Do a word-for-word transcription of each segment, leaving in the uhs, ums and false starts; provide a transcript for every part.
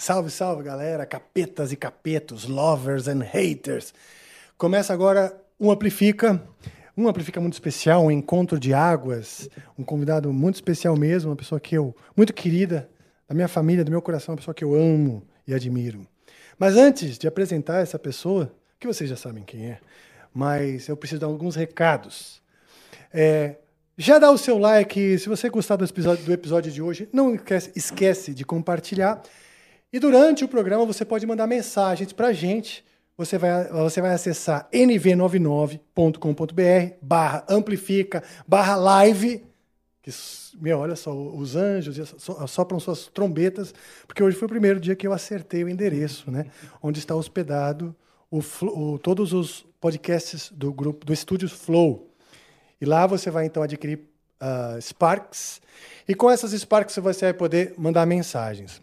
Salve, salve, galera, capetas e capetos, lovers and haters. Começa agora um Amplifica, um Amplifica muito especial, um encontro de águas, um convidado muito especial mesmo, uma pessoa que eu, muito querida, da minha família, do meu coração, uma pessoa que eu amo e admiro. Mas antes de apresentar essa pessoa, que vocês já sabem quem é, mas eu preciso dar alguns recados. É, já dá o seu like, se você gostar do episódio, do episódio de hoje, não esquece, esquece de compartilhar. E durante o programa você pode mandar mensagens pra gente. Você vai, você vai acessar n v noventa e nove ponto com ponto b r barra amplifica barra live. Que, meu, olha só, os anjos sopram suas trombetas, porque hoje foi o primeiro dia que eu acertei o endereço, né? Onde está hospedado o, o, todos os podcasts do grupo do Estúdio Flow. E lá você vai então adquirir uh, Sparks. E com essas Sparks você vai poder mandar mensagens.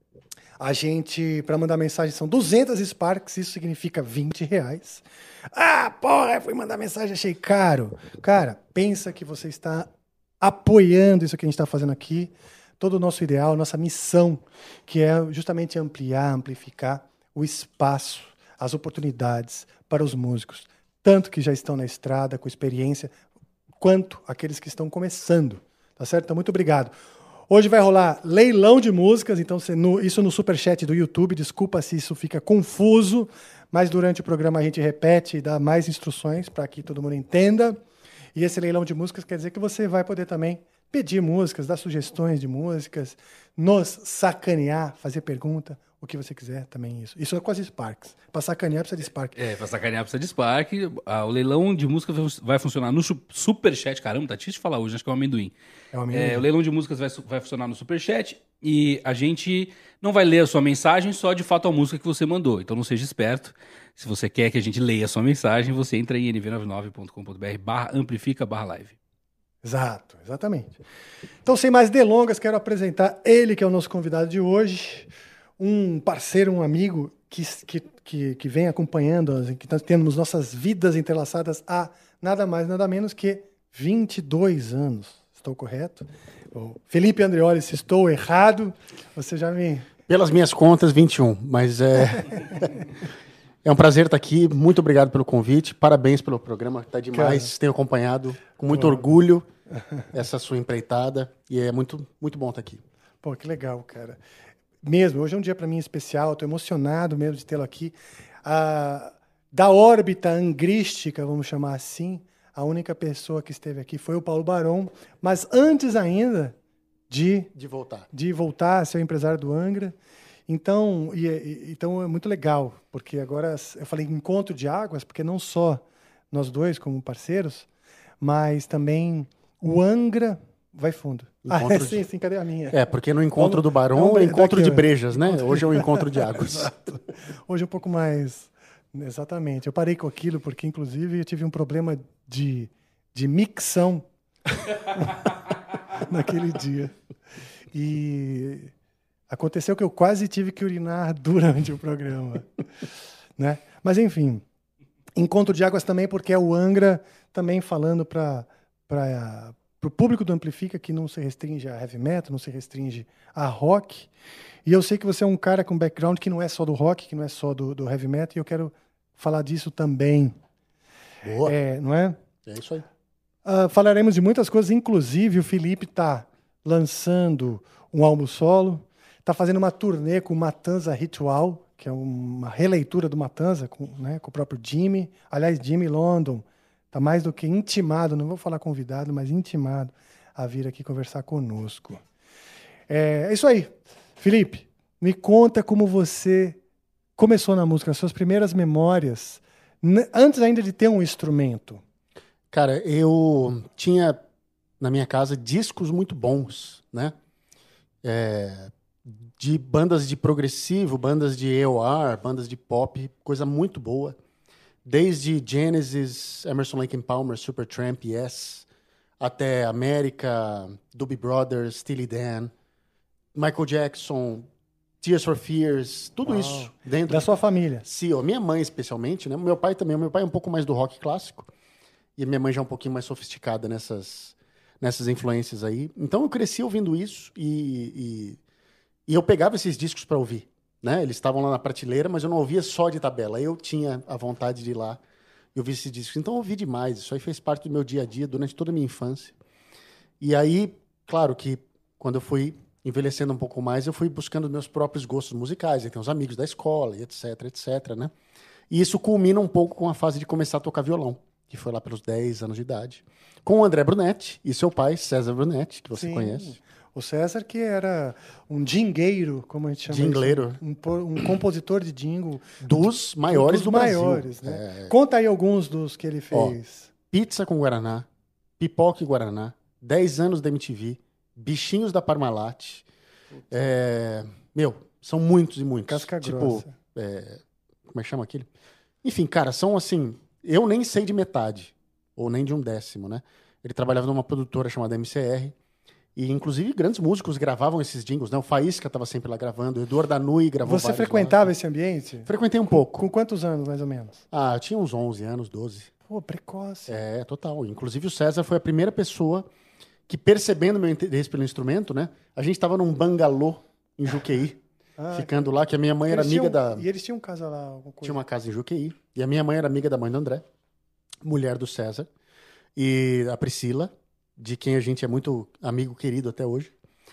A gente, para mandar mensagem, são duzentas Sparks, isso significa vinte reais. Ah, porra, fui mandar mensagem, achei caro. Cara, pensa que você está apoiando isso que a gente está fazendo aqui, todo o nosso ideal, nossa missão, que é justamente ampliar, amplificar o espaço, as oportunidades para os músicos, tanto que já estão na estrada, com experiência, quanto aqueles que estão começando. Tá certo? Então, muito obrigado. Hoje vai rolar leilão de músicas, então você, no, isso no Superchat do YouTube, desculpa se isso fica confuso, mas durante o programa a gente repete e dá mais instruções para que todo mundo entenda. E esse leilão de músicas quer dizer que você vai poder também pedir músicas, dar sugestões de músicas, nos sacanear, fazer pergunta, o que você quiser também isso. Isso é com as Sparks. Para sacanear precisa de Spark. É, para sacanear precisa de Spark. Ah, o leilão de música vai funcionar no Superchat. Caramba, tá difícil de falar hoje, acho que é um amendoim. É um amendoim. É, o leilão de músicas vai, vai funcionar no Superchat e a gente não vai ler a sua mensagem só de fato a música que você mandou. Então não seja esperto. Se você quer que a gente leia a sua mensagem, você entra em n v noventa e nove ponto com ponto b r barra amplifica barra live. Exato, exatamente. Então, sem mais delongas, quero apresentar ele que é o nosso convidado de hoje, um parceiro, um amigo que, que, que, que vem acompanhando, que temos nossas vidas entrelaçadas há nada mais, nada menos que vinte e dois anos. Estou correto? Bom, Felipe Andreoli, se estou errado, você já me... Pelas minhas contas, vinte e um, mas é... É um prazer estar aqui, muito obrigado pelo convite, parabéns pelo programa, está demais, cara, tenho acompanhado com muito Pô. orgulho essa sua empreitada e é muito, muito bom estar aqui. Pô, que legal, cara. Mesmo, hoje é um dia para mim especial, estou emocionado mesmo de tê-lo aqui. Ah, da órbita angrística, vamos chamar assim, a única pessoa que esteve aqui foi o Paulo Barão, mas antes ainda de, de voltar, de voltar a ser o empresário do Angra. Então, e, e, então é muito legal, porque agora eu falei encontro de águas, porque não só nós dois como parceiros, mas também o Angra vai fundo. Encontro ah, é, de... sim, sim, cadê a minha? É, porque no encontro do Barão é, é encontro daqui, de brejas, né? Hoje é um encontro de águas. Exato. Hoje é um pouco mais... Exatamente. Eu parei com aquilo porque, inclusive, eu tive um problema de, de micção naquele dia. E... aconteceu que eu quase tive que urinar durante o programa, né? Mas, enfim, encontro de águas também, porque é o Angra também falando para o público do Amplifica, que não se restringe a heavy metal, não se restringe a rock. E eu sei que você é um cara com background que não é só do rock, que não é só do, do heavy metal, e eu quero falar disso também. Boa. É, não é? É isso aí. Uh, falaremos de muitas coisas, inclusive o Felipe está lançando um álbum solo, está fazendo uma turnê com o Matanza Ritual, que é uma releitura do Matanza, com, né, com o próprio Jimmy. Aliás, Jimmy London está mais do que intimado, não vou falar convidado, mas intimado a vir aqui conversar conosco. É, é isso aí. Felipe, me conta como você começou na música, as suas primeiras memórias, antes ainda de ter um instrumento. Cara, eu tinha na minha casa discos muito bons, né? É... de bandas de progressivo, bandas de E O R, bandas de pop, coisa muito boa. Desde Genesis, Emerson, Lake and Palmer, Supertramp, Yes, até América, Doobie Brothers, Steely Dan, Michael Jackson, Tears for Fears, tudo Uau. Isso dentro da sua família. Sim, ó, minha mãe especialmente, né? Meu pai também. Meu pai é um pouco mais do rock clássico e a minha mãe já é um pouquinho mais sofisticada nessas, nessas influências aí. Então eu cresci ouvindo isso e, e, e eu pegava esses discos para ouvir, né? Eles estavam lá na prateleira, mas eu não ouvia só de tabela. Eu tinha a vontade de ir lá e ouvir esse disco. Então eu ouvi demais. Isso aí fez parte do meu dia a dia durante toda a minha infância. E aí, claro que quando eu fui envelhecendo um pouco mais, eu fui buscando meus próprios gostos musicais. Aí tem os amigos da escola, e etc, etc, né? E isso culmina um pouco com a fase de começar a tocar violão, que foi lá pelos dez anos de idade. Com o André Brunetti e seu pai, César Brunetti, que você Sim. conhece. O César, que era um dingueiro, como a gente chama Jingleiro. isso, um, po- um compositor de jingle. Dos maiores dos do maiores, Brasil. né? É, Conta aí alguns dos que ele fez. Pizza com Guaraná, Pipoca e Guaraná, dez anos da M T V, Bichinhos da Parmalat. É, meu, são muitos e muitos. Casca tipo, grossa. é, como é que chama aquele? Enfim, cara, são assim... Eu nem sei de metade, ou nem de um décimo, né? Ele trabalhava numa produtora chamada M C R, e inclusive grandes músicos gravavam esses jingles, né? O Faísca estava sempre lá gravando, o Eduardo Danui gravou Você vários frequentava lá. esse ambiente? Frequentei um pouco. Com quantos anos, mais ou menos? Ah, eu tinha uns onze anos, doze. Pô, precoce. É, total. Inclusive o César foi a primeira pessoa que, percebendo meu interesse pelo instrumento, né? A gente estava num bangalô em Juqueí, Ah, ficando lá, que a minha mãe era eles amiga tinham- da... E eles tinham casa lá, alguma coisa? Tinha uma casa em Juqueí, e a minha mãe era amiga da mãe do André, mulher do César, e a Priscila, de quem a gente é muito amigo querido até hoje.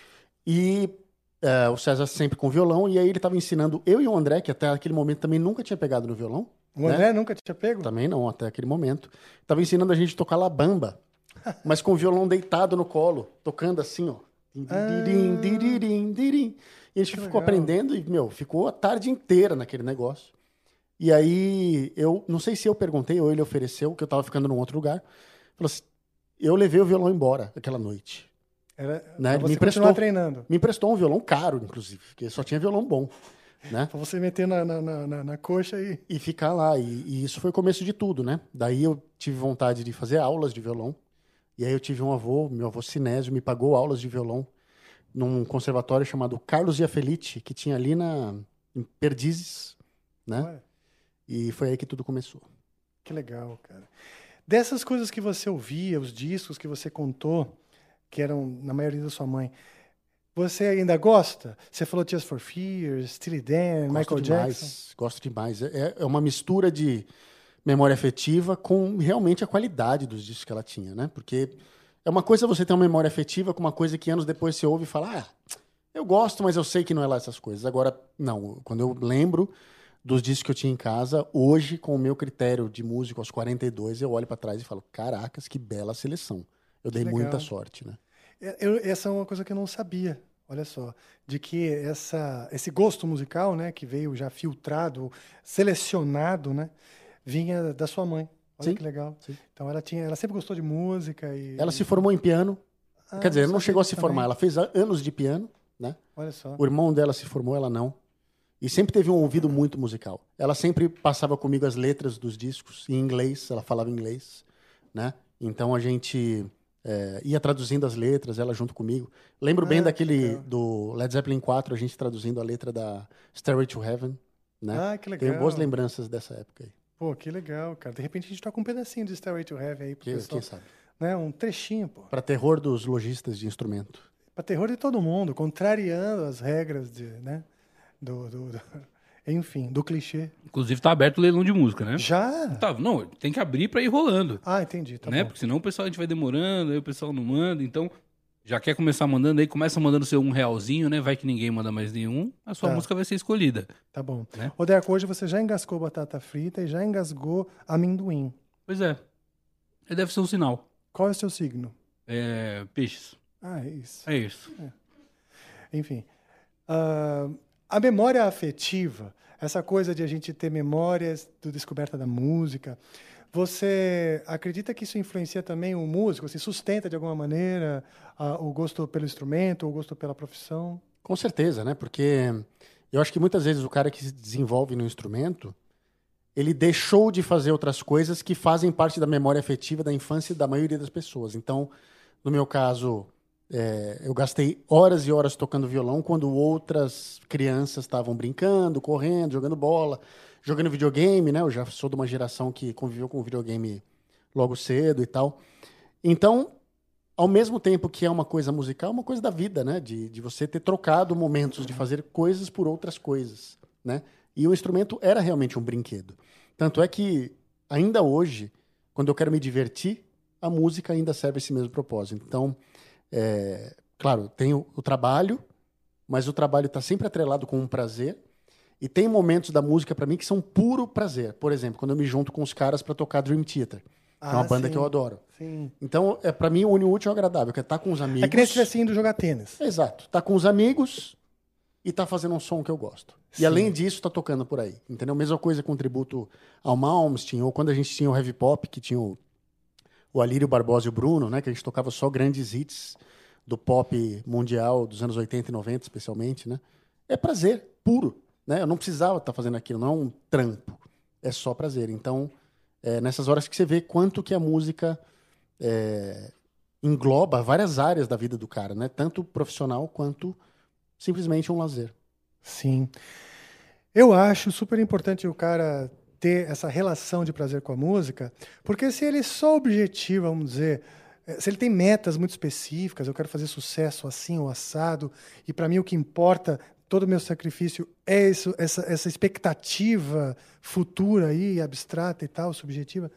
E é, o César sempre com violão, e aí ele estava ensinando eu e o André, que até aquele momento também nunca tinha pegado no violão. O André nunca tinha pego? Também não, até aquele momento. Estava ensinando a gente a tocar La Bamba, mas com o violão deitado no colo, tocando assim, ó. Dirim, dirim, dirim. E a gente Que ficou legal. aprendendo e, meu, ficou a tarde inteira naquele negócio. E aí, eu não sei se eu perguntei ou ele ofereceu, que eu tava ficando num outro lugar. Falou assim, eu levei o violão embora aquela noite. Era, Né, pra ele você me emprestou. continuar treinando. Me emprestou um violão caro, inclusive, porque só tinha violão bom, né? Pra você meter na, na, na, na- na coxa e... E ficar lá. E, e isso foi o começo de tudo, né? Daí eu tive vontade de fazer aulas de violão. E aí eu tive um avô, meu avô Sinésio, me pagou aulas de violão num conservatório chamado Carlos Giafelice, que tinha ali na, em Perdizes, né? Olha, E foi aí que tudo começou. que legal, cara. Dessas coisas que você ouvia, os discos que você contou, que eram na maioria da sua mãe, você ainda gosta? Você falou Tears for Fears, Steely Dan, Gosto Michael demais, Jackson. gosto demais. É, é uma mistura de memória afetiva com realmente a qualidade dos discos que ela tinha, né? Porque é uma coisa você ter uma memória afetiva com uma coisa que anos depois você ouve e fala, ah, eu gosto, mas eu sei que não é lá essas coisas. Agora, não. Quando eu lembro dos discos que eu tinha em casa, hoje, com o meu critério de músico aos quarenta e dois, eu olho pra trás e falo, caracas, que bela seleção. Eu dei legal. muita sorte, né? Eu- essa é uma coisa que eu não sabia, olha só, de que essa, esse gosto musical, né, que veio já filtrado, selecionado, né, vinha da sua mãe. Olha Sim, que legal. sim. Então ela tinha, ela sempre gostou de música e Ela se formou em piano. Ah, Quer dizer, ela não sabia chegou a se também. formar, ela fez a- anos de piano, né? Olha só. O irmão dela se formou, ela não. E sempre teve um ouvido muito musical. Ela sempre passava comigo as letras dos discos em inglês, ela falava inglês, né? Então a gente é, ia traduzindo as letras, ela junto comigo. Lembro bem Ah, que daquele legal. do Led Zeppelin quatro, a gente traduzindo a letra da Stairway to Heaven, né? Ah, que legal. Tenho boas lembranças dessa época aí. Pô, que legal, cara. De repente a gente toca um pedacinho de Stairway to Heaven aí pro Que- pessoal, Quem sabe? né? Um trechinho, pô. Para terror dos lojistas de instrumento. Pra terror de todo mundo, contrariando as regras de, né, do, do, do- enfim, do clichê. Inclusive tá aberto o leilão de música, né? Já? Tá, não, tem que abrir pra ir rolando, Ah, entendi, tá né? bom. Porque senão o pessoal a gente vai demorando, aí o pessoal não manda, então já quer começar mandando aí, começa mandando seu um realzinho, né? Vai que ninguém manda mais nenhum, a sua Tá. música vai ser escolhida. Tá bom. Né? Ô, Deco, hoje você já engasgou batata frita e já engasgou amendoim. Pois é. Aí deve ser um sinal. Qual é o seu signo? É, peixes. Ah, é isso. É isso. Enfim. Ah, a memória afetiva, essa coisa de a gente ter memórias do descoberta da música, você acredita que isso influencia também o músico? Se sustenta de alguma maneira ah, o gosto pelo instrumento, o gosto pela profissão? Com certeza, né? Porque eu acho que muitas vezes o cara que se desenvolve no instrumento, ele deixou de fazer outras coisas que fazem parte da memória afetiva da infância da maioria das pessoas. Então, no meu caso, é, eu gastei horas e horas tocando violão quando outras crianças estavam brincando, correndo, jogando bola, jogando videogame, né? Eu já sou de uma geração que conviveu com o videogame logo cedo e tal. Então, ao mesmo tempo que é uma coisa musical, é uma coisa da vida, né? De, de você ter trocado momentos de fazer coisas por outras coisas. né? E o instrumento era realmente um brinquedo. Tanto é que, ainda hoje, quando eu quero me divertir, a música ainda serve esse mesmo propósito. Então, é, claro, tem o, o trabalho, mas o trabalho está sempre atrelado com um prazer. E tem momentos da música, para mim, que são puro prazer. Por exemplo, quando eu me junto com os caras para tocar Dream Theater, que Ah, é uma banda sim, que eu adoro. Sim. Então, é, para mim, o une o útil ao agradável, que é estar com os amigos. É que nem se tivesse indo jogar tênis. Exato. Tá com os amigos e tá fazendo um som que eu gosto. Sim. E além disso, tá tocando por aí. Entendeu? Mesma coisa com tributo ao Malmsteen, ou quando a gente tinha o Heavy Pop, que tinha o, o Alírio Barbosa e o Bruno, né? Que a gente tocava só grandes hits do pop mundial dos anos oitenta e noventa, especialmente, né? É prazer puro, né? Eu não precisava estar fazendo aquilo, não é um trampo. É só prazer. Então, é nessas horas que você vê quanto que a música é, engloba várias áreas da vida do cara, né? Tanto profissional quanto simplesmente um lazer. Sim. Eu acho super importante o cara ter essa relação de prazer com a música, porque se ele só objetiva, vamos dizer, se ele tem metas muito específicas, eu quero fazer sucesso assim ou assado, e para mim o que importa, todo o meu sacrifício é isso, essa, essa expectativa futura aí, abstrata e tal, subjetiva,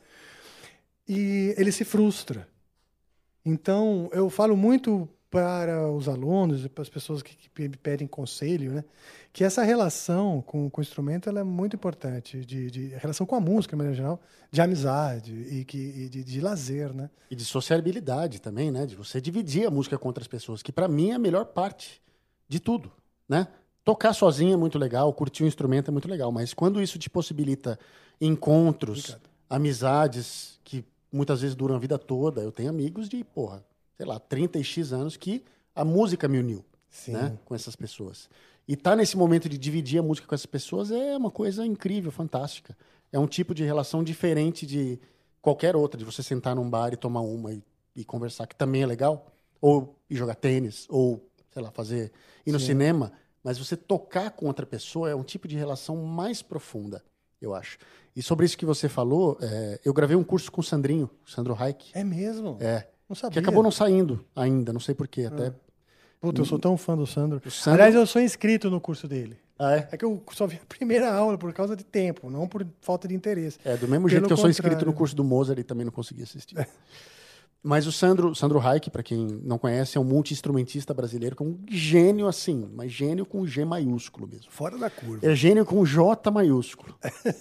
e ele se frustra. Então, eu falo muito para os alunos e para as pessoas que, que me pedem conselho, né, que essa relação com, com o instrumento ela é muito importante, de, de a relação com a música, de maneira geral, de amizade e, que, e de, de lazer, né? E de sociabilidade também, né? De você dividir a música com outras pessoas, que para mim é a melhor parte de tudo, né? Tocar sozinho é muito legal, curtir o instrumento é muito legal, mas quando isso te possibilita encontros, Obrigado. amizades que muitas vezes duram a vida toda, eu tenho amigos de, porra, sei lá, trinta e X anos que a música me uniu, né, com essas pessoas. E tá nesse momento de dividir a música com essas pessoas é uma coisa incrível, fantástica. É um tipo de relação diferente de qualquer outra, de você sentar num bar e tomar uma e, e conversar, que também é legal, ou ir jogar tênis, ou, sei lá, fazer, ir no Sim. cinema, mas você tocar com outra pessoa é um tipo de relação mais profunda, eu acho. E sobre isso que você falou, é, eu gravei um curso com o Sandrinho, o Sandro Reich. É mesmo? É. Não sabia. Que acabou não saindo ainda, não sei porquê. Até... Ah. Puta, eu sou tão fã do Sandro. Sandro. Aliás, eu sou inscrito no curso dele. Ah, é? É que eu só vi a primeira aula por causa de tempo, não por falta de interesse. É, do mesmo Pelo jeito que eu sou inscrito contrário. no curso do Mozart e também não consegui assistir. É. Mas o Sandro, Sandro Reich, para quem não conhece, é um multi-instrumentista brasileiro, que é um gênio assim, mas gênio com G maiúsculo mesmo. Fora da curva. É gênio com J maiúsculo.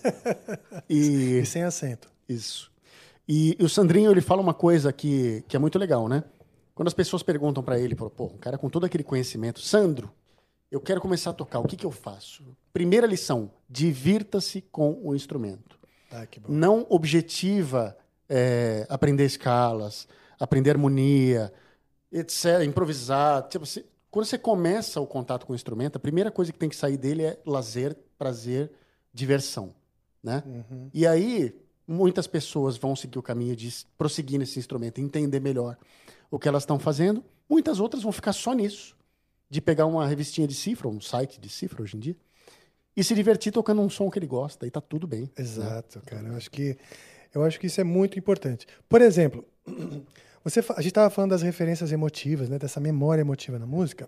e... e sem acento. Isso. E, e o Sandrinho, ele fala uma coisa que, que é muito legal, né? Quando as pessoas perguntam para ele, pô, um cara com todo aquele conhecimento, Sandro, eu quero começar a tocar, o que, que eu faço? Primeira lição, divirta-se com o instrumento. Ah, que bom. Não objetiva é, aprender escalas, aprender harmonia, etcétera, improvisar. Tipo, você, quando você começa o contato com o instrumento, a primeira coisa que tem que sair dele é lazer, prazer, diversão, né? Uhum. E aí, muitas pessoas vão seguir o caminho de prosseguir nesse instrumento, entender melhor o que elas estão fazendo. Muitas outras vão ficar só nisso, de pegar uma revistinha de cifra, um site de cifra hoje em dia, e se divertir tocando um som que ele gosta, e tá tudo bem. Exato, né? cara. Eu acho que, eu acho que isso é muito importante. Por exemplo, você, a gente estava falando das referências emotivas, né, dessa memória emotiva na música.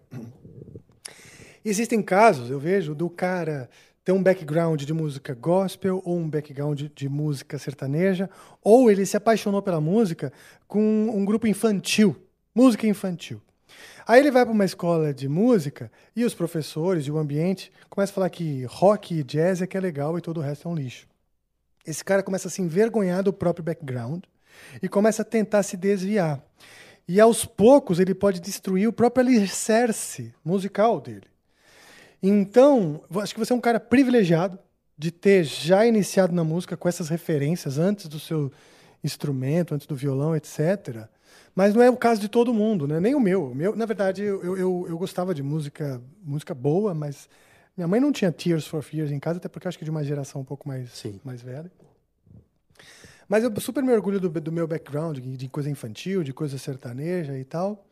Existem casos, eu vejo, do cara ter um background de música gospel ou um background de, de música sertaneja, ou ele se apaixonou pela música com um grupo infantil, música infantil. Aí ele vai para uma escola de música e os professores e o ambiente começam a falar que rock e jazz é que é legal e todo o resto é um lixo. Esse cara começa a se envergonhar do próprio background e começa a tentar se desviar. E aos poucos ele pode destruir o próprio alicerce musical dele. Então, acho que você é um cara privilegiado de ter já iniciado na música com essas referências antes do seu instrumento, antes do violão, etcétera. Mas não é o caso de todo mundo, né? Nem o meu. O meu, na verdade, eu, eu, eu gostava de música, música boa, mas minha mãe não tinha Tears for Fears em casa, até porque eu acho que é de uma geração um pouco mais, mais velha. Mas eu super me orgulho do, do meu background, de coisa infantil, de coisa sertaneja e tal.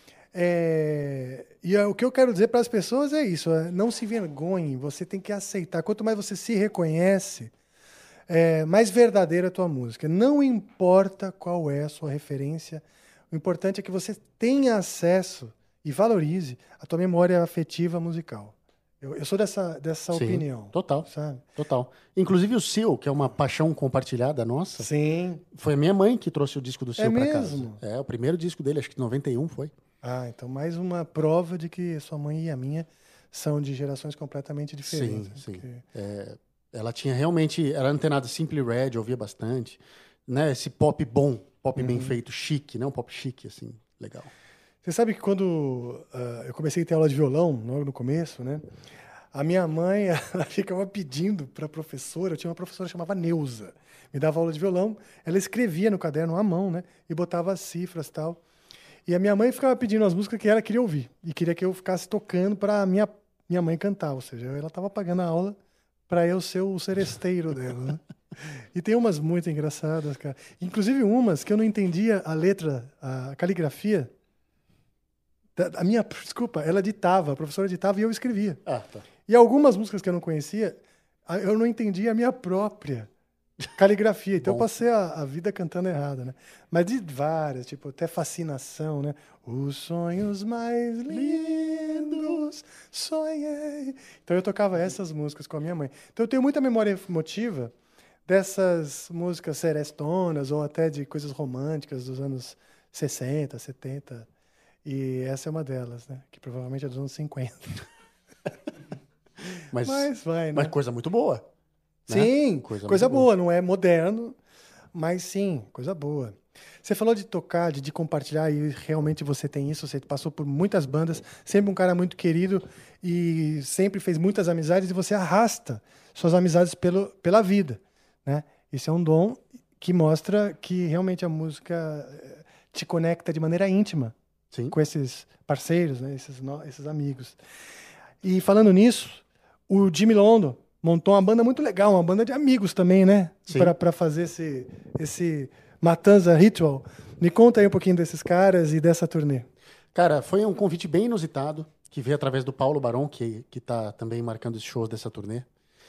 É, e é, o que eu quero dizer para as pessoas é isso, é, não se vergonhe, você tem que aceitar. Quanto mais você se reconhece, é, mais verdadeira é a tua música. Não importa qual é a sua referência, o importante é que você tenha acesso e valorize a tua memória afetiva musical. Eu, eu sou dessa, dessa Sim, opinião. total. Sabe? Total. Inclusive o Seal, que é uma paixão compartilhada nossa, Sim. foi a minha mãe que trouxe o disco do Seal É pra mesmo? casa. É, o primeiro disco dele, acho que em noventa e um foi. Ah, então mais uma prova de que sua mãe e a minha são de gerações completamente diferentes. Sim, sim. Porque- É, ela tinha realmente, era antenada Simply Red, ouvia bastante, né? Esse pop bom, pop bem feito, chique, né? Um pop chique, assim, legal. Você sabe que quando ah, eu comecei a ter aula de violão, logo no começo, né? A minha mãe, ela ficava pedindo para a professora, eu tinha uma professora que chamava Neuza, me dava aula de violão, ela escrevia no caderno à mão, né? E botava as cifras e tal. E a minha mãe ficava pedindo as músicas que ela queria ouvir e queria que eu ficasse tocando para minha minha mãe cantar, ou seja, ela estava pagando a aula para eu ser o seresteiro dela, né? E tem umas muito engraçadas, cara. Inclusive umas que eu não entendia a letra, a caligrafia. Da- A minha, desculpa, ela ditava, a professora ditava e eu escrevia. Ah, tá. E algumas músicas que eu não conhecia, a- eu não entendia a minha própria caligrafia. Então eu Bom. passei a, a vida cantando errado, né? Mas de várias, tipo, até fascinação, né? Os sonhos mais lindos, sonhei. Então eu tocava essas músicas com a minha mãe. Então eu tenho muita memória emotiva dessas músicas serestonas ou até de coisas românticas dos anos sessenta, setenta. E essa é uma delas, né? Que provavelmente é dos anos cinquenta. Mas, Mas vai, né? mas coisa muito boa. né? Sim, Coisa coisa, muito boa. Não é moderno, mas sim, coisa boa. Você falou de tocar, de, de compartilhar, e realmente você tem isso. Você passou por muitas bandas, sempre um cara muito querido e sempre fez muitas amizades, e você arrasta suas amizades pelo, pela vida, né? Isso é um dom que mostra que realmente a música eh, te conecta de maneira íntima Sim. com esses parceiros, né? Esses, no- esses amigos. E falando nisso, o Jimmy London montou uma banda muito legal, uma banda de amigos também, né? Sim. Para fazer esse, esse Matanza Ritual. Me conta aí um pouquinho desses caras e dessa turnê. Cara, foi um convite bem inusitado, que veio através do Paulo Barão, que, que tá também marcando os shows dessa turnê.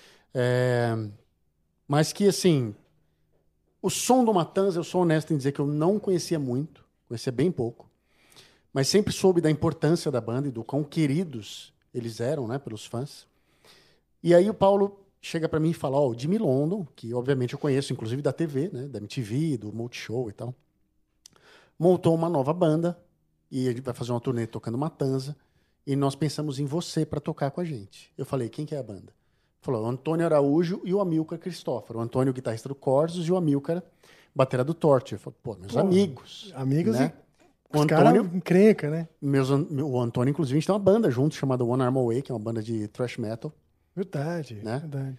É, mas que, assim, o som do Matanza, eu sou honesto em dizer que eu não conhecia muito, conhecia bem pouco, mas sempre soube da importância da banda e do quão queridos eles eram, né, pelos fãs. E aí o Paulo chega pra mim e fala, ó, o Jimmy London, que obviamente eu conheço, inclusive da T V, né, da M T V, do Multishow e tal, montou uma nova banda e ele vai fazer uma turnê tocando Matanza e nós pensamos em você pra tocar com a gente. Eu falei, quem que é a banda? Falou, o Antônio Araújo e o Amilcar Cristófaro. O Antônio, guitarrista do Corsos, e o Amilcar, batera do Torture. Eu falei, pô, meus Pô, amigos. Amigos né? e O os caras Antônio, encrenca, né? meus, an- o Antônio, inclusive, a gente tem uma banda junto chamada One Arm Away, que é uma banda de thrash metal. Verdade, Né? verdade.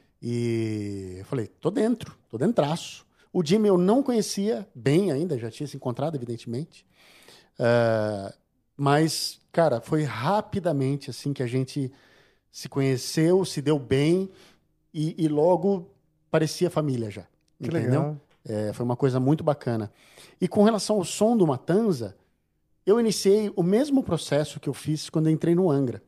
E eu falei, tô dentro, tô dentraço. O Jimmy eu não conhecia bem ainda, já tinha se encontrado, evidentemente. Ah, mas, cara, foi rapidamente assim que a gente se conheceu, se deu bem e, e logo parecia família já. Que entendeu? legal. É, foi uma coisa muito bacana. E com relação ao som do Matanza, eu iniciei o mesmo processo que eu fiz quando eu entrei no Angra,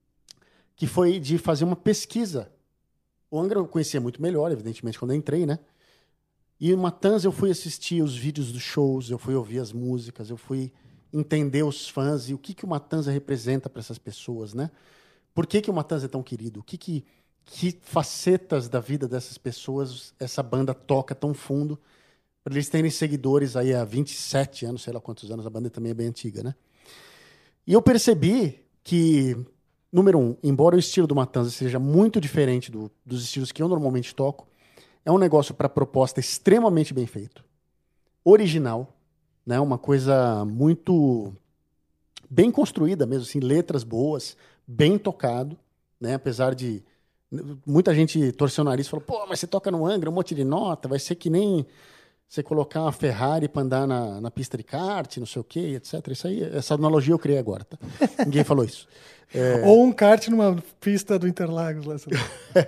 que foi de fazer uma pesquisa. O Angra eu conhecia muito melhor, evidentemente, quando eu entrei, né? E o Matanza eu fui assistir os vídeos dos shows, eu fui ouvir as músicas, eu fui entender os fãs e o que, que o Matanza representa para essas pessoas, né? Por que, que o Matanza é tão querido? O que, que, que facetas da vida dessas pessoas essa banda toca tão fundo para eles terem seguidores aí há vinte e sete anos, sei lá quantos anos, a banda também é bem antiga, né? E eu percebi que, número um, embora o estilo do Matanza seja muito diferente do, dos estilos que eu normalmente toco, é um negócio para proposta extremamente bem feito, original, né? Uma coisa muito bem construída mesmo, assim, letras boas, bem tocado, né? Apesar de muita gente torcer o nariz e falou, pô, mas você toca no Angra, um monte de nota, vai ser que nem você colocar uma Ferrari para andar na, na pista de kart, não sei o quê, etcétera. Isso aí, essa analogia eu criei agora, tá? Ninguém falou isso. É... Ou um kart numa pista do Interlagos lá. sei lá.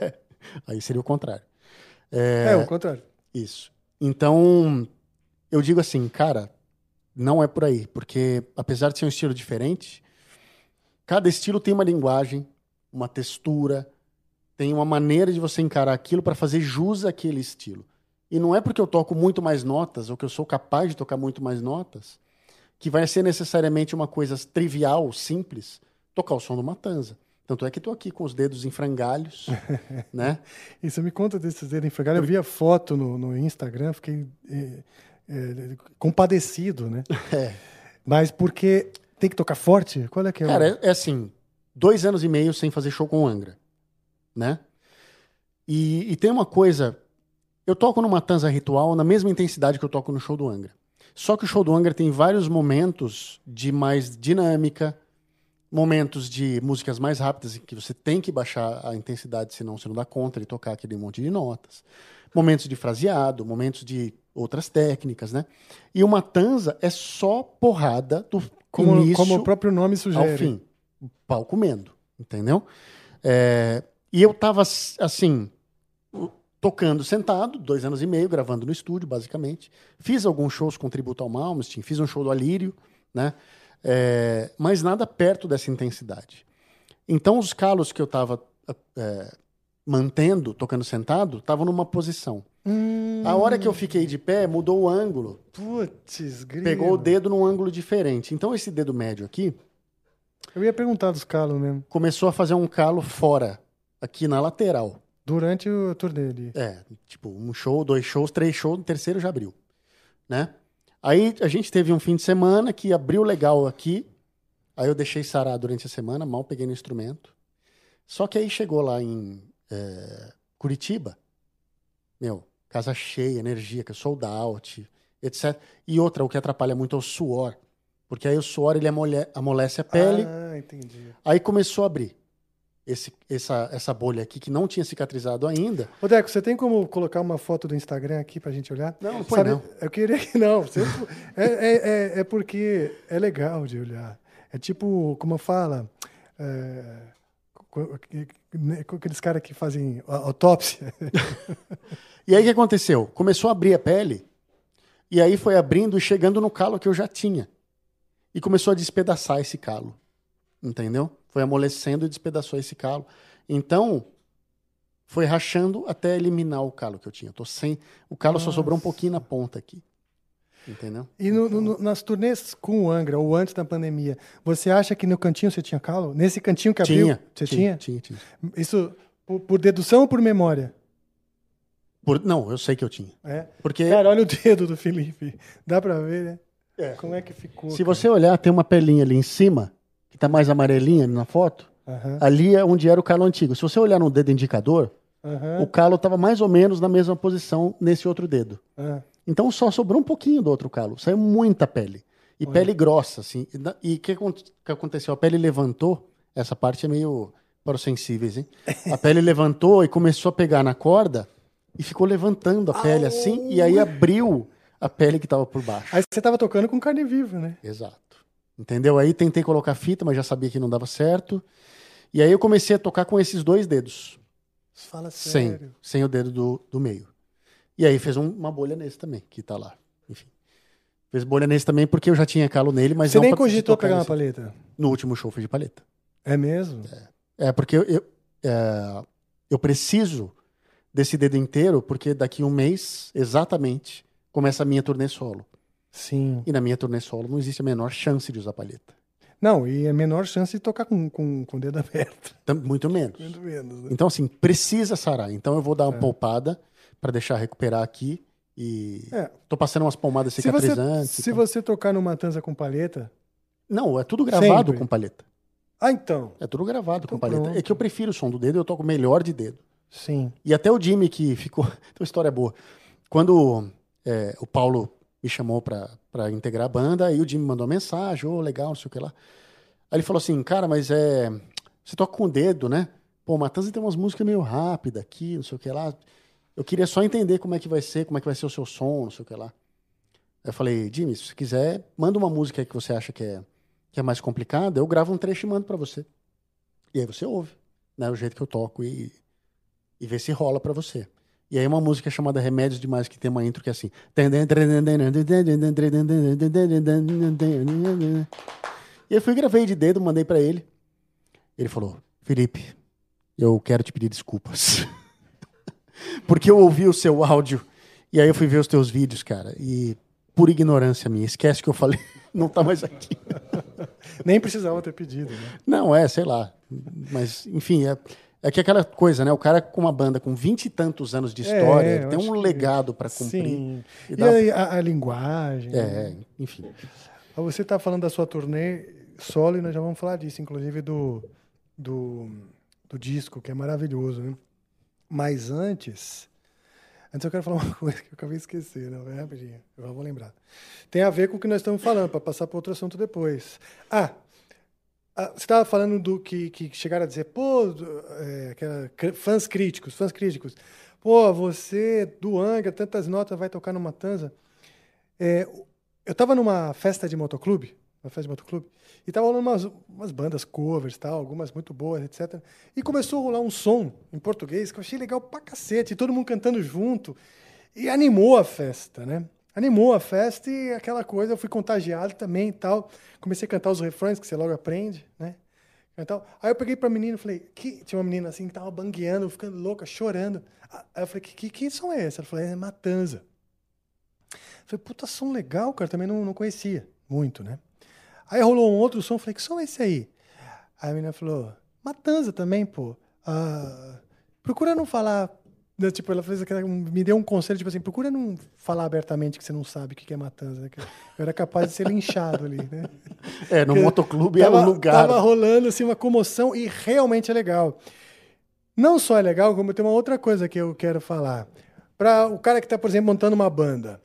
Aí seria o contrário. É, o contrário. Isso. Então, eu digo assim, cara, não é por aí, porque apesar de ser um estilo diferente, cada estilo tem uma linguagem, uma textura, tem uma maneira de você encarar aquilo para fazer jus àquele estilo. E não é porque eu toco muito mais notas, ou que eu sou capaz de tocar muito mais notas, que vai ser necessariamente uma coisa trivial, simples, tocar o som do Matanza. Tanto é que estou aqui com os dedos em frangalhos, né? E você me conta desses dedos em frangalhos. Eu vi a foto no, no Instagram, fiquei é, é, compadecido, né? É. Mas porque tem que tocar forte? Qual é que é? Cara, o... é, é assim, dois anos e meio sem fazer show com o Angra, né? E, e tem uma coisa, eu toco no Matanza Ritual na mesma intensidade que eu toco no show do Angra. Só que o show do Angra tem vários momentos de mais dinâmica, momentos de músicas mais rápidas em que você tem que baixar a intensidade, senão você não dá conta de tocar aquele monte de notas. Momentos de fraseado, momentos de outras técnicas, né? E o Matanza é só porrada do como, início como o próprio nome sugere. ao fim. Pau comendo, entendeu? É, e eu tava, assim, tocando sentado, dois anos e meio, gravando no estúdio, basicamente. Fiz alguns shows com tributo ao Malmsteen, fiz um show do Alírio, né? É, mas nada perto dessa intensidade. Então, os calos que eu estava é, mantendo, tocando sentado, estavam numa posição. Hum. A hora que eu fiquei de pé, mudou o ângulo. Putz, grilo. Pegou o dedo num ângulo diferente. Então, esse dedo médio aqui... Eu ia perguntar dos calos mesmo. Começou a fazer um calo fora, aqui na lateral. Durante o turnê ali. É, tipo, um show, dois shows, três shows, no terceiro já abriu, né? Aí a gente teve um fim de semana que abriu legal aqui, aí eu deixei sarar durante a semana, mal peguei no instrumento. Só que aí chegou lá em é, Curitiba, meu, casa cheia, energia, que é sold out, etcétera. E outra, o que atrapalha muito é o suor, porque aí o suor ele amole- amolece a pele. Ah, entendi. Aí começou a abrir esse, essa, essa bolha aqui que não tinha cicatrizado ainda. Ô, Deco, você tem como colocar uma foto do Instagram aqui pra gente olhar? Não, não põe Sabe, não. Eu queria que não. Você, é, é, é, é porque é legal de olhar. É tipo, como fala, é, com aqueles caras que fazem autópsia. E aí o que aconteceu? Começou a abrir a pele, e aí foi abrindo e chegando no calo que eu já tinha. E começou a despedaçar esse calo. Entendeu? Foi amolecendo e despedaçou esse calo. Então, foi rachando até eliminar o calo que eu tinha. Eu tô sem... O calo Nossa. só sobrou um pouquinho na ponta aqui. Entendeu? E no, no, nas turnês com o Angra, ou antes da pandemia, você acha que no cantinho você tinha calo? Nesse cantinho que abriu? Tinha. Você tinha? tinha? Tinha, tinha. Isso por, por dedução ou por memória? Por... Não, eu sei que eu tinha. É. Porque Cara, olha o dedo do Felipe. Dá pra ver, né? É. Como é que ficou? se cara? você olhar, tem uma pelinha ali em cima, que tá mais amarelinha ali na foto. Aham, Ali é onde era o calo antigo. Se você olhar no dedo indicador, aham, o calo estava mais ou menos na mesma posição nesse outro dedo. ah. Então só sobrou um pouquinho do outro calo. Saiu muita pele. E Olha. pele grossa, assim. E da- E o que, acon- que aconteceu? A pele levantou. Essa parte é meio para os sensíveis, hein? A pele levantou e começou a pegar na corda e ficou levantando a pele assim. E aí abriu a pele que estava por baixo. Aí você tava tocando com carne viva, né? Exato. Entendeu? Aí tentei colocar fita, mas já sabia que não dava certo. E aí eu comecei a tocar com esses dois dedos. Fala Sem, sério. sem o dedo do, do meio. E aí fez um- uma bolha nesse também, que tá lá. Enfim. Fez bolha nesse também porque eu já tinha calo nele, mas Você não nem pra cogitou tocar pegar uma nesse- paleta? No último show foi de paleta. É mesmo? É, porque eu, eu, é, eu preciso desse dedo inteiro, porque daqui um mês, exatamente, começa a minha turnê solo. Sim. E na minha turnê solo não existe a menor chance de usar paleta. Não, e é menor chance de tocar com, com, com o dedo aberto. Tam- Muito menos. Muito menos, né? Então, assim, precisa sarar. Então eu vou dar uma poupada para deixar recuperar aqui. E É. tô passando umas pomadas Se você, cicatrizantes. e se tal. você tocar no Matanza com paleta... Não, é tudo gravado Sempre. com paleta. Ah, então. É tudo gravado Então com paleta. pronto. É que eu prefiro o som do dedo, eu toco melhor de dedo. Sim. E até o Jimmy, que ficou. Tem uma história boa. Quando é, o Paulo me chamou pra, pra integrar a banda, aí o Jimmy mandou uma mensagem, ô, legal, não sei o que lá. Aí ele falou assim, cara, mas é. Você toca com o dedo, né? Pô, o Matanza tem umas músicas meio rápidas aqui, não sei o que lá. Eu queria só entender como é que vai ser, como é que vai ser o seu som, não sei o que lá. Aí eu falei, Jimmy, se você quiser, manda uma música aí que você acha que é, que é mais complicada, eu gravo um trecho e mando pra você. E aí você ouve, né? O jeito que eu toco e, e vê se rola pra você. E aí uma música chamada Remédios Demais, que tem uma intro que é assim. E eu fui e gravei de dedo, mandei pra ele. Ele falou, Felipe, eu quero te pedir desculpas. Porque eu ouvi o seu áudio e aí eu fui ver os teus vídeos, cara. E por ignorância minha, esquece que eu falei, não tá mais aqui. Nem precisava ter pedido, né? Não, é, sei lá. Mas, enfim, é, é que aquela coisa, né? O cara com uma banda com vinte e tantos anos de história, É, ele eu tem acho um que- legado para cumprir. Sim. E E, dá- aí, a, a linguagem. É, né? enfim. Mas você está falando da sua turnê solo e nós já vamos falar disso, inclusive do, do, do disco, que é maravilhoso, né? Mas antes, antes eu quero falar uma coisa que eu acabei de esquecer, né? Vai rapidinho, eu já vou lembrar. Tem a ver com o que nós estamos falando, para passar para outro assunto depois. Ah, ah, você estava falando do que, que chegaram a dizer, pô, do- é, aquela, cr- fãs críticos, fãs críticos. Pô, você do Angra, tantas notas, vai tocar no Matanza. É, eu estava numa festa de motoclube, uma festa de motoclube, e tava rolando umas, umas bandas covers, tal, algumas muito boas, etcétera. E começou a rolar um som em português que eu achei legal pra cacete, e todo mundo cantando junto, e animou a festa, né? Animou a festa e aquela coisa, eu fui contagiado também e tal. Comecei a cantar os refrões, que você logo aprende, né? Cantar. Aí eu peguei pra menina e falei, que... tinha uma menina assim que tava bangueando, ficando louca, chorando. Aí eu falei, que, que, que som é esse? Ela falou, é Matanza. Falei, puta, som legal, cara. Também não, não conhecia muito, né? Aí rolou um outro som, falei, que som é esse aí? Aí a menina falou, Matanza também, pô. Ah, procura não falar... né, tipo, ela fez aquela, me deu um conselho, tipo assim, procura não falar abertamente que você não sabe o que que é Matanza. Né? Que eu era capaz de ser linchado ali, né? É, no Porque motoclube é tava, o lugar. Tava rolando, assim, uma comoção e realmente é legal. Não só é legal, como tem uma outra coisa que eu quero falar. Para o cara que está, por exemplo, montando uma banda.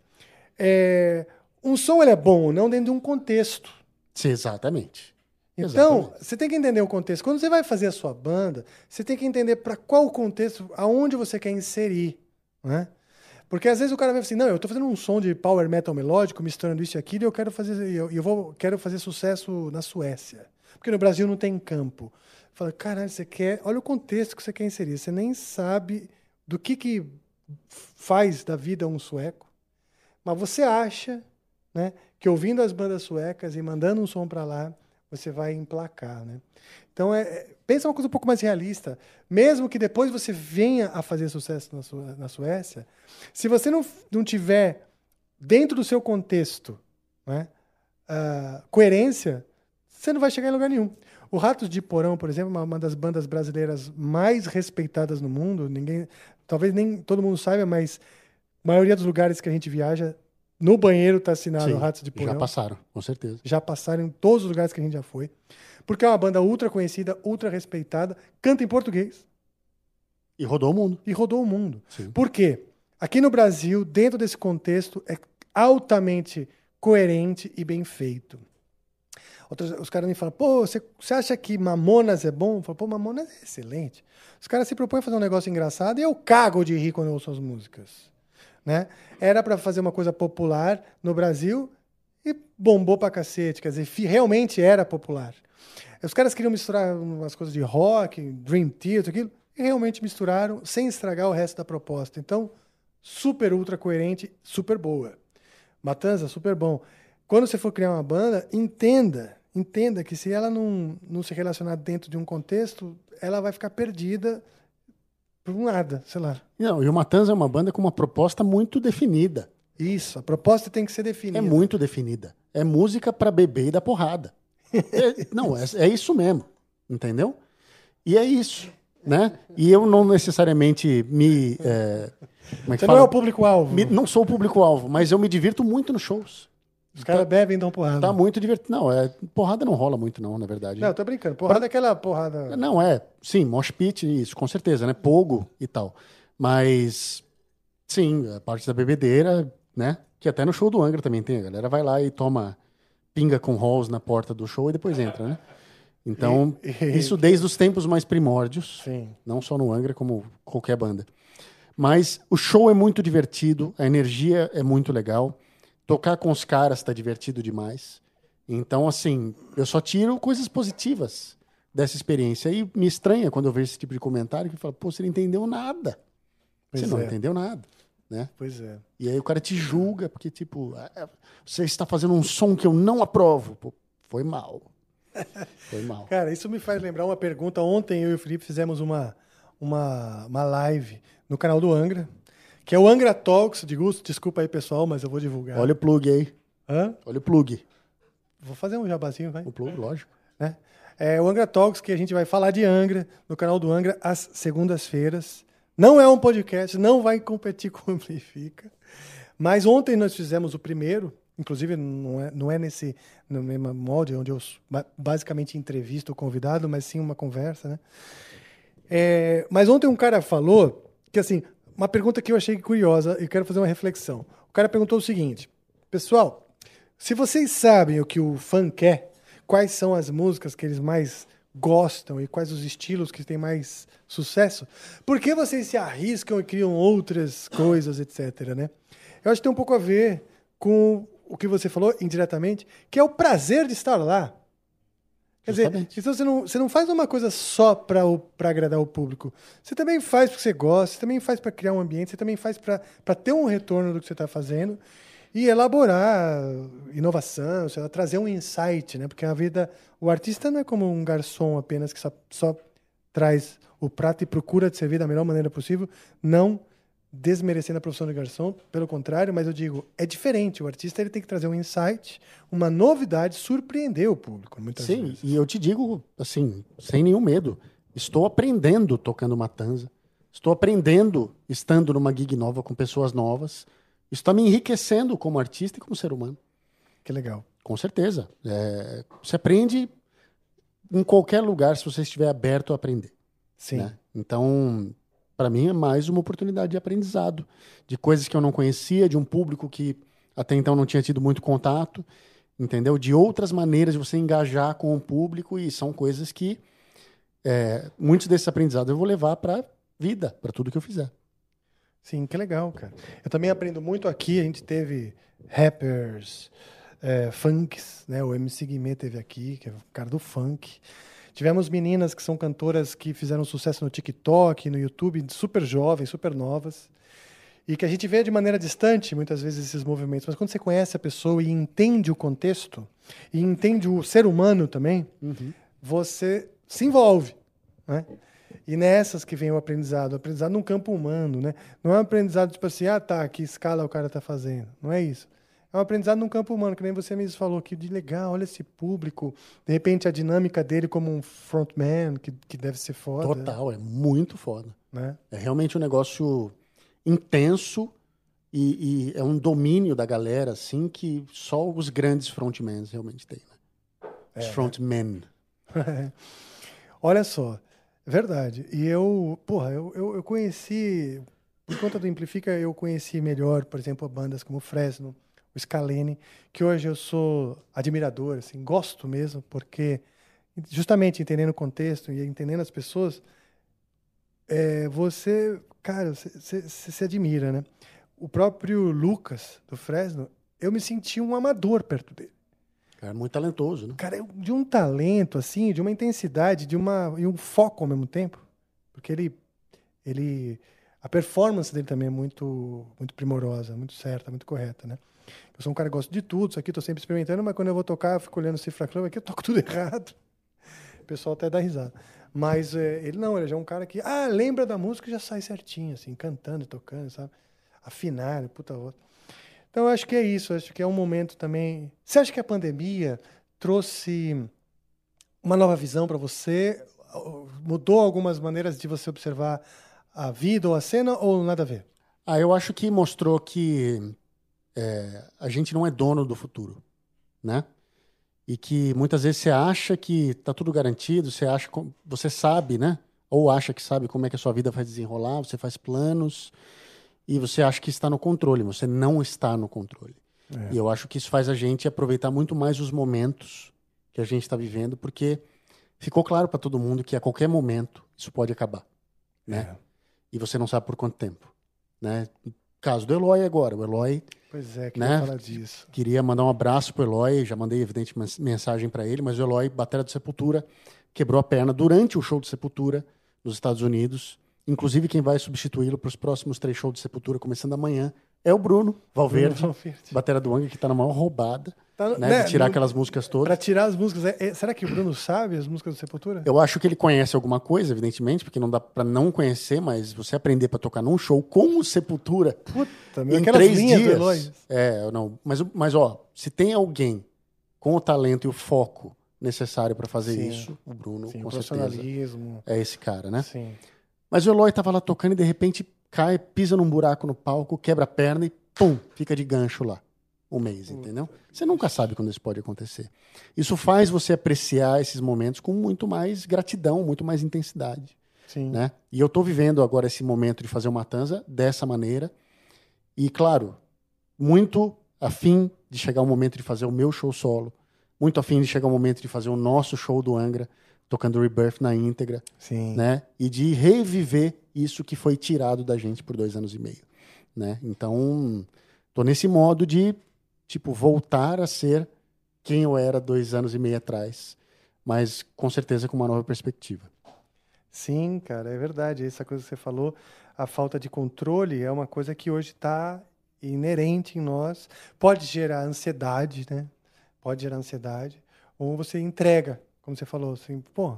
É, um som ele é bom, não dentro de um contexto. Sim, exatamente. Então, Exatamente. você tem que entender o contexto. Quando você vai fazer a sua banda, você tem que entender para qual contexto, aonde você quer inserir, né? Porque às vezes o cara vai assim, não, eu estou fazendo um som de power metal melódico, misturando isso e aquilo, e eu quero fazer, eu, eu vou, quero fazer sucesso na Suécia. Porque no Brasil não tem campo. Fala, caralho, você quer, olha o contexto que você quer inserir. Você nem sabe do que, que faz da vida um sueco, mas você acha, né, que ouvindo as bandas suecas e mandando um som para lá, você vai emplacar, né? Então, é, é, pensa uma coisa um pouco mais realista. Mesmo que depois você venha a fazer sucesso na, Su na Suécia, se você não, não tiver dentro do seu contexto, né, uh, coerência, você não vai chegar em lugar nenhum. O Ratos de Porão, por exemplo, uma, uma das bandas brasileiras mais respeitadas no mundo. Ninguém, talvez nem todo mundo saiba, mas a maioria dos lugares que a gente viaja, no banheiro está assinado Sim, Ratos de Porão. já passaram, com certeza. Já passaram em todos os lugares que a gente já foi. Porque é uma banda ultra conhecida, ultra respeitada, canta em português. E rodou o mundo. E rodou o mundo. Sim. Por quê? Aqui no Brasil, dentro desse contexto, é altamente coerente e bem feito. Outros, os caras me falam, pô, você, você acha que Mamonas é bom? Eu falo, pô, Mamonas é excelente. Os caras se propõem a fazer um negócio engraçado e eu cago de rir quando eu ouço as músicas. Né? Era para fazer uma coisa popular no Brasil e bombou pra cacete. Quer dizer, realmente era popular. Os caras queriam misturar umas coisas de rock, Dream Theater, aquilo, e realmente misturaram sem estragar o resto da proposta. Então, super ultra coerente, super boa. Matanza, super bom. Quando você for criar uma banda, entenda, entenda que se ela não, não se relacionar dentro de um contexto, ela vai ficar perdida por nada, sei lá. Não, e o Matanza é uma banda com uma proposta muito definida. Isso, a proposta tem que ser definida. É muito definida. É música pra beber e dar porrada. É, não, é, é isso mesmo, entendeu? E é isso, né? E eu não necessariamente me... É, como é que Você fala? não é o público-alvo. Me- não sou o público-alvo, mas eu me divirto muito nos shows. Os caras bebem e dão porrada. Tá muito divertido. Não, é, porrada não rola muito não, na verdade. Não, eu tô brincando. Porrada é aquela porrada... Não, é, sim, mosh pit, isso, com certeza, né? Pogo e tal. Mas, sim, a parte da bebedeira, né? Que até no show do Angra também tem. A galera vai lá e toma pinga com rolls na porta do show e depois entra, né? Então, E- e- isso desde os tempos mais primórdios. Sim. Não só no Angra, como qualquer banda. Mas o show é muito divertido, a energia é muito legal. Tocar com os caras tá divertido demais. Então, assim, eu só tiro coisas positivas dessa experiência. E me estranha quando eu vejo esse tipo de comentário que fala, pô, você não entendeu nada. Pois você não é. entendeu nada, né? Pois é. E aí o cara te julga porque, tipo, ah, você está fazendo um som que eu não aprovo. Pô, foi mal. Foi mal. Cara, isso me faz lembrar uma pergunta. Ontem eu e o Felipe fizemos uma, uma, uma live no canal do Angra, que é o Angra Talks, de gosto. Desculpa aí, pessoal, mas eu vou divulgar. Olha o plug aí. Hã? Olha o plug. vou fazer um jabazinho, vai. O plug, lógico. Né? É o Angra Talks, que a gente vai falar de Angra no canal do Angra às segundas-feiras. Não é um podcast, não vai competir com o Amplifica. Mas ontem nós fizemos o primeiro, inclusive não é, não é nesse no mesmo molde, onde eu basicamente entrevisto o convidado, mas sim uma conversa, né? É, mas ontem um cara falou que, assim, uma pergunta que eu achei curiosa e quero fazer uma reflexão. O cara perguntou o seguinte: pessoal, se vocês sabem o que o fã quer, quais são as músicas que eles mais gostam e quais os estilos que têm mais sucesso, por que vocês se arriscam e criam outras coisas, etc, né? Eu acho que tem um pouco a ver com o que você falou indiretamente, que é o prazer de estar lá. Quer Justamente. dizer, então você não, você não faz uma coisa só para agradar o público. Você também faz porque você gosta, você também faz para criar um ambiente, você também faz para ter um retorno do que você está fazendo e elaborar inovação, sei lá, trazer um insight, né? Porque a vida, o artista não é como um garçom apenas que só, só traz o prato e procura de servir da melhor maneira possível, não desmerecendo a profissão de garçom, pelo contrário, mas eu digo, é diferente. O artista ele tem que trazer um insight, uma novidade, surpreender o público, muitas Sim, vezes. e eu te digo, assim, sem nenhum medo, estou aprendendo tocando Matanza, estou aprendendo estando numa gig nova com pessoas novas, isso está me enriquecendo como artista e como ser humano. Que legal. Com certeza. É, você aprende em qualquer lugar se você estiver aberto a aprender. Sim. Né? Então, para mim é mais uma oportunidade de aprendizado, de coisas que eu não conhecia, de um público que até então não tinha tido muito contato, entendeu? De outras maneiras de você engajar com o público, e são coisas que é, muitos desses aprendizados eu vou levar para vida, para tudo que eu fizer. Sim, que legal, cara. Eu também aprendo muito aqui, a gente teve rappers, é, funks, né? O M C Guimê teve aqui, que é o cara do funk. Tivemos meninas que são cantoras que fizeram sucesso no TikTok, no YouTube, super jovens, super novas, e que a gente vê de maneira distante, muitas vezes, esses movimentos. Mas quando você conhece a pessoa e entende o contexto, e entende o ser humano também, Uhum. você se envolve, né? E nessas que vem o aprendizado, o aprendizado num campo humano, né? Não é um aprendizado tipo assim, ah, tá, que escala o cara tá fazendo. Não é isso. É um aprendizado num campo humano, que nem você mesmo falou, que de legal, olha esse público, de repente a dinâmica dele como um frontman, que, que deve ser foda. Total, é muito foda. Né? É realmente um negócio intenso e, e é um domínio da galera, assim, que só os grandes frontmans realmente têm, né? Os É, frontmen. Olha só, é verdade. E eu, porra, eu, eu, eu conheci, por conta do Amplifica, eu conheci melhor, por exemplo, bandas como o Fresno, o Scalene, que hoje eu sou admirador, assim, gosto mesmo, porque justamente entendendo o contexto e entendendo as pessoas, é, você, cara, você, você, você se admira, né? O próprio Lucas, do Fresno, eu me senti um amador perto dele. É muito talentoso, né? Cara, de um talento, assim, de uma intensidade, de uma, e um foco ao mesmo tempo. Porque ele, ele, a performance dele também é muito, muito primorosa, muito certa, muito correta, né? Eu sou um cara que gosta de tudo, isso aqui eu tô sempre experimentando, mas quando eu vou tocar, eu fico olhando o Cifra Club, aqui eu toco tudo errado. O pessoal até dá risada. Mas é, ele não, ele já é um cara que, ah, lembra da música e já sai certinho, assim, cantando e tocando, sabe? Afinar, puta outra. Então, eu acho que é isso. Eu acho que é um momento também... Você acha que a pandemia trouxe uma nova visão para você? Mudou algumas maneiras de você observar a vida ou a cena, ou nada a ver? Ah, eu acho que mostrou que é, a gente não é dono do futuro, né? E que muitas vezes você acha que tá tudo garantido, você acha, você sabe, né? Ou acha que sabe como é que a sua vida vai desenrolar, você faz planos e você acha que está no controle, você não está no controle. É. E eu acho que isso faz a gente aproveitar muito mais os momentos que a gente está vivendo, porque ficou claro para todo mundo que a qualquer momento isso pode acabar, né? É. E você não sabe por quanto tempo, né? Caso do Eloy agora, o Eloy... Pois é, queria né? falar disso. Queria mandar um abraço pro Eloy, já mandei, evidente, mensagem para ele, mas o Eloy, batera do Sepultura, quebrou a perna durante o show do Sepultura nos Estados Unidos. Inclusive, quem vai substituí-lo para os próximos três shows de Sepultura, começando amanhã, é o Bruno Valverde, Bruno Valverde. batera do Angra, que tá na maior roubada, tá, né, né, de tirar no, aquelas músicas todas. Para tirar as músicas, é, é, será que o Bruno sabe as músicas do Sepultura? Eu acho que ele conhece alguma coisa, evidentemente, porque não dá para não conhecer, mas você aprender para tocar num show com o Sepultura Puta, meu, em aquelas três linhas dias, do Eloy. É, não, mas, mas ó, se tem alguém com o talento e o foco necessário para fazer Sim. isso, o Bruno, Sim, com o certeza, profissionalismo. é esse cara, né? Sim. Mas o Eloy tava lá tocando e de repente cai, pisa num buraco no palco, quebra a perna e pum, fica de gancho lá. Um mês, entendeu? Você nunca sabe quando isso pode acontecer. Isso faz você apreciar esses momentos com muito mais gratidão, muito mais intensidade. Sim. Né? E eu tô vivendo agora esse momento de fazer o Matanza dessa maneira. E, claro, muito afim de chegar o momento de fazer o meu show solo. Muito afim de chegar o momento de fazer o nosso show do Angra, tocando Rebirth na íntegra. Sim. Né? E de reviver isso que foi tirado da gente por dois anos e meio. Né? Então, tô nesse modo de, tipo, voltar a ser quem eu era dois anos e meio atrás. Mas, com certeza, com uma nova perspectiva. Sim, cara, é verdade. Essa coisa que você falou, a falta de controle é uma coisa que hoje está inerente em nós. Pode gerar ansiedade, né? Pode gerar ansiedade. Ou você entrega, como você falou, assim, pô,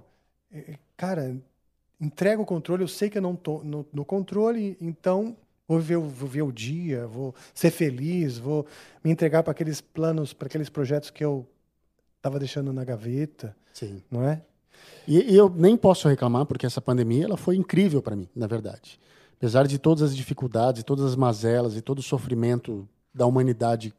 cara, entrega o controle, eu sei que eu não tô no, no controle, então vou viver, vou viver o dia, vou ser feliz, vou me entregar para aqueles planos, para aqueles projetos que eu estava deixando na gaveta. Sim. Não é? E, e eu nem posso reclamar, porque essa pandemia ela foi incrível para mim, na verdade. Apesar de todas as dificuldades, todas as mazelas e todo o sofrimento da humanidade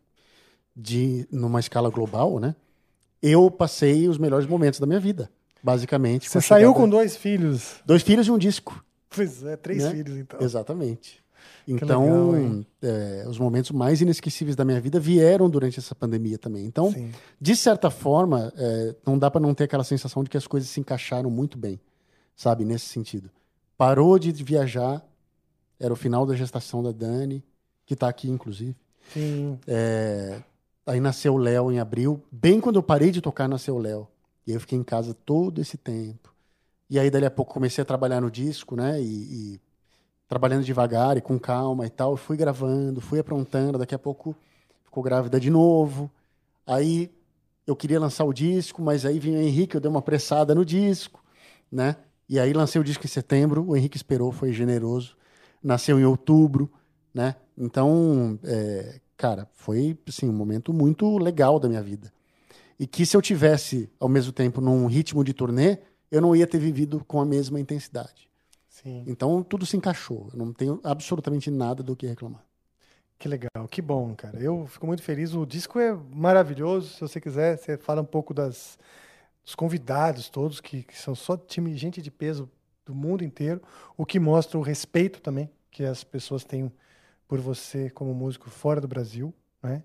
de numa escala global, né? Eu passei os melhores momentos da minha vida, basicamente. Você com saiu chegada... com dois filhos. Dois filhos e um disco. Pois é, três né? filhos, então. Exatamente. Que Então, legal, é, os momentos mais inesquecíveis da minha vida vieram durante essa pandemia também. Então, Sim. de certa forma, é, não dá para não ter aquela sensação de que as coisas se encaixaram muito bem, sabe? Nesse sentido. Parou de viajar, era o final da gestação da Dani, que está aqui, inclusive. Sim. É, aí nasceu o Léo em abril. Bem quando eu parei de tocar, nasceu o Léo. E aí eu fiquei em casa todo esse tempo. E aí, dali a pouco, comecei a trabalhar no disco, né? E, e trabalhando devagar e com calma e tal. Fui gravando, fui aprontando. Daqui a pouco ficou grávida de novo. Aí eu queria lançar o disco, mas aí vinha o Henrique, eu dei uma pressada no disco, né? E aí lancei o disco em setembro. O Henrique esperou, foi generoso. Nasceu em outubro, né? Então, é, cara, foi assim, um momento muito legal da minha vida. E que se eu tivesse, ao mesmo tempo, num ritmo de turnê, eu não ia ter vivido com a mesma intensidade. Sim. Então, tudo se encaixou. Eu não tenho absolutamente nada do que reclamar. Que legal, que bom, cara. Eu fico muito feliz. O disco é maravilhoso. Se você quiser, você fala um pouco das, dos convidados todos, que, que são só time, gente de peso do mundo inteiro, o que mostra o respeito também que as pessoas têm por você como músico fora do Brasil, né?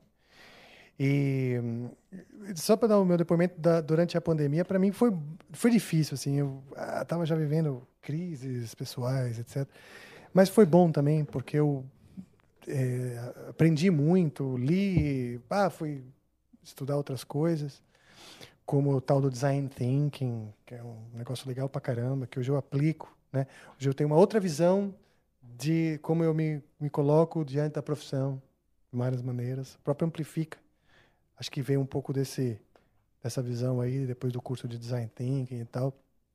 E só para dar o meu depoimento da, durante a pandemia, para mim foi, foi difícil, assim, eu estava já vivendo crises pessoais, etcétera. Mas foi bom também, porque eu é, aprendi muito, li, ah, fui estudar outras coisas, como o tal do design thinking, que é um negócio legal pra caramba, que hoje eu aplico, né? Hoje eu tenho uma outra visão de como eu me, me coloco diante da profissão, de várias maneiras. O próprio Amplifica. Acho que veio um pouco desse, dessa visão aí, depois do curso de design thinking e tal.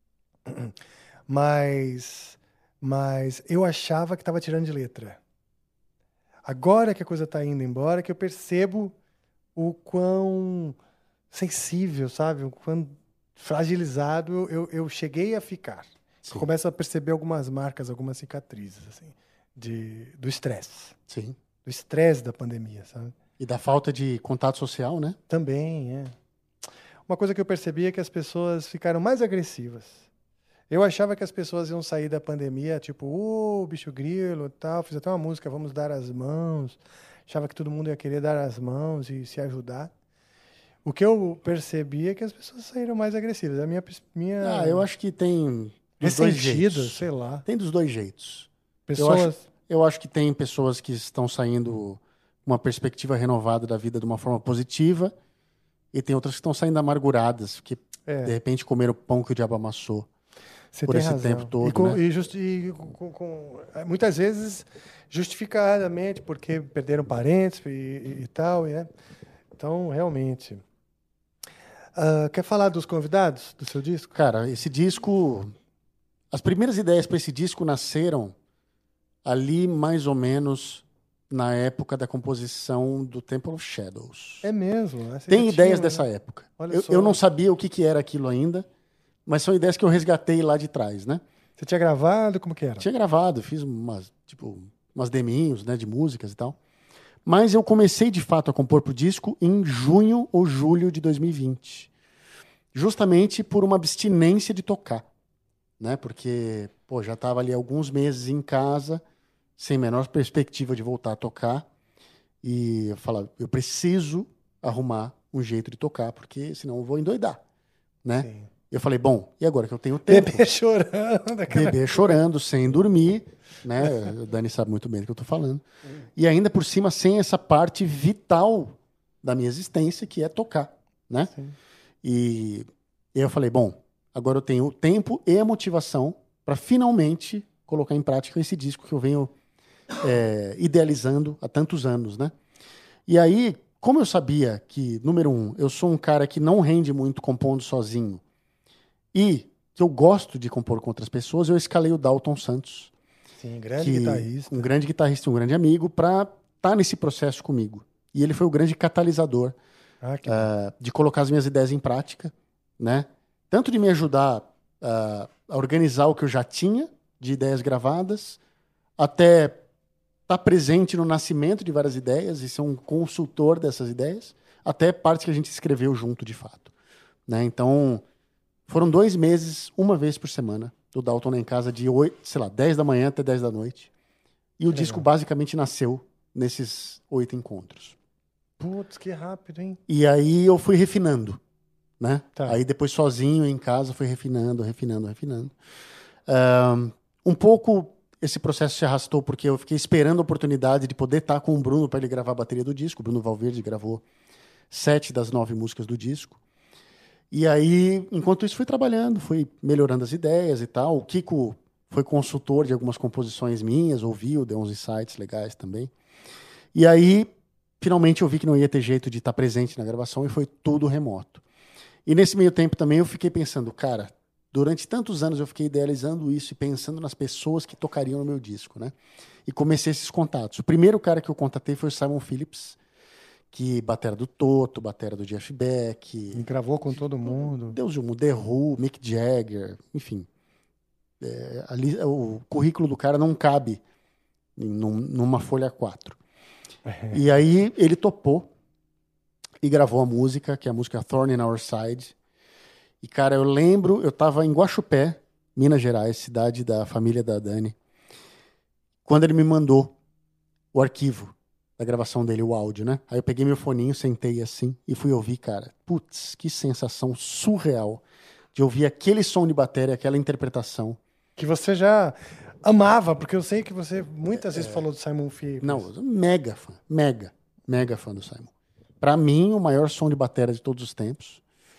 Mas, mas eu achava que estava tirando de letra. Agora que a coisa está indo embora, que eu percebo o quão sensível, sabe? O quão fragilizado eu, eu cheguei a ficar. Eu começo a perceber algumas marcas, algumas cicatrizes, assim, de, do estresse. Sim. Do estresse da pandemia, sabe? E da falta de contato social, né? Também, é. Uma coisa que eu percebi é que as pessoas ficaram mais agressivas. Eu achava que as pessoas iam sair da pandemia, tipo, ô, oh, bicho grilo e tal. Fiz até uma música, vamos dar as mãos. Achava que todo mundo ia querer dar as mãos e se ajudar. O que eu percebi é que as pessoas saíram mais agressivas. A minha... minha... Ah, eu acho que tem dos dois jeitos. sei lá. Tem dos dois jeitos. Pessoas... Eu acho, eu acho que tem pessoas que estão saindo uma perspectiva renovada da vida de uma forma positiva e tem outras que estão saindo amarguradas, que É. de repente comeram o pão que o diabo amassou. Você por tem esse razão. tempo todo, E, com, né? e, justi e com, com, muitas vezes justificadamente, porque perderam parentes e, e, e tal. E, né? Então, realmente. Uh, quer falar dos convidados do seu disco? Cara, esse disco... As primeiras ideias para esse disco nasceram ali mais ou menos na época da composição do Temple of Shadows. É mesmo? Essa Tem já ideias tinha, dessa né? época. Olha Eu, só. eu não sabia o que, que era aquilo ainda, mas são ideias que eu resgatei lá de trás, né? Você tinha gravado? Como que era? Tinha gravado, fiz umas, tipo, umas deminhos, né, de músicas e tal. Mas eu comecei, de fato, a compor pro disco em junho ou julho de dois mil e vinte. Justamente por uma abstinência de tocar, né? Porque, pô, já estava ali alguns meses em casa, sem a menor perspectiva de voltar a tocar. E eu falava, eu preciso arrumar um jeito de tocar, porque senão eu vou endoidar, né? Sim. Eu falei, bom, e agora que eu tenho tempo? Bebê chorando. aquela- Bebê chorando, sem dormir, né? O Dani sabe muito bem do que eu tô falando. E ainda por cima, sem essa parte vital da minha existência, que é tocar, né? Sim. E eu falei, bom, agora eu tenho o tempo e a motivação para finalmente colocar em prática esse disco que eu venho é, idealizando há tantos anos, né? E aí, como eu sabia que, número um, eu sou um cara que não rende muito compondo sozinho e que eu gosto de compor com outras pessoas, eu escalei o Dalton Santos, Sim, grande que- guitarrista. um grande guitarrista e um grande amigo, para estar nesse processo comigo. E ele foi o grande catalisador Ah, que uh, de colocar as minhas ideias em prática, né? Tanto de me ajudar uh, a organizar o que eu já tinha de ideias gravadas, até estar presente no nascimento de várias ideias e ser um consultor dessas ideias, até partes que a gente escreveu junto, de fato, né? Então, foram dois meses, uma vez por semana, do Dalton lá em casa, de oito, sei lá, dez da manhã até dez da noite. E o Que disco legal. basicamente nasceu nesses oito encontros. Putz, que rápido, hein? E aí eu fui refinando, né? Tá. Aí depois sozinho em casa fui refinando, refinando, refinando. Ahn, Um pouco esse processo se arrastou porque eu fiquei esperando a oportunidade de poder estar com o Bruno para ele gravar a bateria do disco. O Bruno Valverde gravou sete das nove músicas do disco. E aí, enquanto isso, fui trabalhando, fui melhorando as ideias e tal. O Kiko foi consultor de algumas composições minhas, ouviu, deu uns insights legais também. E aí, finalmente, eu vi que não ia ter jeito de estar presente na gravação e foi tudo remoto. E nesse meio tempo também eu fiquei pensando, cara, durante tantos anos eu fiquei idealizando isso e pensando nas pessoas que tocariam no meu disco, né? E comecei esses contatos. O primeiro cara que eu contatei foi o Simon Phillips, que batera do Toto, batera do Jeff Beck, E gravou com todo mundo. Deus o The Who, Mick Jagger, enfim. É, ali, o currículo do cara não cabe em, num- numa folha A quatro. E aí ele topou e gravou a música, que é a música Thorn in Our Side. E, cara, eu lembro, eu tava em Guaxupé, Minas Gerais, cidade da família da Dani, quando ele me mandou o arquivo da gravação dele, o áudio, né? Aí eu peguei meu foninho, sentei assim e fui ouvir, cara. Putz, que sensação surreal de ouvir aquele som de bateria, aquela interpretação. Que você já amava, porque eu sei que você muitas vezes falou do Simon Phillips. Não, mega fã, mega, mega fã do Simon. Pra mim, o maior som de bateria de todos os tempos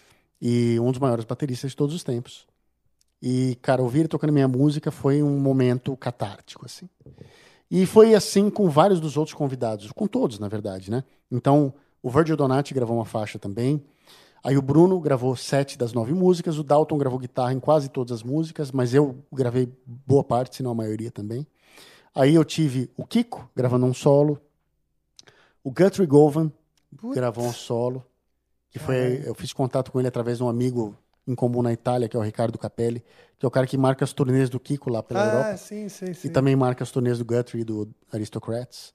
e um dos maiores bateristas de todos os tempos. E, cara, ouvir ele tocando minha música foi um momento catártico, assim. E foi assim com vários dos outros convidados, com todos, na verdade, né? Então, o Virgil Donati gravou uma faixa também. Aí o Bruno gravou sete das nove músicas, o Dalton gravou guitarra em quase todas as músicas, mas eu gravei boa parte, se não a maioria também. Aí eu tive o Kiko gravando um solo, o Guthrie Govan Putz. gravou um solo, que foi, eu fiz contato com ele através de um amigo em comum na Itália, que é o Ricardo Capelli, que é o cara que marca as turnês do Kiko lá pela Ah, Europa. sim, sim, sim. E também marca as turnês do Guthrie e do Aristocrats.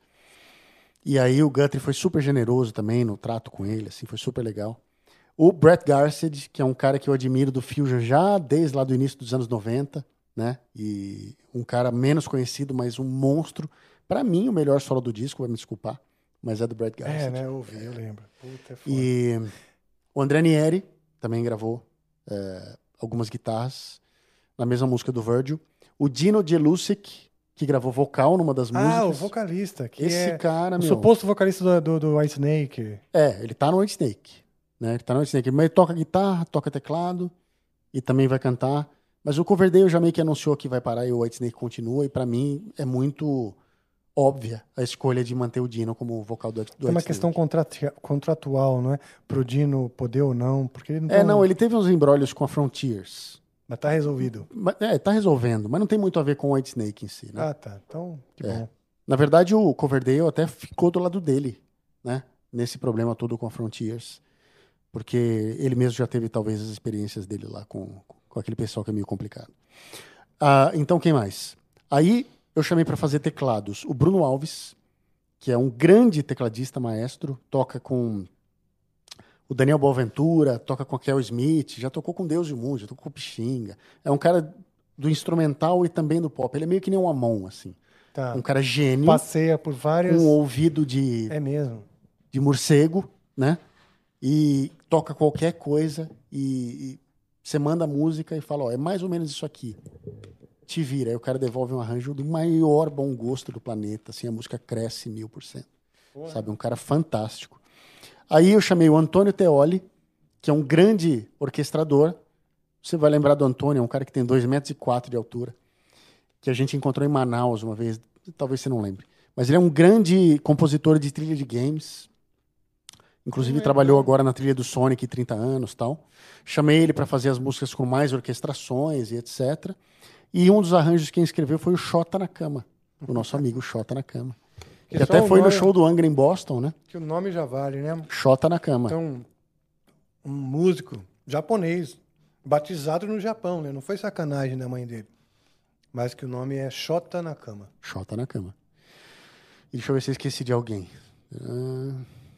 E aí o Guthrie foi super generoso também no trato com ele, assim, foi super legal. O Brett Garsed, que é um cara que eu admiro do Fusion já desde lá do início dos anos noventa, né? E um cara menos conhecido, mas um monstro. Pra mim, o melhor solo do disco, vai me desculpar, mas é do Brett Garsed. É, né? Eu ouvi, eu lembro. Puta, é foda. E o André Nieri também gravou é, algumas guitarras na mesma música do Virgil. O Dino Jelusic, que gravou vocal numa das músicas. Ah, o vocalista. Que Esse é cara, o meu... suposto vocalista do, do, do White Snake. É, ele tá no White Snake. Né? Ele tá no White Snake. Mas ele toca guitarra, toca teclado e também vai cantar. Mas o Coverdale já meio que anunciou que vai parar e o White Snake continua. E pra mim é muito óbvia a escolha de manter o Dino como vocal do, do É uma White questão Snake. contrati- contratual, não é? Pro Dino poder ou não. Porque ele não, É, tá- não, ele teve uns embrólios com a Frontiers. Mas tá resolvido. Mas, é, tá resolvendo, mas não tem muito a ver com o White Snake em si, né? Ah, tá. Então, que É. bom. Na verdade, o Coverdale até ficou do lado dele, né? Nesse problema todo com a Frontiers. Porque ele mesmo já teve, talvez, as experiências dele lá com, com aquele pessoal que é meio complicado. Ah, então, quem mais? Aí, eu chamei para fazer teclados o Bruno Alves, que é um grande tecladista, maestro, toca com o Daniel Boaventura, toca com a Kel Smith, já tocou com Deus e o Mundo, já tocou com o Pixinga. É um cara do instrumental e também do pop. Ele é meio que nem um Amon, assim. Tá. Um cara gênio. Passeia por várias... Com um ouvido de, É mesmo. de morcego, né? E toca qualquer coisa e, e você manda a música e fala, ó, é mais ou menos isso aqui. Te vira. Aí o cara devolve um arranjo do maior bom gosto do planeta, assim, a música cresce mil por cento. Sabe? Um cara fantástico. Aí eu chamei o Antônio Teoli, que é um grande orquestrador. Você vai lembrar do Antônio, é um cara que tem dois metros e quatro de altura, que a gente encontrou em Manaus uma vez, talvez você não lembre. Mas ele é um grande compositor de trilha de games. Inclusive Hum, trabalhou é. agora na trilha do Sonic, trinta anos, tal. Chamei ele para fazer as músicas com mais orquestrações e etcétera. E um dos arranjos que quem escreveu foi o Xota Nakama, o nosso amigo Xota Nakama. Que, que só até o foi nome- no show do Angra em Boston, né? Que o nome já vale, né? Xota Nakama. Então, um músico japonês, batizado no Japão, né? Não foi sacanagem da mãe dele. Mas que o nome é Shota Nakama. Xota Nakama. E deixa eu ver se eu esqueci de alguém. Ah,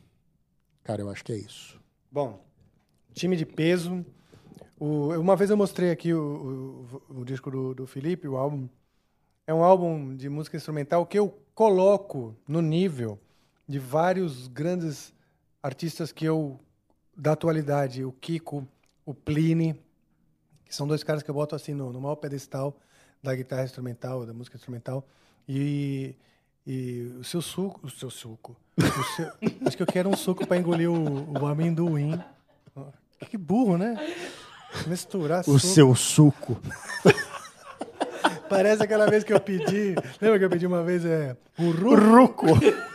cara, eu acho que é isso. Bom, time de peso. O, uma vez eu mostrei aqui o, o, o disco do, do Felipe, o álbum. É um álbum de música instrumental que eu coloco no nível de vários grandes artistas que eu, da atualidade, o Kiko, o Plini, que são dois caras que eu boto assim no, no maior pedestal da guitarra instrumental, da música instrumental. E, e o seu suco, o seu suco. O seu, acho que eu quero um suco para engolir o, o amendoim. Que burro, né? Misturar O suco. seu suco. Parece aquela vez que eu pedi. Lembra que eu pedi uma vez é, o ruco? Ruco.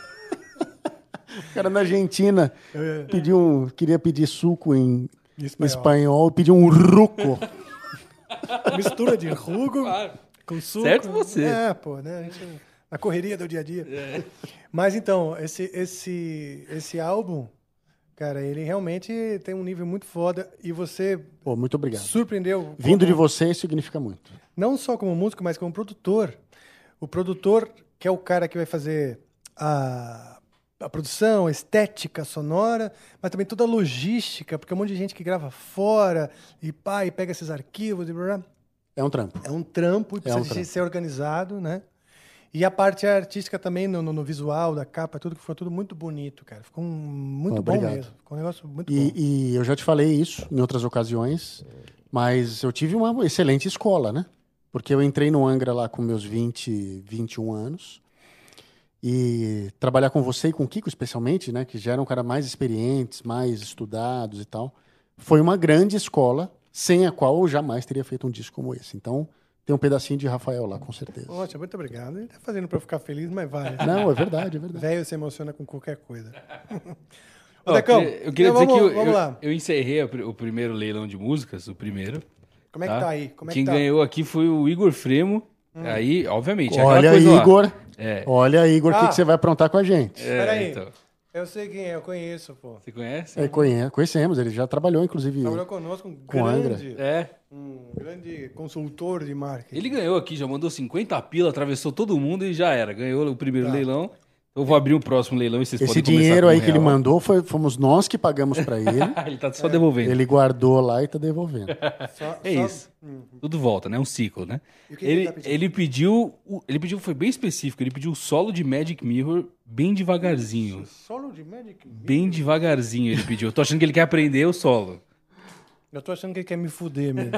O cara na Argentina É. pediu um, queria pedir suco em Em em espanhol. espanhol, pediu um ruco. Mistura de rugo com suco. Certo você. É, pô, né? A gente, na correria do dia a dia. Mas então, esse, esse, esse álbum, cara, ele realmente tem um nível muito foda e você Pô, muito obrigado. surpreendeu. Vindo como- de você significa muito. Não só como músico, mas como produtor. O produtor, que é o cara que vai fazer a, a produção, a estética sonora, mas também toda a logística, porque é um monte de gente que grava fora e pá, e pega esses arquivos e blá, blá. É um trampo. É um trampo e É precisa um de trampo. ser organizado, né? E a parte artística também, no, no- no visual da capa, tudo que foi tudo muito bonito, cara. Ficou um, muito bom Obrigado. mesmo. Ficou um negócio muito bom. E, e eu já te falei isso em outras ocasiões, mas eu tive uma excelente escola, né? Porque eu entrei no Angra lá com meus vinte, vinte e um anos. E trabalhar com você e com o Kiko, especialmente, né? Que já eram caras mais experientes, mais estudados e tal. Foi uma grande escola, sem a qual eu jamais teria feito um disco como esse. Então, tem um pedacinho de Rafael lá, com certeza. Poxa, muito obrigado. Ele tá fazendo pra eu ficar feliz, mas vale. Não, é verdade, é verdade. Velho se emociona com qualquer coisa. Ô, Ó, Decão, eu queria, eu queria então dizer vamos, que eu, vamos eu, lá. eu encerrei o, pr- o primeiro leilão de músicas, o primeiro. Como é que tá aí? Como é Quem que tá? Hum. ganhou aqui foi o Igor Fremo. Aí, obviamente, é aquela Olha, coisa lá. Igor. É. Olha, Igor, o que, Ah. que você vai aprontar com a gente? É, Peraí. então. Eu sei quem é, eu conheço, pô. Você conhece? É, conhe- conhecemos, ele já trabalhou, inclusive. Trabalhou conosco, um Com Angra. grande, É. um grande consultor de marketing. Ele ganhou aqui, já mandou cinquenta pila, atravessou todo mundo e já era. Ganhou o primeiro Tá. leilão. Eu vou abrir o próximo leilão e vocês Esse podem começar dinheiro com aí um que ele real. mandou foi, fomos nós que pagamos pra ele. Ele tá só devolvendo. Ele guardou lá e tá devolvendo. Só- É só- isso. Hum. Tudo volta, né? É um ciclo, né? E o que que ele Ele, tá pedindo? ele pediu. o- Ele pediu, foi bem específico. Ele pediu o solo de Magic Mirror bem devagarzinho. Solo de Magic? Bem devagarzinho ele pediu. Eu tô achando que ele quer aprender o solo. Eu tô achando que ele quer me fuder mesmo.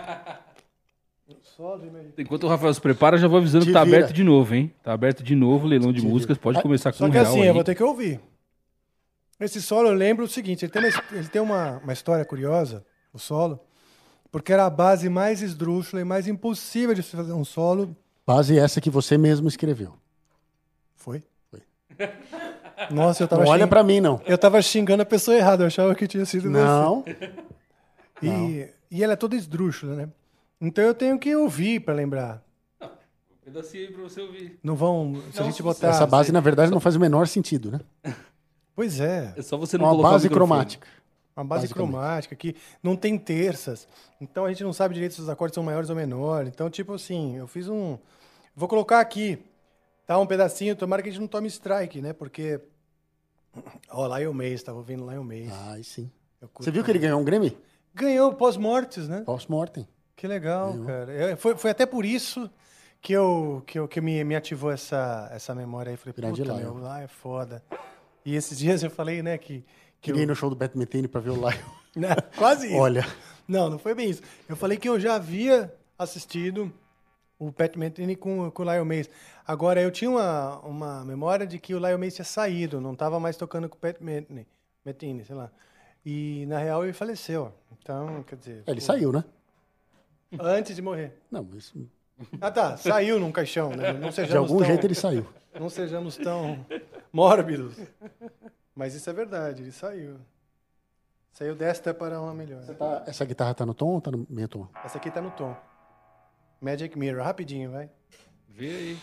Solo de Magic. Enquanto o Rafael se prepara, já vou avisando Te que tá vira. aberto de novo, hein? Tá aberto de novo o leilão de Te músicas. Pode Ah, começar com Só um que real assim, aí. eu vou ter que ouvir. Esse solo eu lembro o seguinte, ele tem uma, ele tem uma, uma história curiosa, o solo, porque era a base mais esdrúxula e mais impossível de se fazer um solo. Base essa que você mesmo escreveu. Foi? Foi. Nossa, eu tava, Não olha xing- pra mim, não. eu tava xingando a pessoa errada, eu achava que tinha sido Não. você. E, e ela é toda esdrúxula, né? Então eu tenho que ouvir pra lembrar. Pedacinho aí pra você ouvir. Não vão... Se Não, a gente se botar... Essa base, você- na verdade, só- não faz o menor sentido, né? Pois é. É só você não Uma colocar o base microfone. cromática. Uma base Basicamente. cromática que não tem terças. Então a gente não sabe direito se os acordes são maiores ou menores. Então, tipo assim, eu fiz um... Vou colocar aqui, tá? Um pedacinho. Tomara que a gente não tome strike, né? Porque... Ó, Lion Mace, tava ouvindo Lion Mace. Ah, aí sim. Eu curto. Você viu que ele ganhou um Grammy? Ganhou pós-mortes, né? Post-mortem. Que legal, Ganhou. cara. Eu- foi, foi até por isso que, eu, que, eu, que me, me ativou essa, essa memória aí. Falei, Grande puta, Lion. meu, lá é foda. E esses dias eu falei, né, que... que Queria ir eu... no show do Beth Metheny pra ver o Lion. Não, quase isso. Olha, Não, não foi bem isso. Eu falei que eu já havia assistido o Pat Metheny com, com o Lion Mace. Agora, eu tinha uma, uma memória de que o Lion Mace tinha saído, não estava mais tocando com o Pat Metheny, Metheny, sei lá. E, na real, ele faleceu. Então, quer dizer... ele pô, saiu, né? Antes de morrer. Não, mas Ah, tá. Saiu num caixão, né? Não sejamos de algum tão, jeito ele saiu. Não sejamos tão mórbidos. Mas isso é verdade, ele saiu. Saiu desta para uma melhor. Tá- essa guitarra tá no tom ou tá no meio tom? Essa aqui tá no tom. Magic Mirror, rapidinho, vai. Vê aí.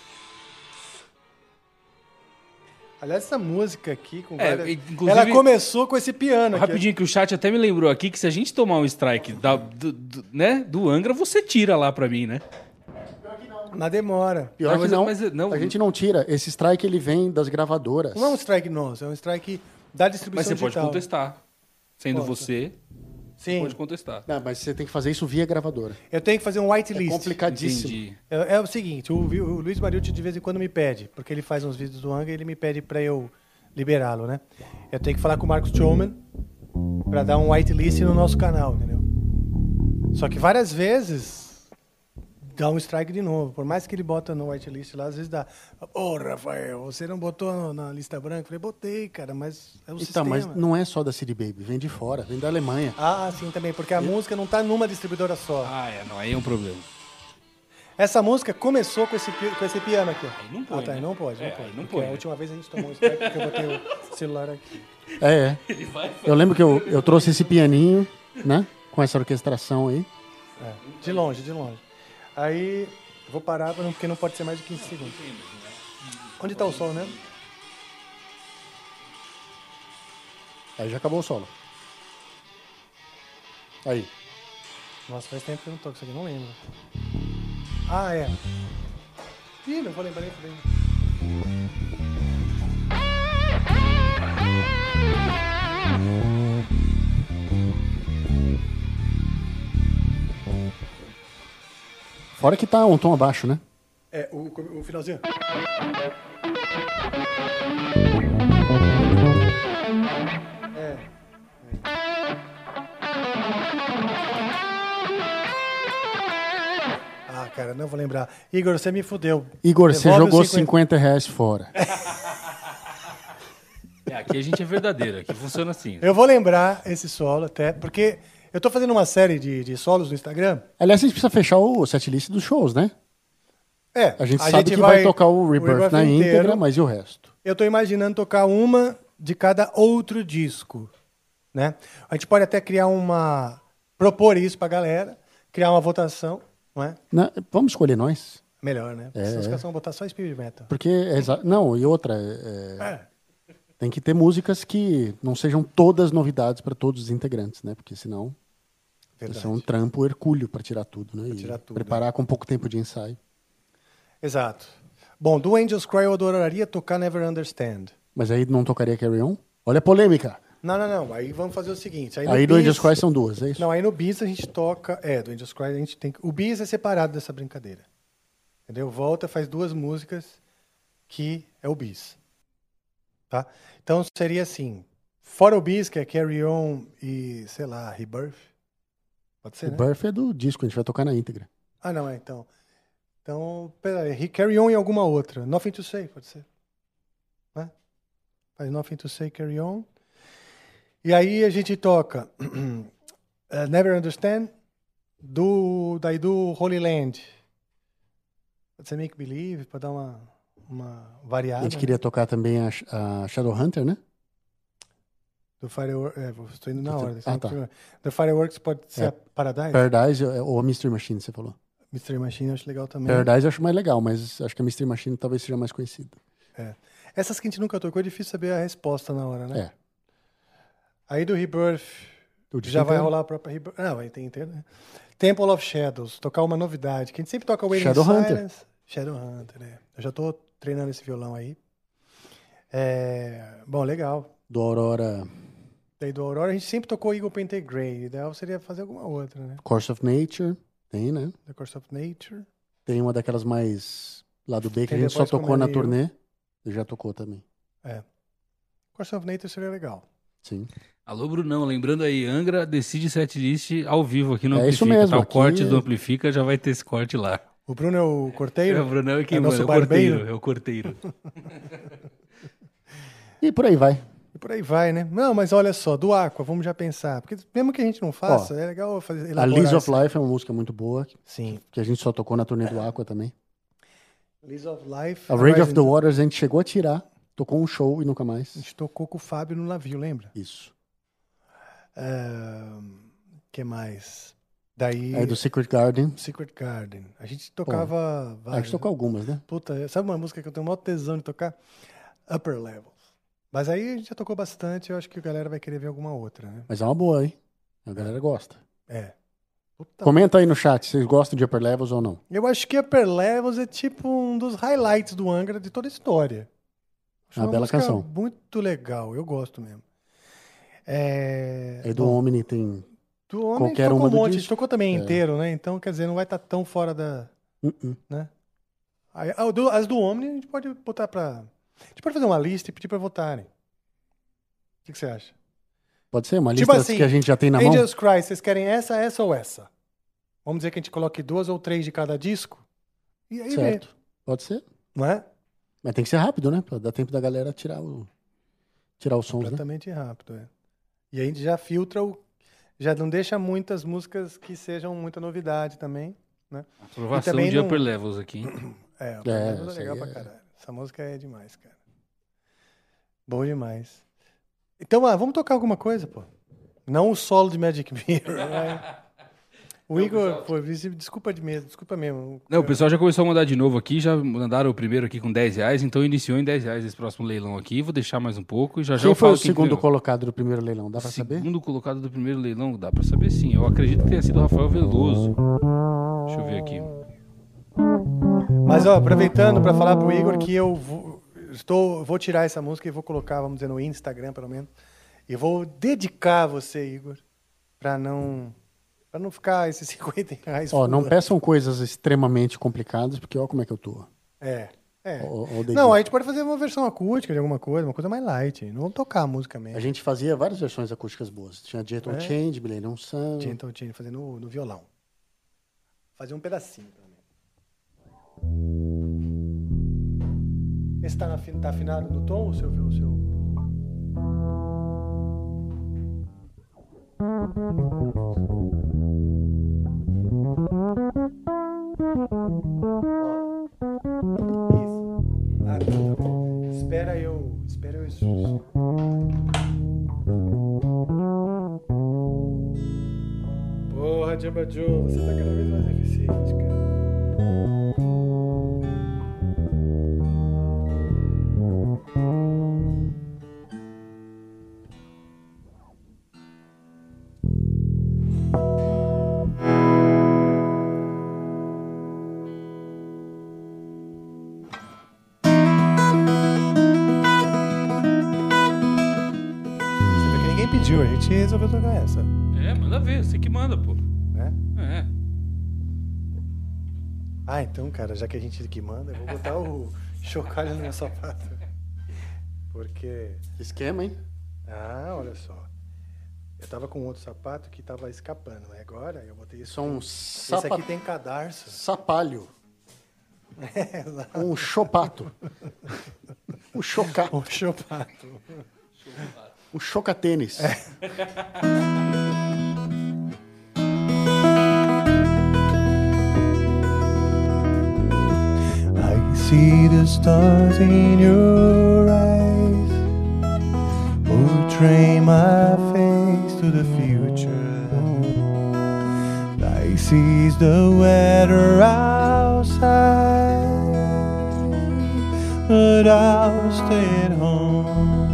Aliás, essa música aqui, com É, várias... inclusive- Ela começou com esse piano aqui. Rapidinho, que o chat até me lembrou aqui que se a gente tomar um strike da- do, do- né, do Angra, você tira lá pra mim, né? Na demora. Pior Ah, que mas- não, mas não- a gente não tira. Esse strike ele vem das gravadoras. Não é um strike nosso, é um strike da distribuição Mas você pode digital. contestar. Sendo Posso. você, Sim, pode contestar. Não, mas você tem que fazer isso via gravadora. eu tenho que fazer um É whitelist. complicadíssimo. Entendi. É, é o seguinte, o, o Luiz Mariucci de vez em quando me pede, porque ele faz uns vídeos do Angra e ele me pede pra eu liberá-lo, né? Eu tenho que falar com o Marcos Choman pra dar um whitelist no nosso canal, entendeu? Só que várias vezes dá um strike de novo. Por mais que ele bota no whitelist lá, às vezes dá. Ô, Rafael, você não botou na lista branca? Eu falei, botei, cara, mas é o Então, sistema. mas não é só da City Baby, vem de fora, vem da Alemanha. Ah, sim, também, porque a música não tá numa distribuidora só. Ah, é, não, aí é um problema. Essa música começou com esse, pi- com esse piano aqui. ó. Aí não põe, Ah, tá, né? aí não pode, não É, pode. aí não porque põe, a né? última vez a gente tomou um strike porque eu botei o celular aqui. É, é. Eu lembro que eu, eu trouxe esse pianinho, né? Com essa orquestração aí. É, de longe, de longe. Aí, vou parar pra não- porque não pode ser mais de quinze segundos. Onde tá o sol, né? Aí já acabou o solo. Aí. Nossa, faz tempo que eu não toco isso aqui, não lembro. Ah, é. Ih, não vou lembrar nem também. Fora que tá um tom abaixo, né? É, o, o finalzinho. É. Ah, cara, não vou lembrar. Igor, você me fudeu. Igor, você Devolve jogou os cinquenta cinquenta reais fora. É, aqui a gente é verdadeiro, aqui funciona assim. Eu vou lembrar esse solo até, porque eu tô fazendo uma série de, de solos no Instagram. Aliás, a gente precisa fechar o setlist dos shows, né? É, A gente sabe que vai, tocar o Rebirth na inteiro. íntegra, mas e o resto? Eu tô imaginando tocar uma de cada outro disco, né? A gente pode até criar uma... propor isso pra galera, criar uma votação, não é? Na- vamos escolher nós. Melhor, né? É, Se os é. caras vão botar só Spirit Metal. Porque, é exa- não, e outra, é- É. tem que ter músicas que não sejam todas novidades para todos os integrantes, né? Porque senão vai Verdade. ser um trampo hercúleo para tirar tudo, né? E tirar tudo, preparar com pouco tempo de ensaio. Exato. Bom, do Angels Cry eu adoraria tocar Never Understand. Mas aí não tocaria Carry On? Olha a polêmica. Não, não, não. Aí vamos fazer o seguinte. Aí, no Aí do bis- Angels Cry são duas, é isso? Não, aí no bis a gente toca... É, do Angels Cry a gente tem... que- O bis é separado dessa brincadeira. Entendeu? Volta, faz duas músicas que é o bis. Tá? Então seria assim... Fora o bis, que é Carry On e, sei lá, Rebirth. Pode ser, O né? Birth é do disco, a gente vai tocar na íntegra. Ah, não, é, então. Então, peraí. Carry On e alguma outra. Nothing to Say, pode ser. Né? Faz Nothing to Say, Carry On. E aí a gente toca uh, Never Understand, do, daí do Holy Land. Pode ser Make Believe, para dar uma, uma A variada. gente né? queria tocar também a, a Shadowhunter, né? Do Fireworks. É, vou- estou indo na Ah, ordem. tá. Do Fireworks pode ser É. a Paradise? Paradise ou a Mystery Machine, você falou. Mystery Machine eu acho legal também. Paradise eu acho mais legal, mas acho que a Mystery Machine talvez seja mais conhecida. É. Essas que a gente nunca tocou, é difícil saber a resposta na hora, né? É. Aí do Rebirth, O disco já vai inteiro? rolar a própria Rebirth. Não, aí tem inteiro, né? Temple of Shadows, tocar uma novidade, que a gente sempre toca Waiting Shadowhunter. Silence. Shadowhunter, né? Eu já tô treinando esse violão aí. É... Bom, legal. Do Aurora, Daí do Aurora, a gente sempre tocou Eagle Painted Grey. O ideal seria fazer alguma outra, né? Course of Nature, tem, né? The Course of Nature. Tem uma daquelas mais lá do B que Tem a gente só depois tocou como na é meio- turnê. Ele já tocou também. Course of Nature seria legal. Sim. Alô, Brunão, lembrando aí, Angra decide setlist ao vivo aqui no É Amplifica. isso mesmo, Tá, o aqui- corte do Amplifica já vai ter esse corte lá. O Bruno é o É, corteiro? o Brunão é quem É manda, nosso é o corteiro. barbeiro? É o corteiro. E por aí vai. E por aí vai, né? Não, mas olha só, do Aqua, vamos já pensar. Porque mesmo que a gente não faça, Ó, é legal fazer A elaborar Lease of essa- Life é uma música muito boa, Sim. que a gente só tocou na turnê do Aqua também. Lease of Life. A Rage of the Rising- Waters a gente chegou a tirar, tocou um show e nunca A mais. gente tocou com o Fábio no navio, lembra? Isso. O que mais? Daí... Aí do Secret Garden. Secret Garden. A gente tocava A gente várias. tocou algumas, né? Puta, sabe uma música que eu tenho o maior tesão de tocar? Upper Levels. Mas aí a gente já tocou bastante, eu acho que a galera vai querer ver alguma outra, né? Mas é uma boa, hein? A galera gosta. É. Puta, Comenta aí no chat, vocês gostam de Upper Levels ou não? eu acho que Upper Levels é tipo um dos highlights do Angra de toda a história. Acho É uma bela música canção. muito legal, eu gosto mesmo. É... Aí do bom, Omni tem... do Homem qualquer a gente tocou uma um do monte, a disco. gente tocou também É. inteiro, né? Então, quer dizer, não vai estar tão fora da... Uh-uh. né? Aí, ah, do- as do Omni a gente pode botar pra... A gente pode fazer uma lista e pedir pra votarem. O que, que você acha? Pode ser uma Tipo lista assim, que a gente já tem na mão? Angels Cry, vocês querem essa, essa ou essa? Vamos dizer que a gente coloque duas ou três de cada disco? E aí vê, Certo. Pode ser. não é? Mas tem que ser rápido, né? Pra dar tempo da galera tirar o... Tirar os sons, né? Completamente rápido, é. E aí a gente já filtra o... Já não deixa muitas músicas que sejam muita novidade também, né? Aprovação também de não- Upper Levels aqui, hein? É, o É, é, é isso legal aí pra é- caralho. Essa música é demais, cara. Bom demais. Então, ah, vamos tocar alguma coisa, pô. Não o solo de Magic Mirror. Né? O Igor, pô, desculpa de mesmo, desculpa mesmo. Não, o pessoal já começou a mandar de novo aqui, já mandaram o primeiro aqui com dez reais, então iniciou em dez reais esse próximo leilão aqui. Vou deixar mais um pouco e já já Quem eu foi falo o segundo ganhou. colocado do primeiro leilão? Dá pra saber? Segundo colocado do primeiro leilão, dá pra saber sim. Eu acredito que tenha sido o Rafael Veloso. Deixa eu ver aqui. Mas, ó, aproveitando para falar pro Igor que eu vou, estou, vou tirar essa música e vou colocar, vamos dizer, no Instagram, pelo menos. E vou dedicar a você, Igor, para não, para não ficar esses cinquenta reais. Ó, não fora. peçam coisas extremamente complicadas, porque ó como é que eu tô. É, é. Ó, ó o dedinho. Não, a gente pode fazer uma versão acústica de alguma coisa, uma coisa mais light. Não vamos tocar a música A mesmo. gente fazia várias versões acústicas boas. Tinha Gentle É. Change, Millennium Unção. Gentle Change, fazer no, no violão. Fazer um pedacinho, pelo menos. Esse tá, na, afin- tá afinado no tom, ou você ouviu o seu... Isso. Ah, tá, tá bom. Espera eu... Espera eu... isso. Porra, Jamba Joe, você tá cada vez mais eficiente, cara. Você vê que ninguém pediu, a gente resolveu tocar essa, É, manda ver, você que manda, pô. né? É. Ah, então, cara, já que a gente que manda, eu vou botar o chocalho no meu sapato. Porque... Esquema, hein? Ah, olha só. Eu tava com outro sapato que tava escapando, mas agora eu botei esse. Isso é um Esse sapa... aqui tem cadarço. sapalho. É, lá. Um chopato. Um chocá. O chopato. Um chocatênis. I see the stars in your eyes, portray my face to the future. I He sees the weather outside, but I'll stay at home.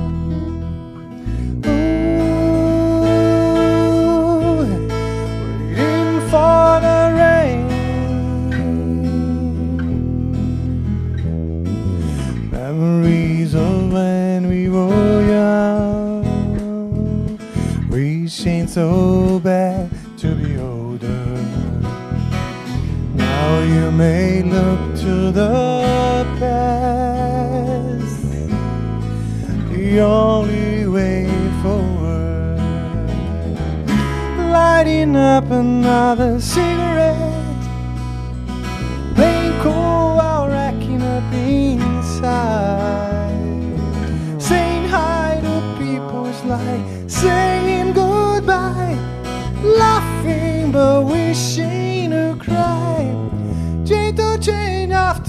Ooh, waiting for the rain. Memories of when we were young, wishing so bad to be older. Now you may look to the past, the only way forward. Lighting up another cigarette, playing cool while racking up inside. Saying hi to people is like saying goodbye, laughing but wishing to cry. Change to change of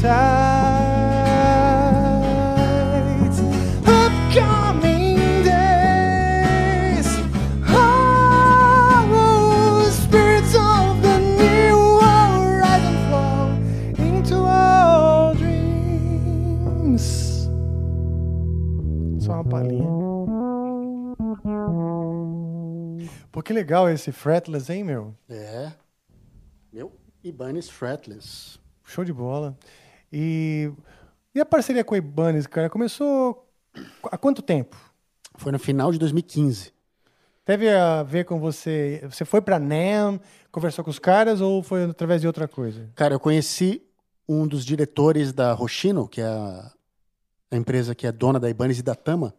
tides, upcoming days. Oh, spirits of the new horizon flow into our dreams. Só uma palhinha. Pô, que legal esse Fretless, hein, meu? É. Meu Ibanez Fretless. Show de bola. E, e a parceria com a Ibanez, cara, começou há quanto tempo? Foi no final de dois mil e quinze. Teve a ver com você... Você foi pra NAMM, conversou com os caras ou foi através de outra coisa? Cara, eu conheci um dos diretores da Hoshino, que é a, a empresa que é dona da Ibanez e da Tama,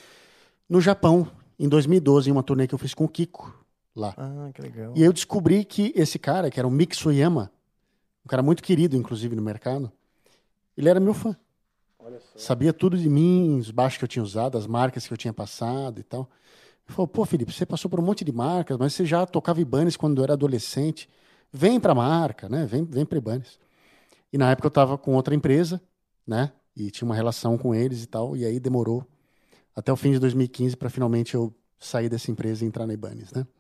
no Japão, em dois mil e doze, em uma turnê que eu fiz com o Kiko lá. Ah, que legal. E aí eu descobri que esse cara, que era o Miki Suyama, um cara muito querido, inclusive, no mercado, ele era meu fã. Olha só. Sabia tudo de mim, os baixos que eu tinha usado, as marcas que eu tinha passado e tal. Ele falou, pô, Felipe, você passou por um monte de marcas, mas você já tocava Ibanez quando eu era adolescente. Vem pra marca, né? Vem, vem pra Ibanez. E na época eu tava com outra empresa, né? E tinha uma relação com eles e tal. E aí demorou até o fim de dois mil e quinze para finalmente eu sair dessa empresa e entrar na Ibanez, né?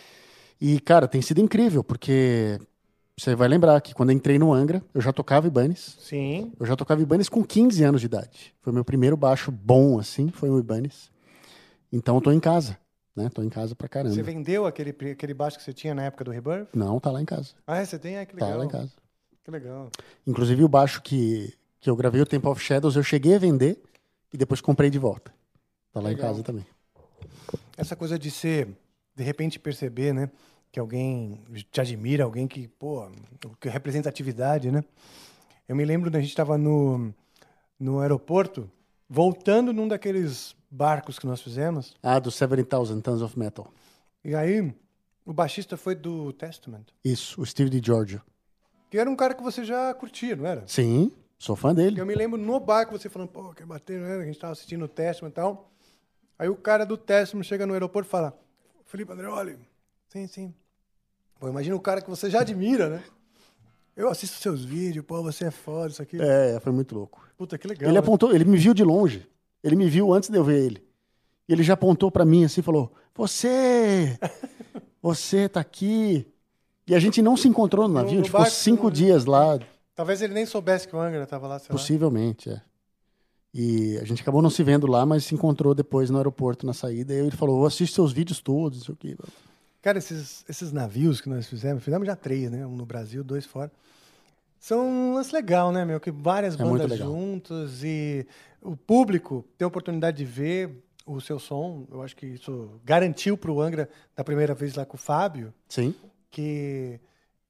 E, cara, tem sido incrível, porque você vai lembrar que quando eu entrei no Angra, eu já tocava Ibanez. Sim. Eu já tocava Ibanez com quinze anos de idade. Foi meu primeiro baixo bom, assim, foi o Ibanez. Então eu tô em casa, né? Tô em casa pra caramba. Você vendeu aquele, aquele baixo que você tinha na época do Rebirth? Não, tá lá em casa. Ah, você tem? Ah, que legal. Tá lá em casa. Que legal. Inclusive o baixo que, que eu gravei, o Temple of Shadows, eu cheguei a vender e depois comprei de volta. Tá lá Legal. em casa também. Essa coisa de ser, de repente perceber, né? Que alguém te admira, alguém que, pô, que representatividade, né? Eu me lembro da gente estava no, no aeroporto, voltando num daqueles barcos que nós fizemos. Ah, do seventy thousand Tons of Metal. E aí, o baixista foi do Testament. Isso, o Steve DiGiorgio. Que era um cara que você já curtia, não era? Sim, sou fã dele. Eu me lembro no barco você falando, pô, quer bater, né? A gente tava assistindo o Testament e tal. Aí o cara do Testament chega no aeroporto e fala, Felipe Andreoli, sim, sim. Pô, imagina o cara que você já admira, né? Eu assisto seus vídeos, pô, você é foda, isso aqui. É, foi muito louco. Puta, que legal. Ele né? apontou, ele me viu de longe. Ele me viu antes de eu ver ele. E ele já apontou pra mim assim e falou, você, você tá aqui. E a gente não se encontrou no navio, No- a no gente ficou barco, cinco no- dias lá, Talvez ele nem soubesse que o Angra tava lá, sei lá. possivelmente, é. E a gente acabou não se vendo lá, mas se encontrou depois no aeroporto, na saída. E ele falou, eu assisto seus vídeos todos, não sei o quê. Cara, esses, esses navios que nós fizemos, fizemos já três, né? Um no Brasil, dois fora. São um lance legal, né, meu? Que várias É muito bandas legal. juntas e o público tem a oportunidade de ver o seu som. Eu acho que isso garantiu pro Angra da primeira vez lá com o Fábio, Sim, que,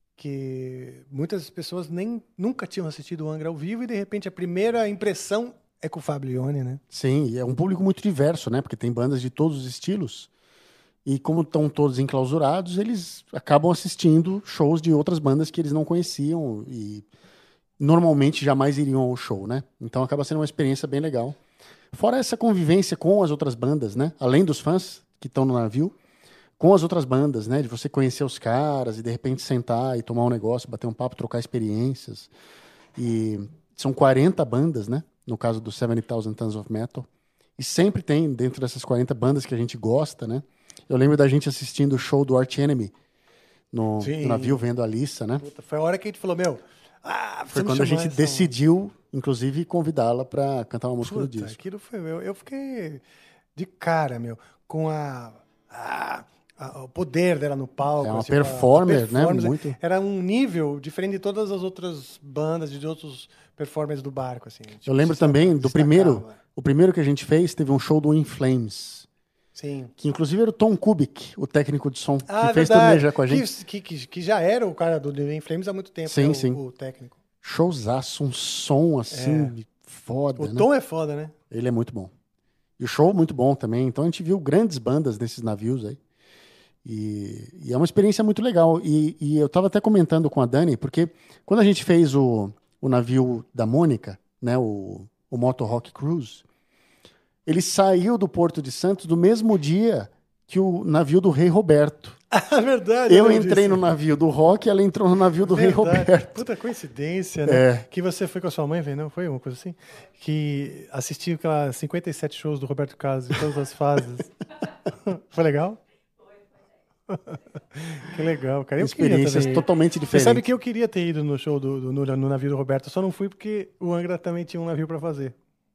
que muitas pessoas nem nunca tinham assistido o Angra ao vivo e de repente a primeira impressão é com o Fábio Lione, né? sim. E é um público muito diverso, né? Porque tem bandas de todos os estilos. E como estão todos enclausurados, eles acabam assistindo shows de outras bandas que eles não conheciam e normalmente jamais iriam ao show, né? Então acaba sendo uma experiência bem legal. Fora essa convivência com as outras bandas, né? Além dos fãs que estão no navio, com as outras bandas, né? De você conhecer os caras e de repente sentar e tomar um negócio, bater um papo, trocar experiências. E são quarenta bandas, né? No caso do seventy thousand Tons of Metal. E sempre tem, dentro dessas quarenta bandas que a gente gosta, né? Eu lembro da gente assistindo o show do Arch Enemy no, no navio vendo a Lissa, né? Puta, foi a hora que a gente falou, meu... Ah, foi quando a gente decidiu, inclusive, convidá-la para cantar uma música Puta, do disco. Aquilo foi... Eu, eu fiquei de cara, meu, com a... a o poder dela no palco. É uma assim, performer, a, a performance, né? Muito... Era um nível diferente de todas as outras bandas, de outros performers do barco. Assim. Tipo, eu lembro também do primeiro... O primeiro que a gente fez, teve um show do In Flames. Sim. Que inclusive era o Tom Kubik, o técnico de som, ah, que fez verdade. turnê já com a gente. Que, que, que já era o cara do In Flames há muito tempo, sim, né, sim. O, o técnico. Showzaço, um som assim, é. foda, O né? Tom é foda, né? Ele é muito bom. E o show muito bom também. Então a gente viu grandes bandas nesses navios aí. E, e é uma experiência muito legal. E, e eu tava até comentando com a Dani, porque quando a gente fez o, o navio da Mônica, né, o, o Moto Rock Cruise, ele saiu do Porto de Santos no mesmo dia que o navio do Rei Roberto. Ah, verdade. Eu entrei disso. no navio do Rock e ela entrou no navio do verdade. Rei Roberto. Puta coincidência, né? É. Que você foi com a sua mãe, não foi uma coisa assim? Que assistiu aquelas cinquenta e sete shows do Roberto Carlos em todas as fases. Foi legal? Que legal, cara. Eu Experiências totalmente diferentes. Você sabe que eu queria ter ido no show do, do no, no navio do Roberto, só não fui porque o Angra também tinha um navio para fazer.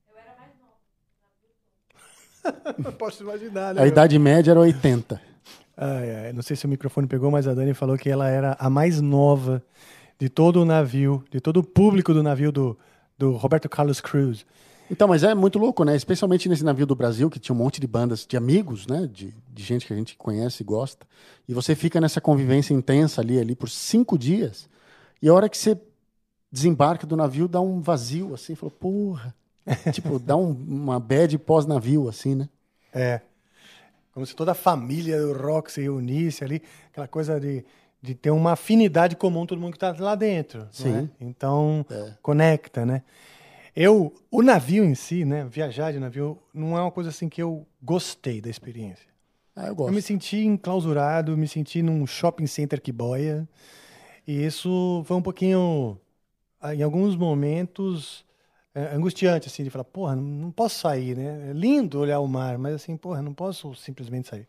Posso imaginar, né? A idade média era oitenta. Ai, ai, não sei se o microfone pegou, mas a Dani falou que ela era a mais nova de todo o navio, de todo o público do navio do, do Roberto Carlos Cruise. Então, mas é muito louco, né? Especialmente nesse navio do Brasil, que tinha um monte de bandas, de amigos, né? De, de gente que a gente conhece e gosta. E você fica nessa convivência intensa ali, ali por cinco dias. E a hora que você desembarca do navio, dá um vazio, assim. Falou, porra... tipo, dá um, uma bad pós-navio, assim, né? É. Como se toda a família do rock se reunisse ali, aquela coisa de, de ter uma afinidade comum, todo mundo que está lá dentro. Sim. Né? Então, é. conecta, né? Eu, o navio em si, né? Viajar de navio não é uma coisa assim que eu gostei da experiência. Ah, eu gosto. Eu me senti enclausurado, me senti num shopping center que boia. E isso foi um pouquinho, em alguns momentos... É angustiante, assim, de falar, porra, não posso sair, né? É lindo olhar o mar, mas assim, porra, não posso simplesmente sair.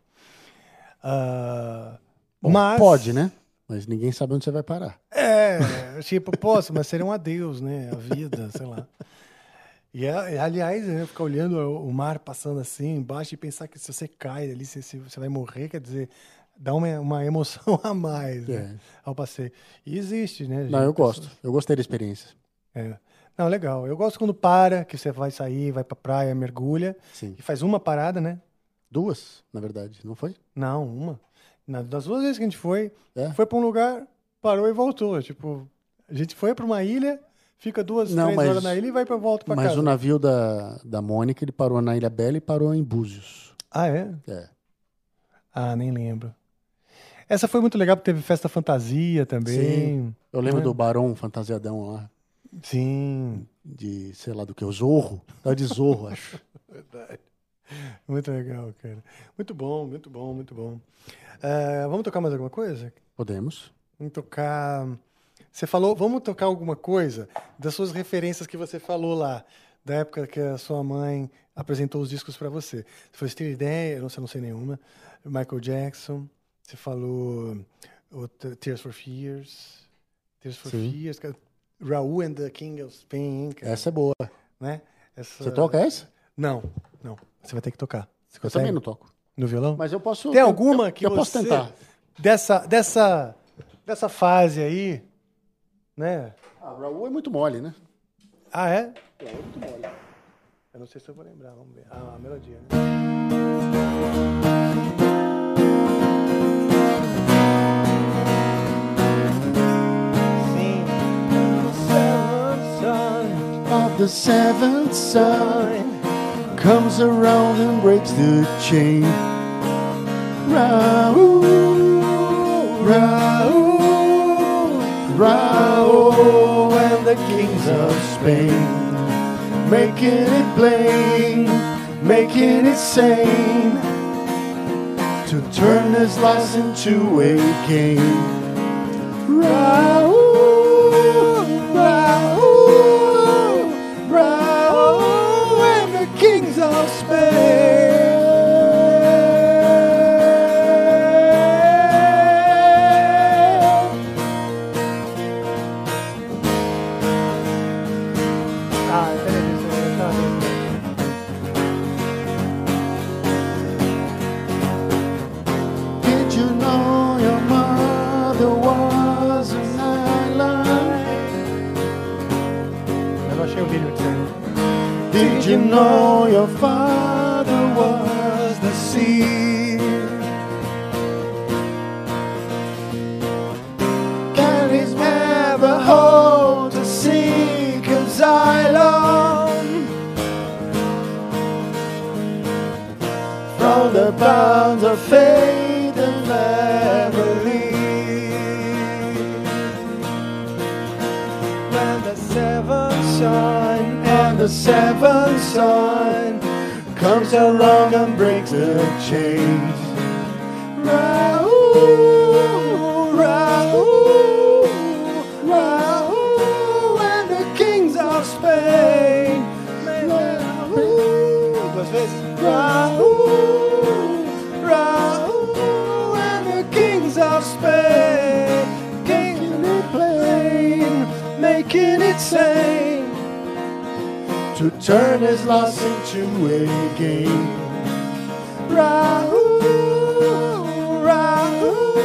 Uh, Bom, mas... Pode, né? Mas ninguém sabe onde você vai parar. É, tipo, posso, mas seria um adeus, né? A vida, sei lá. E, aliás, né, ficar olhando o mar passando assim, embaixo, e pensar que se você cai ali, você, você vai morrer, quer dizer, dá uma, uma emoção a mais, né? É. Ao passeio. E existe, né? Não, eu gosto. Eu gostei da experiência. É. Não, legal. Eu gosto quando para, que você vai sair, vai pra praia, mergulha. Sim. E faz uma parada, né? Duas, na verdade, não foi? Não, uma. Na, das duas vezes que a gente foi, é? foi pra um lugar, parou e voltou. Tipo, a gente foi pra uma ilha, fica duas, não, três mas, horas na ilha e vai pra volta pra mas casa. Mas o navio da, da Mônica, ele parou na Ilha Bela e parou em Búzios. Ah, é? É. Ah, nem lembro. Essa foi muito legal, porque teve festa fantasia também. Sim. Eu lembro né? do Barão fantasiadão lá. Sim. De, sei lá, do que? O Zorro? Tava de Zorro, acho. Verdade. Muito legal, cara. Muito bom, muito bom, muito bom. Uh, vamos tocar mais alguma coisa? Podemos. Vamos tocar... Você falou... Vamos tocar alguma coisa das suas referências que você falou lá, da época que a sua mãe apresentou os discos pra você. Você foi Steely Dan, eu não sei, não sei nenhuma. Michael Jackson. Você falou o Tears for Fears. Tears for Sim. Fears. Raul and the King of Spain. Cara. Essa é boa. Né? Essa... Você toca essa? Não, não. Você vai ter que tocar. Você eu consegue? também não toco. No violão? Mas eu posso... Tem alguma eu, que eu você... posso tentar. Dessa, dessa, dessa fase aí, né? Ah, Raul é muito mole, né? Ah, é? É, é muito mole. Eu não sei se eu vou lembrar, vamos ver. Ah, a melodia, né? The seventh sun comes around and breaks the chain. Raul, Raul, Raul, and the kings of Spain, making it plain, making it sane, to turn this loss into a gain. Raul, Raul, Raul and the kings of Spain. Did you know your father was the sea? Can his ever hope to seek asylum from the bounds of fate and family? When the seventh sign and the seventh sign comes along and breaks the chains, Raoul, Raoul, Raoul, and the kings of Spain, Raoul, Raoul, Raoul, and the kings of Spain, making it plain, making it sane, to turn his loss into a gain. Raoul, Raoul,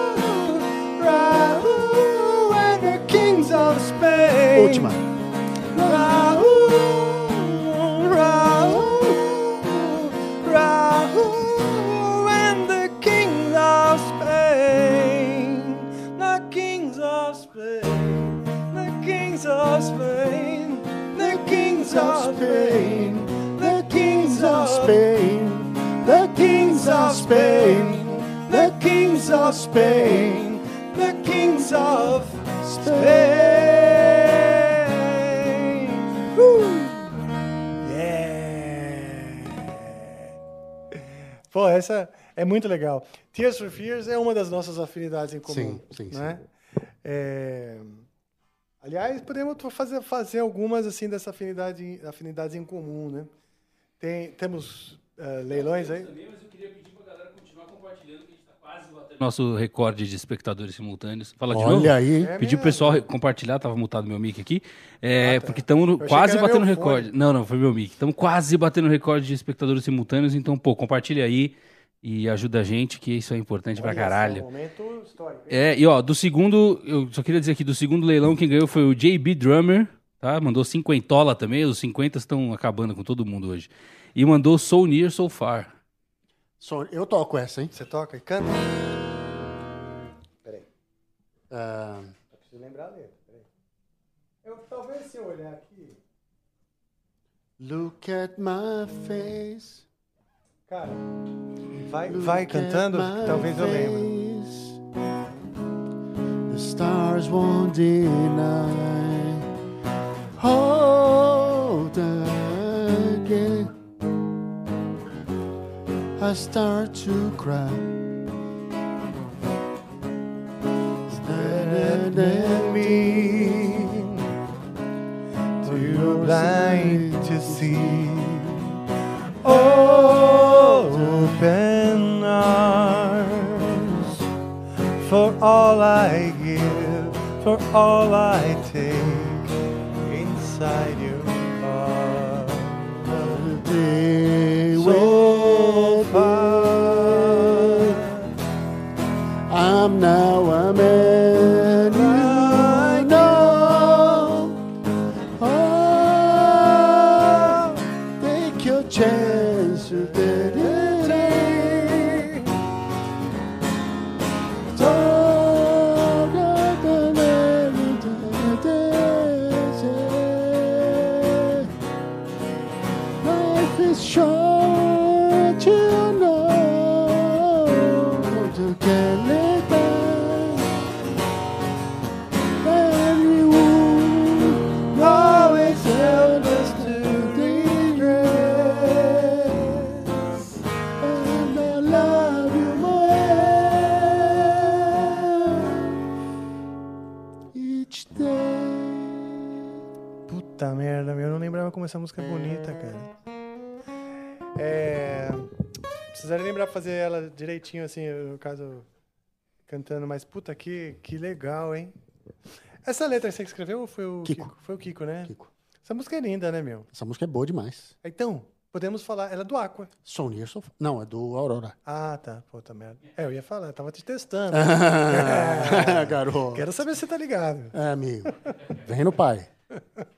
Raoul, and the kings of Spain. Última. Raoul, Raoul, Raoul, and the kings of Spain. The kings of Spain. The kings of Spain. The kings of Spain. The kings of Spain. The kings of Spain. The kings of Spain. The kings of Spain. Woo! Yeah! Pô, essa é muito legal. Tears for Fears é uma das nossas afinidades em comum. Sim, sim, né? sim. É... Aliás, podemos fazer, fazer algumas assim dessa afinidade, afinidades em comum, né? Tem, temos uh, leilões aí? Também, mas eu queria pedir pra galera continuar compartilhando, que a gente tá quase batendo nosso recorde de espectadores simultâneos. Fala de novo. Olha aí. É Pedir mesmo? pro pessoal re- compartilhar, tava mutado meu mic aqui. É, Ah, tá. porque estamos achei quase que era batendo meu recorde. fone. Não, não, foi meu mic. Estamos quase batendo recorde de espectadores simultâneos, então, pô, compartilha aí e ajuda a gente, que isso é importante pra Olha caralho. só, momento histórico. hein? É, e ó, do segundo, eu só queria dizer aqui, do segundo leilão, quem ganhou foi o J B Drummer, tá? Mandou cinquentola também, os cinquenta estão acabando com todo mundo hoje. E mandou So Near, So Far. Só- Eu toco essa, hein? Você toca e canta? Peraí, Ah, eu preciso lembrar a letra. Peraí. Eu, talvez se eu olhar aqui... Look at my face. Cara, vai, Look vai at cantando, my que talvez eu lembre. face. The stars won't deny. Hold again. I start to cry. Stand and me. Too blind to see. Open arms for all I give, for all I take inside your heart. Day So with far, I'm now a man you know. Oh, take your chance today. Don't go life is short, you know, to get it back. And you always held us to distress. And I love you more each day. Puta merda, meu, eu não lembrava como essa música é bonita, cara. É... Precisaria lembrar pra fazer ela direitinho, assim, no caso, cantando, mas puta, que, que legal, hein? Essa letra você que escreveu ou foi o Kiko. Foi o Kiko, né? Kiko. Essa música é linda, né, meu? Essa música é boa demais. Então, podemos falar, ela é do Aqua. So Near, So Far. Não, é do Aurora. Ah, tá, puta merda. É, eu ia falar, eu tava te testando. Ah, garoto. Quero saber se você tá ligado. É, amigo. Vem no pai.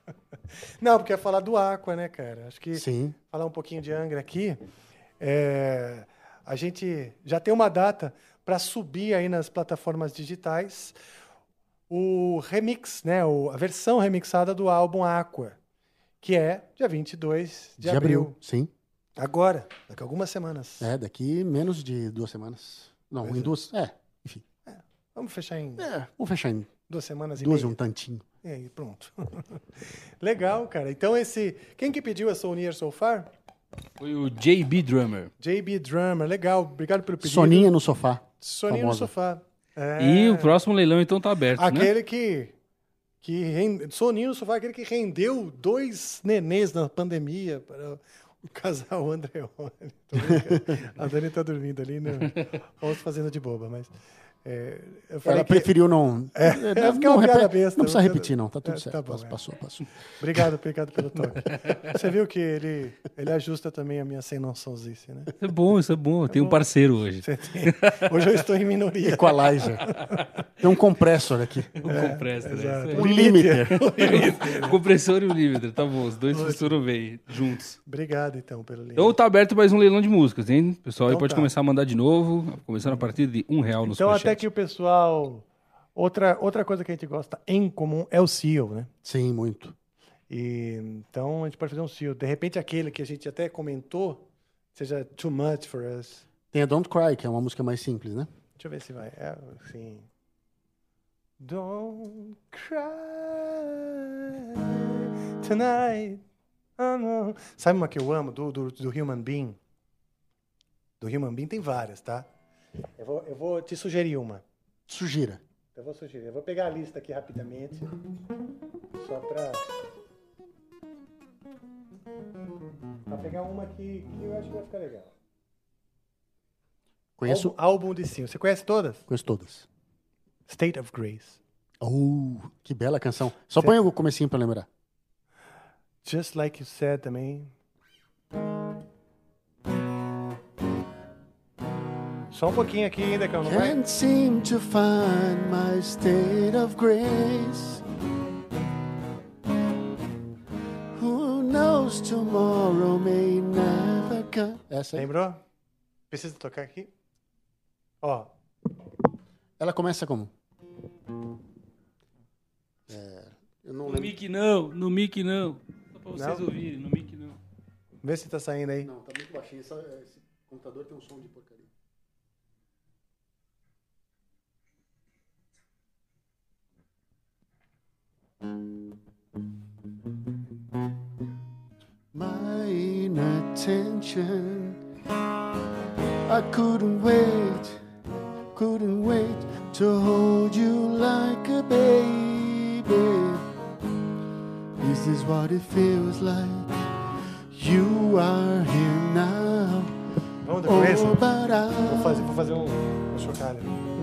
Não, porque ia falar do Aqua, né, cara? Acho que Sim. falar um pouquinho de Angra aqui. É, a gente já tem uma data para subir aí nas plataformas digitais o remix, né? O, a versão remixada do álbum Aqua, que é dia vinte e dois de, De abril. abril, sim. Agora, daqui a algumas semanas. É, daqui menos de duas semanas. Não, Pois em é. duas. É, enfim. Vamos fechar em É, vamos fechar em duas semanas e duas e meia. um tantinho. E aí, pronto. Legal, cara. Então esse... Quem que pediu a So Near So Far? Foi o J B Drummer. J B Drummer. Legal. Obrigado pelo pedido. Soninha no sofá. Soninho famosa. no sofá. É. E o próximo leilão, então, tá aberto, né? Aquele que... que rende... Soninho no sofá, aquele que rendeu dois nenês na pandemia para o casal Andreoni. Tô brincando. A Dani tá dormindo ali, né? Vamos fazendo de boba, mas... É, eu falei Ela que- preferiu não. É, não, é porque é uma repete- piada besta, não precisa você- repetir, não. Tá tudo É, certo. tá bom, passou, é. passou, passou. Obrigado, obrigado pelo toque. Você viu que ele, ele ajusta também a minha sem noçãozice, né? Isso é bom, isso é bom. Tem um parceiro hoje. Você tem- Hoje eu estou em minoria. Equalizer. Tem um compressor aqui. Um compressor, né? exato. Isso Um limiter. aí. Compressor e o limiter, tá bom. Os dois funcionam bem, juntos. Obrigado, então, pelo link. Então tá aberto mais um leilão de músicas, hein? O pessoal aí Então pode tá. começar a mandar de novo, começando a partir de um real no Então, até Superchat. que o pessoal... Outra, outra coisa que a gente gosta em comum é o seal, né? Sim, muito. E, então, a gente pode fazer um seal. De repente, aquele que a gente até comentou seja too much for us. Tem a Don't Cry, que é uma música mais simples, né? Deixa eu ver se vai. É assim. Don't cry tonight. Oh, no. Sabe uma que eu amo do, do, do Human Being? Do Human Being tem várias, tá? Eu vou, eu vou te sugerir uma. Sugira. Eu vou sugerir. Eu vou pegar a lista aqui rapidamente. Só pra. Pra pegar uma aqui que eu acho que vai ficar legal. Conheço, Álbum, álbum de sim. Você conhece todas? conheço todas. State of Grace. Oh, que bela canção. Só põe o comecinho pra lembrar. Just Like You Said também. Só um pouquinho aqui ainda, que eu não vai. Can't seem to find my state of grace. Who knows tomorrow may never come. Essa aí. Lembrou? Precisa tocar aqui? Ó, Ela começa como? É, eu não No lembro. mic não, no mic não. Só pra vocês Não? ouvirem, no mic não. vê se tá saindo aí. Não, tá muito baixinho. Essa- esse computador tem um som de porcaria. My inattention, I couldn't wait, couldn't wait to hold you like a baby. This is what it feels like. You are here now. Vamos do começo? Oh, but Vou I fazer, vou fazer um, um chocalho.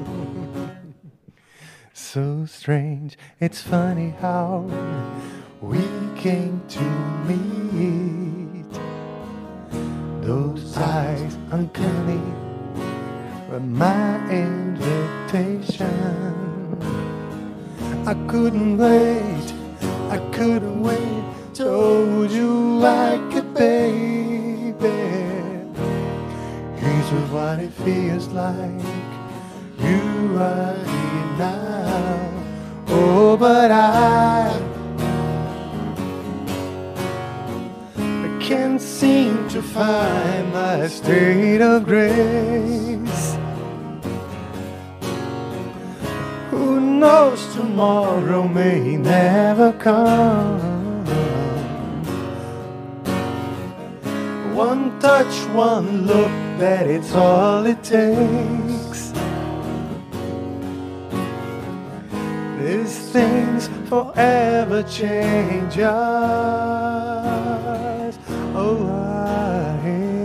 So strange, it's funny how we came to meet. Those eyes uncanny were my invitation. I couldn't wait, I couldn't wait to hold you like a baby. Here's what it feels like. You are here now. Oh, but I, I can't seem to find my state of grace. Who knows tomorrow may never come. One touch, one look, that it's all it takes. These things forever change us. Oh, I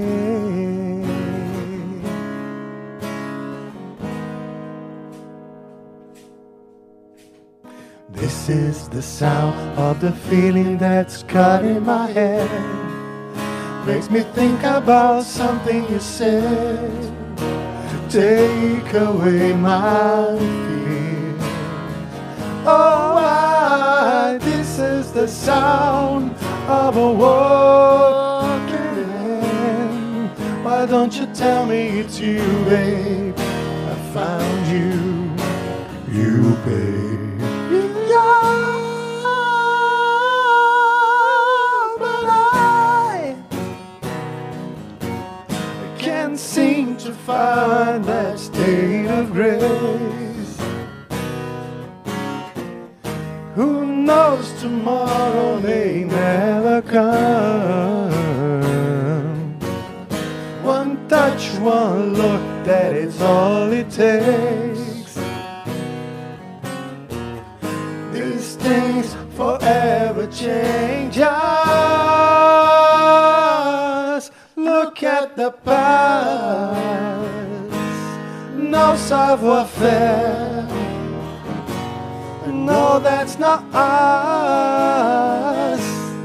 This is the sound of the feeling that's cut in my head. Makes me think about something you said. Take away my fear. Oh, I, this is the sound of a walking hand. Why don't you tell me it's you, babe? I found you, you, babe. Yeah, but I can't seem to find that state of grace. Who knows, tomorrow may never come. One touch, one look, that is all it takes. These things forever change us. Look at the past, no savoir-faire. No, that's not us.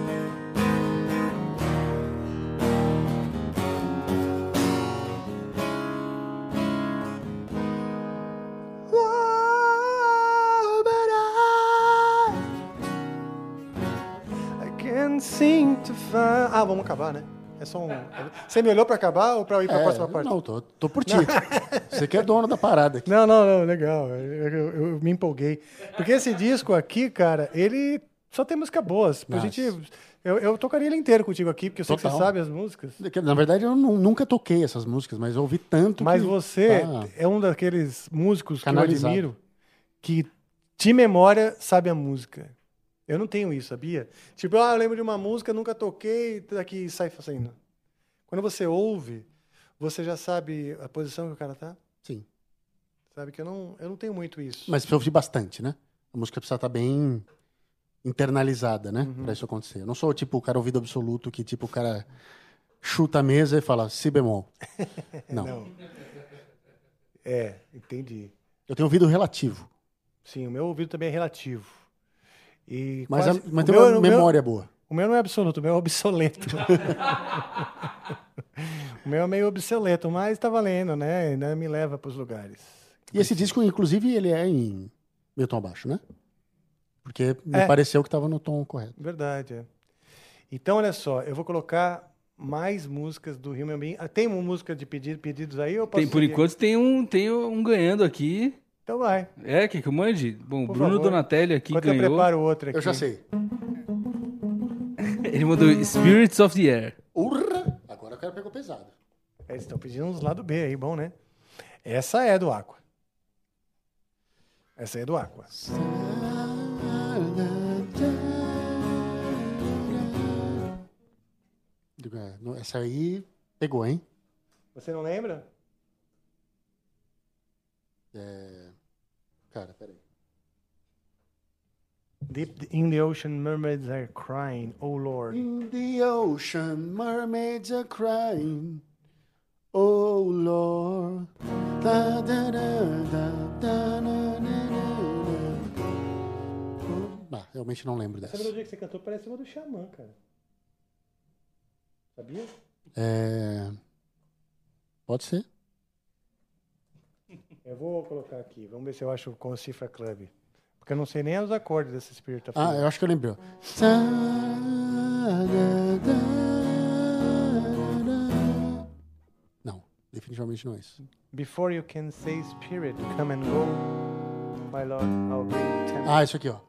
Whoa, but I, I can't seem to find. Ah, vamos acabar, né? É só um. Você me olhou pra acabar ou pra ir pra É, próxima parte? não, tô, tô por ti. Você que é dono da parada aqui. Não, não, não, legal. Eu, eu- eu me empolguei. Porque esse disco aqui, cara, ele só tem música boas. Pra Nossa. gente, eu, eu tocaria ele inteiro contigo aqui, porque eu sei que você Total. sabe as músicas. Na verdade, eu nu- nunca toquei essas músicas, mas eu ouvi tanto Mas que... você tá. é um daqueles músicos que eu Canalizado. admiro que de memória sabe a música. Eu não tenho isso, sabia? Tipo, ah, eu lembro de uma música, nunca toquei, daqui sai fazendo. Quando você ouve, você já sabe a posição que o cara tá? Sim. Sabe que eu não, eu não tenho muito isso. Mas precisa ouvir bastante, né? A música precisa estar bem internalizada, né? Uhum. Pra isso acontecer. Eu não sou, tipo, o cara ouvido absoluto que, tipo, o cara chuta a mesa e fala si bemol. Não. Não. É, entendi. Eu tenho ouvido relativo. Sim, o meu ouvido também é relativo. E Mas, quase- a- mas o tem meu- uma o meu- memória boa. O meu não é absoluto, o meu é obsoleto. O meu é meio obsoleto, mas tá valendo, né? Ainda me leva pros lugares. E esse disco, inclusive, ele é em meio tom abaixo, né? Porque me É. pareceu que estava no tom correto. Verdade, é. Então, olha só, eu vou colocar mais músicas do Human Being. Ah, tem uma música de pedido, pedidos aí? Ou eu posso Tem, por seguir? enquanto tem um, tem um ganhando aqui. Então vai. É, que que eu mande? Bom, o Por Bruno favor. Donatelli aqui Enquanto eu ganhou. preparo outra aqui. Eu já sei. Ele mandou Spirits of the Air. Urra! Agora o cara pegou pesado. Eles estão pedindo uns lado B aí, bom, né? Essa é do Aqua. Essa é do Aqua. Essa aí pegou, hein? Você não lembra? É... Cara, peraí. Deep in the ocean, mermaids are crying, oh Lord. In the ocean, mermaids are crying. Oh Lord. Da, da, da, da, da, na, na, na, na. Ah, realmente não lembro Essa dessa. melodia que você cantou parece uma do Xamã, cara. Sabia? É... Pode ser. Eu vou colocar aqui. Vamos ver se eu acho com o Cifra Club. Porque eu não sei nem os acordes desse Spirit of Ah, Fear. eu acho que eu lembrei. ó. Não, definitivamente não é isso. Before you can say spirit, come and go. My Lord, I'll bring ten. Ah, isso aqui, ó.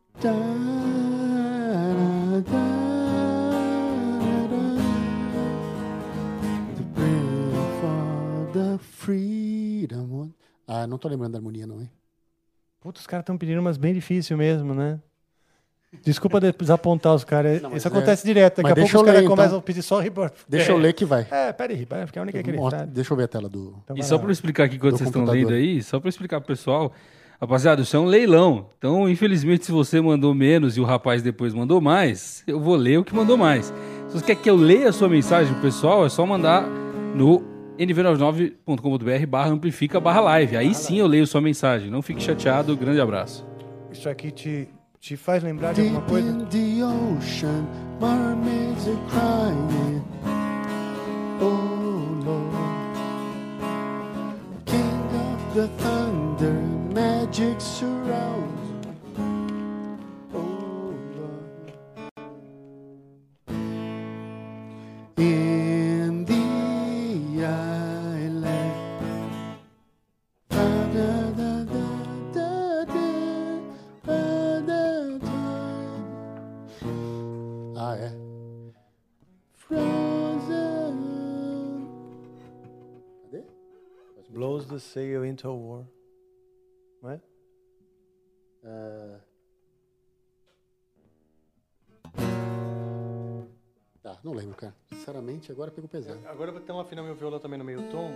To pray for the freedom. Ah, não tô lembrando da harmonia, não, hein? Puta, os caras estão pedindo umas bem difíceis mesmo, né? Desculpa desapontar os caras. Não, mas Isso é- acontece direto. Daqui mas a pouco deixa os eu caras ler, então. começam a pedir só report. Deixa é. eu ler que vai. É, pera aí, vai ficar a única que Mostra- acreditar. Deixa eu ver a tela do... Então E vai só lá. para explicar aqui enquanto Do vocês estão computador. lendo aí, só para explicar pro pessoal, rapaziada, isso é um leilão. Então, infelizmente, se você mandou menos e o rapaz depois mandou mais, eu vou ler o que mandou mais. Se você quer que eu leia a sua mensagem pro pessoal, é só mandar no n v noventa e nove ponto com ponto b r barra amplifica barra live. Aí sim eu leio sua mensagem. Não fique chateado. Grande abraço. Isso aqui te, te faz lembrar de Deep alguma coisa? in the ocean, mermaids are crying. Oh Lord, King of the thunder, magic surrounds. Oh Lord, to sail into a war. Não é? É... Tá, não lembro, cara. Sinceramente, agora pegou pesado. Agora eu vou tentar afinar meu violão também no meio tom.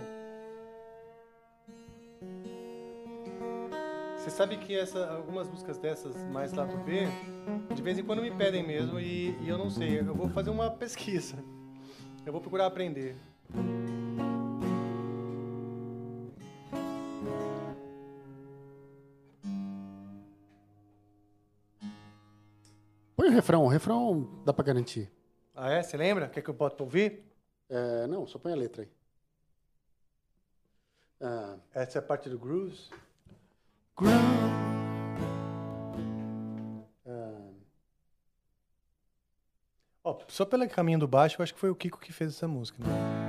Você sabe que essa, algumas músicas dessas, mais lado B, de vez em quando me pedem mesmo e, e eu não sei. Eu vou fazer uma pesquisa. Eu vou procurar aprender. Põe o refrão, o refrão dá pra garantir. Ah, é? Você lembra? Quer que eu bote pra ouvir? É, não, só põe a letra aí. Ah, Essa é a parte do grooves? ground. Ah, Ó, só pelo caminho do baixo, eu acho que foi o Kiko que fez essa música, né?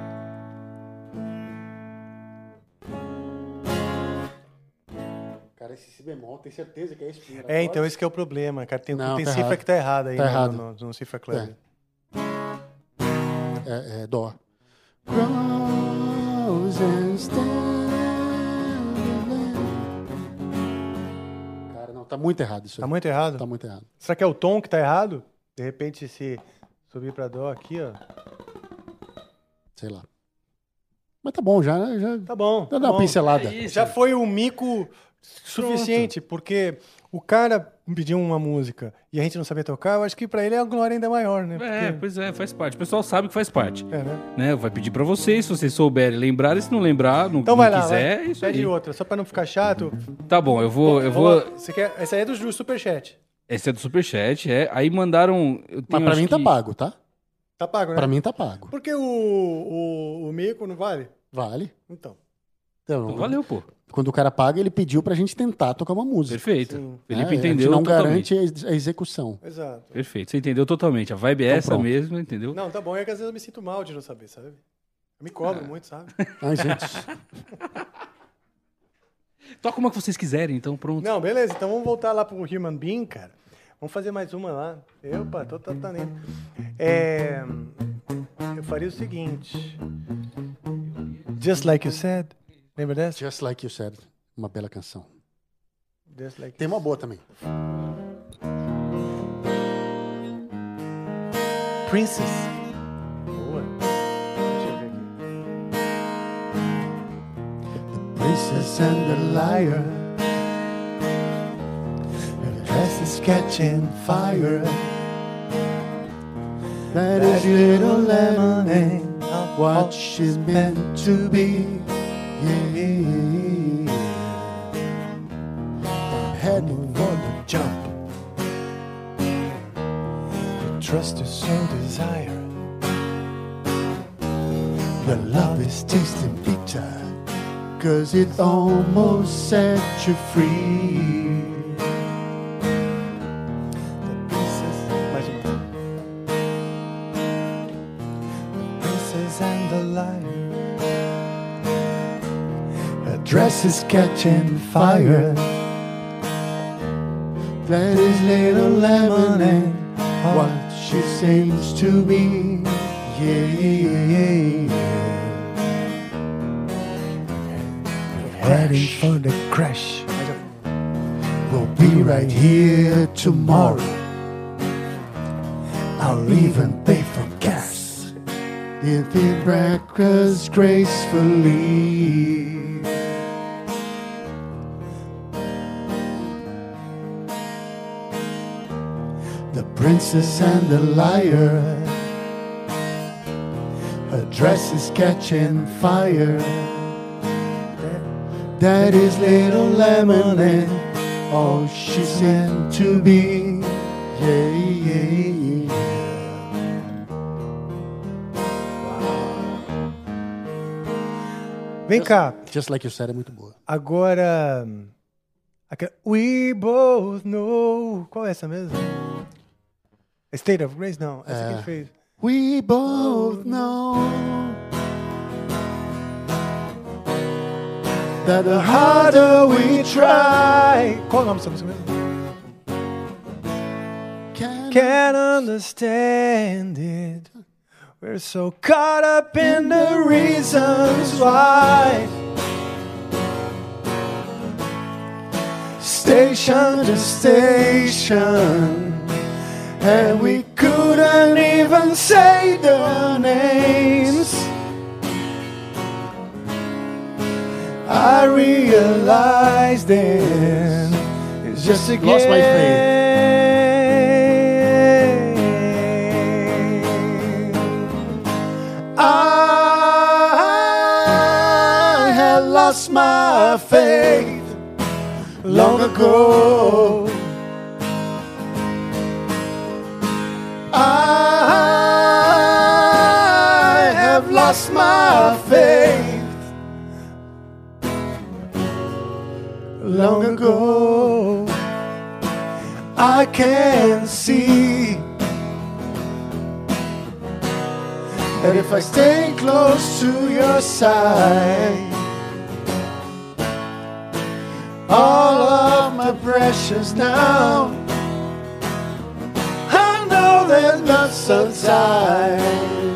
cara, esse si bemol, tem certeza que é esse primeiro É, acorde? então esse que é o problema, cara. Tem, Não, tem tá cifra errado. que tá errada aí Tá no, errado. no, no Cifra Club. É, é dó. Rose and Cara, não, tá muito errado isso Tá aí. muito errado? Tá muito errado. Será que é o tom que tá errado? De repente, se subir pra dó aqui, ó. Sei lá. Mas tá bom, já, já, Tá bom. já tá dá uma bom. pincelada. É isso. Já foi um mico suficiente, porque o cara pediu uma música e a gente não sabia tocar, eu acho que pra ele é a glória ainda maior, né? É, Porque- pois é, faz parte. O pessoal sabe que faz parte. É, né? Né? Vai pedir pra vocês, se vocês souberem lembrar, e se não lembrar, não, Então não vai lá, quiser, vai. é isso Pede aí. outra, só pra não ficar chato. Tá bom, eu vou. Eu Vamos vou... lá. Você quer... Essa aí é do, do Superchat. Esse é do Superchat, é. Aí mandaram. Eu Mas tenho, pra acho mim tá que- pago, tá? Tá pago, né? Pra mim tá pago. Porque o, o, o mico não vale? Vale. Então. Então, Então, valeu, pô. Quando o cara paga, ele pediu pra gente tentar tocar uma música. Perfeito. Sim. Felipe né? entendeu A gente não totalmente. garante a ex- a execução. Exato. Perfeito, você entendeu totalmente. A vibe é Então essa pronto. mesmo, entendeu? Não, tá bom, é que às vezes eu me sinto mal de não saber, sabe? Eu me cobro Ah. muito, sabe? Ai, gente. Toca uma que vocês quiserem, então pronto. Não, beleza, então vamos voltar lá pro Human Being, cara. Vamos fazer mais uma lá. Opa, tô tá, tá nem. É, eu faria o seguinte. Just Like You Said. Lembra dessa? Just Like You Said. Uma bela canção. Just Like Tem uma boa também. Princess. Boa. Deixa eu ver aqui. Princess and the Liar. Her dress is catching fire. That is little lemonade. What she's meant to be. Yeah. Heading for the jump. The trust is so desire. The love is tasting bitter. Cause it almost set you free. The princess, mais um. The princess and the lion. Her dress is catching fire. That is little lemonade, what she seems to be. Yeah, yeah, yeah, yeah. Heading for the crash. We'll be right here tomorrow. I'll even pay for gas if it wreck us gracefully. The princess and the liar. Her dress is catching fire. That is little lemonade. Oh, she's meant to be. Yeah, yeah, yeah. Vem cá, Just Like You Said é muito boa. agora. aquela- We both know. Qual é essa mesmo? State of Grace? Não, essa que a gente fez. We both know that the harder we try, Qual o nome dessa música mesmo? can Can't understand it. We're so caught up in the reasons why. station to station, and we couldn't even say their names. I realized then it's just a game. Lost my faith. I had lost my faith long ago. I have lost my faith long ago. I can see that if I stay close to your side, all of my precious now, I know there's not some time.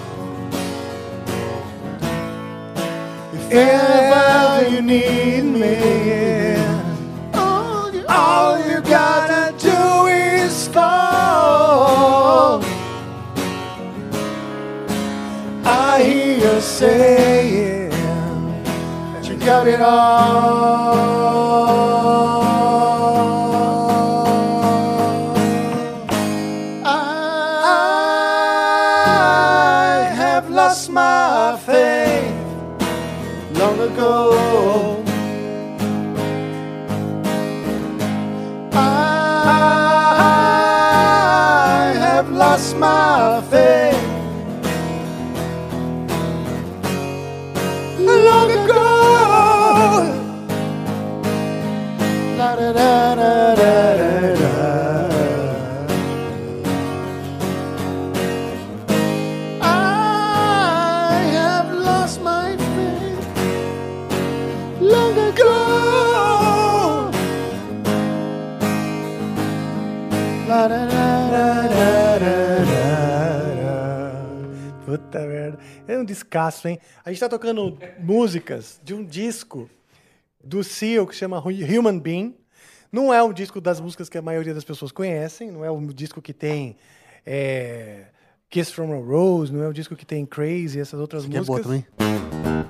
If ever you need me, all you, all you gotta do is call. I hear you saying that you got it all. I have lost my faith long ago. I have lost my faith long ago. La da da da da da. I have lost my faith long ago. La da da da da da. Puta merda. É um descasso, hein? A gente tá tocando músicas de um disco do Seal que chama Human Being. Não é um disco das músicas que a maioria das pessoas conhecem, não é um disco que tem é, Kiss from a Rose, não é um disco que tem Crazy, essas outras Isso aqui músicas. é boa também.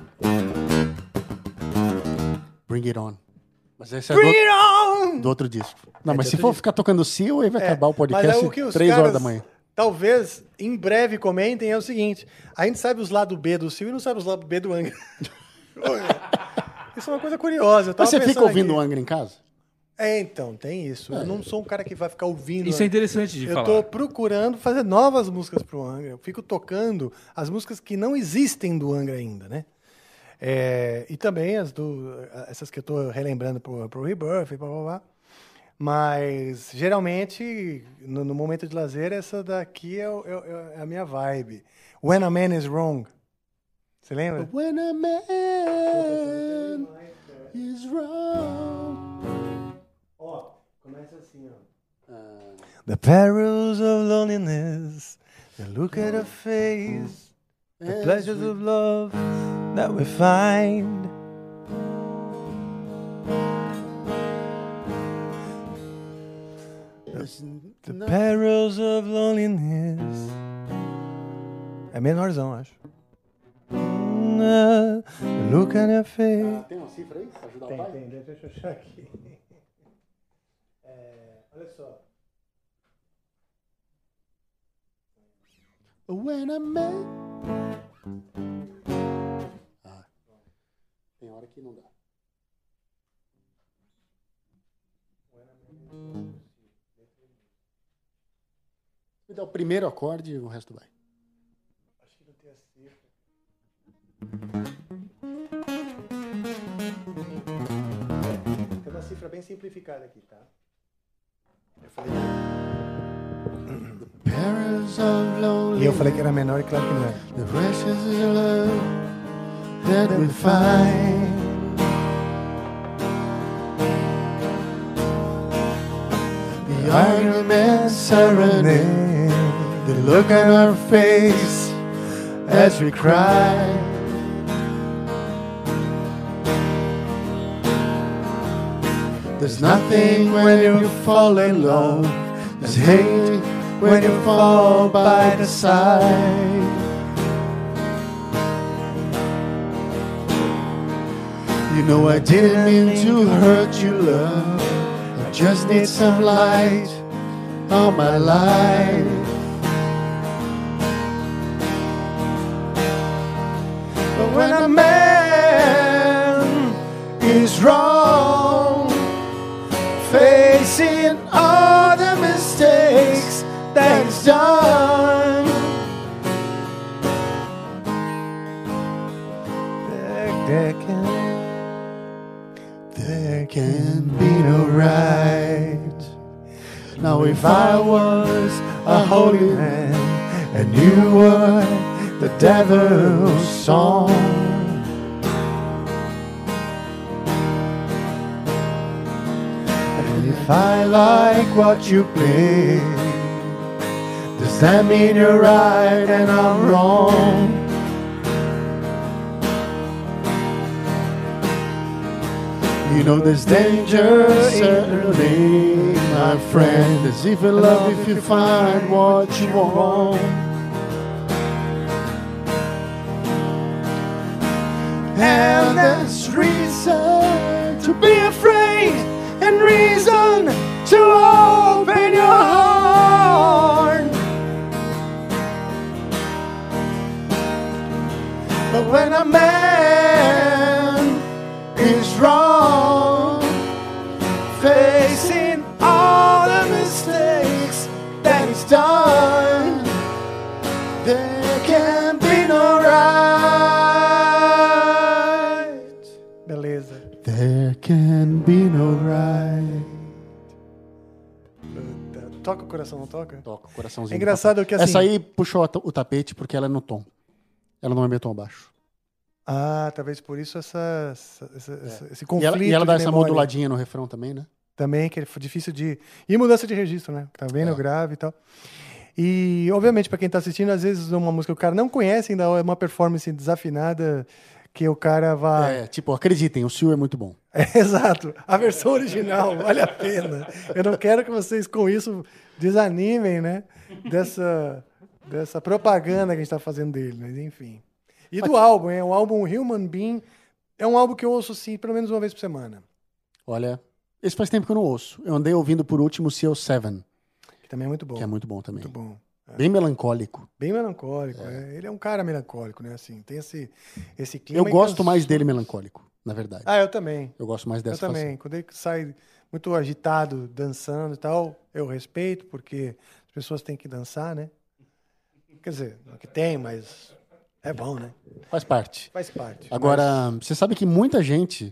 Bring It On. Mas esse é Bring do, it on! do outro disco. Não, É, mas de se outro for disco. ficar tocando Seal, aí vai É, acabar o mas podcast é o que os três caras, horas da manhã. talvez, em breve comentem é o seguinte: a gente sabe os lados B do Seal e não sabe os lados B do Angra. Isso é uma coisa curiosa. Eu tava Mas você fica pensando ouvindo o aqui. Angra em casa? É, então, tem isso. Eu não sou um cara que vai ficar ouvindo. Isso é interessante de Eu falar. tô procurando fazer novas músicas pro Angra. Eu fico tocando as músicas que não existem do Angra ainda, né? É, e também as do, essas que eu tô relembrando pro, pro Rebirth e blá, blá, blá. Mas, geralmente, no, no momento de lazer, essa daqui é, o- é o- é a minha vibe. When a Man is Wrong. Você lembra? When a man is wrong. Ó, começa assim, ó. The perils of loneliness, the look at a face, the pleasures of love that we find. The perils of loneliness. É menorzão, acho. The look at a face. Tem uma cifra aí pra ajudar o Tem, pai? tem, deixa eu achar aqui. É, olha só. When a man... Ah, tem hora que não dá. Me dá o primeiro acorde e o resto vai. Acho que não tem a cifra. É, tem uma cifra bem simplificada aqui, tá? Eu falei Perils of E lonely, eu falei que era menor e claro que não é. the precious love that we find. The arguments are running, the look on our face as we cry. The There's nothing when you fall in love. There's hate when you fall by the side. You know I didn't mean to hurt you, love. I just need some light on my life. But when a man is wrong, facing all the mistakes that he's done, there, there can there can be no right. Now if I was a holy man and you were the devil's song, and if I like what you play, does that mean you're right and I'm wrong? You know there's danger certainly, my friend. There's even love if you find what you want. And there's reason to be afraid and reason to open your heart. But when a man is wrong, facing all the mistakes that he's done, there can be no right. Beleza. There can be no right. Toca o coração, não toca? Toca o coraçãozinho. É engraçado que assim... Essa aí puxou o tapete porque ela é no tom. Ela não é meu tom baixo. Ah, talvez por isso essa, essa, essa, É. esse conflito. E ela, e ela dá de essa memória. moduladinha no refrão também, né? Também, que é difícil de... E mudança de registro, né? Tá bem É. no grave e tal. E, obviamente, pra quem tá assistindo, às vezes uma música que o cara não conhece, ainda é uma performance desafinada que o cara vai... É, tipo, acreditem, o Seal é muito bom. É, exato. A versão original vale a pena. Eu não quero que vocês, com isso, desanimem, né? Dessa, dessa propaganda que a gente tá fazendo dele, mas enfim. E do álbum, é o álbum Human Being. É um álbum que eu ouço, assim, pelo menos uma vez por semana. Olha, esse faz tempo que eu não ouço. Eu andei ouvindo por último o Seal sete, Que também é muito bom. que é muito bom também. Muito bom. É. Bem melancólico. Bem melancólico. É. Ele é um cara melancólico, né? Assim, tem esse, esse clima. Eu gosto canso... mais dele melancólico, na verdade. Ah, eu também. Eu gosto mais dessa Eu também. faceta. Quando ele sai muito agitado, dançando e tal, eu respeito, porque as pessoas têm que dançar, né? Quer dizer, não que tem, mas é bom, né? Faz parte. Faz parte. Agora, você sabe que muita gente,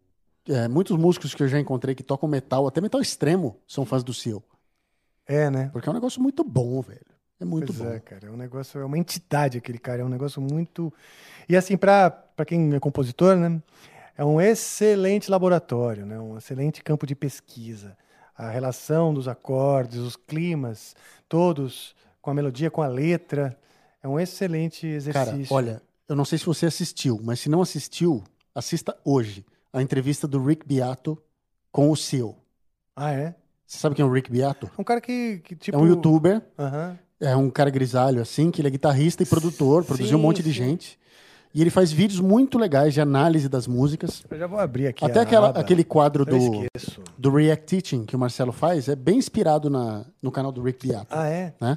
é, muitos músicos que eu já encontrei que tocam metal, até metal extremo, são fãs do Seal. Mas... É, né? Porque é um negócio muito bom, velho. É muito pois bom. é, cara. É um negócio, é uma entidade aquele cara. É um negócio muito... E assim, pra, pra quem é compositor, né? É um excelente laboratório, né? Um excelente campo de pesquisa. A relação dos acordes, os climas, todos com a melodia, com a letra. É um excelente exercício. Cara, olha, eu não sei se você assistiu, mas se não assistiu, assista hoje a entrevista do Rick Beato com o Seal. Ah, é? Você sabe quem é o Rick Beato? Um cara que, que tipo... É um youtuber, Aham. é um cara grisalho assim, que ele é guitarrista e produtor, produziu um Sim, monte de sim. gente. E ele faz vídeos muito legais de análise das músicas. Eu já vou abrir aqui Até a aquela, aba. aquele quadro Eu do, esqueço. do React Teaching que o Marcelo faz é bem inspirado na, no canal do Rick Beato. Ah, é? Né?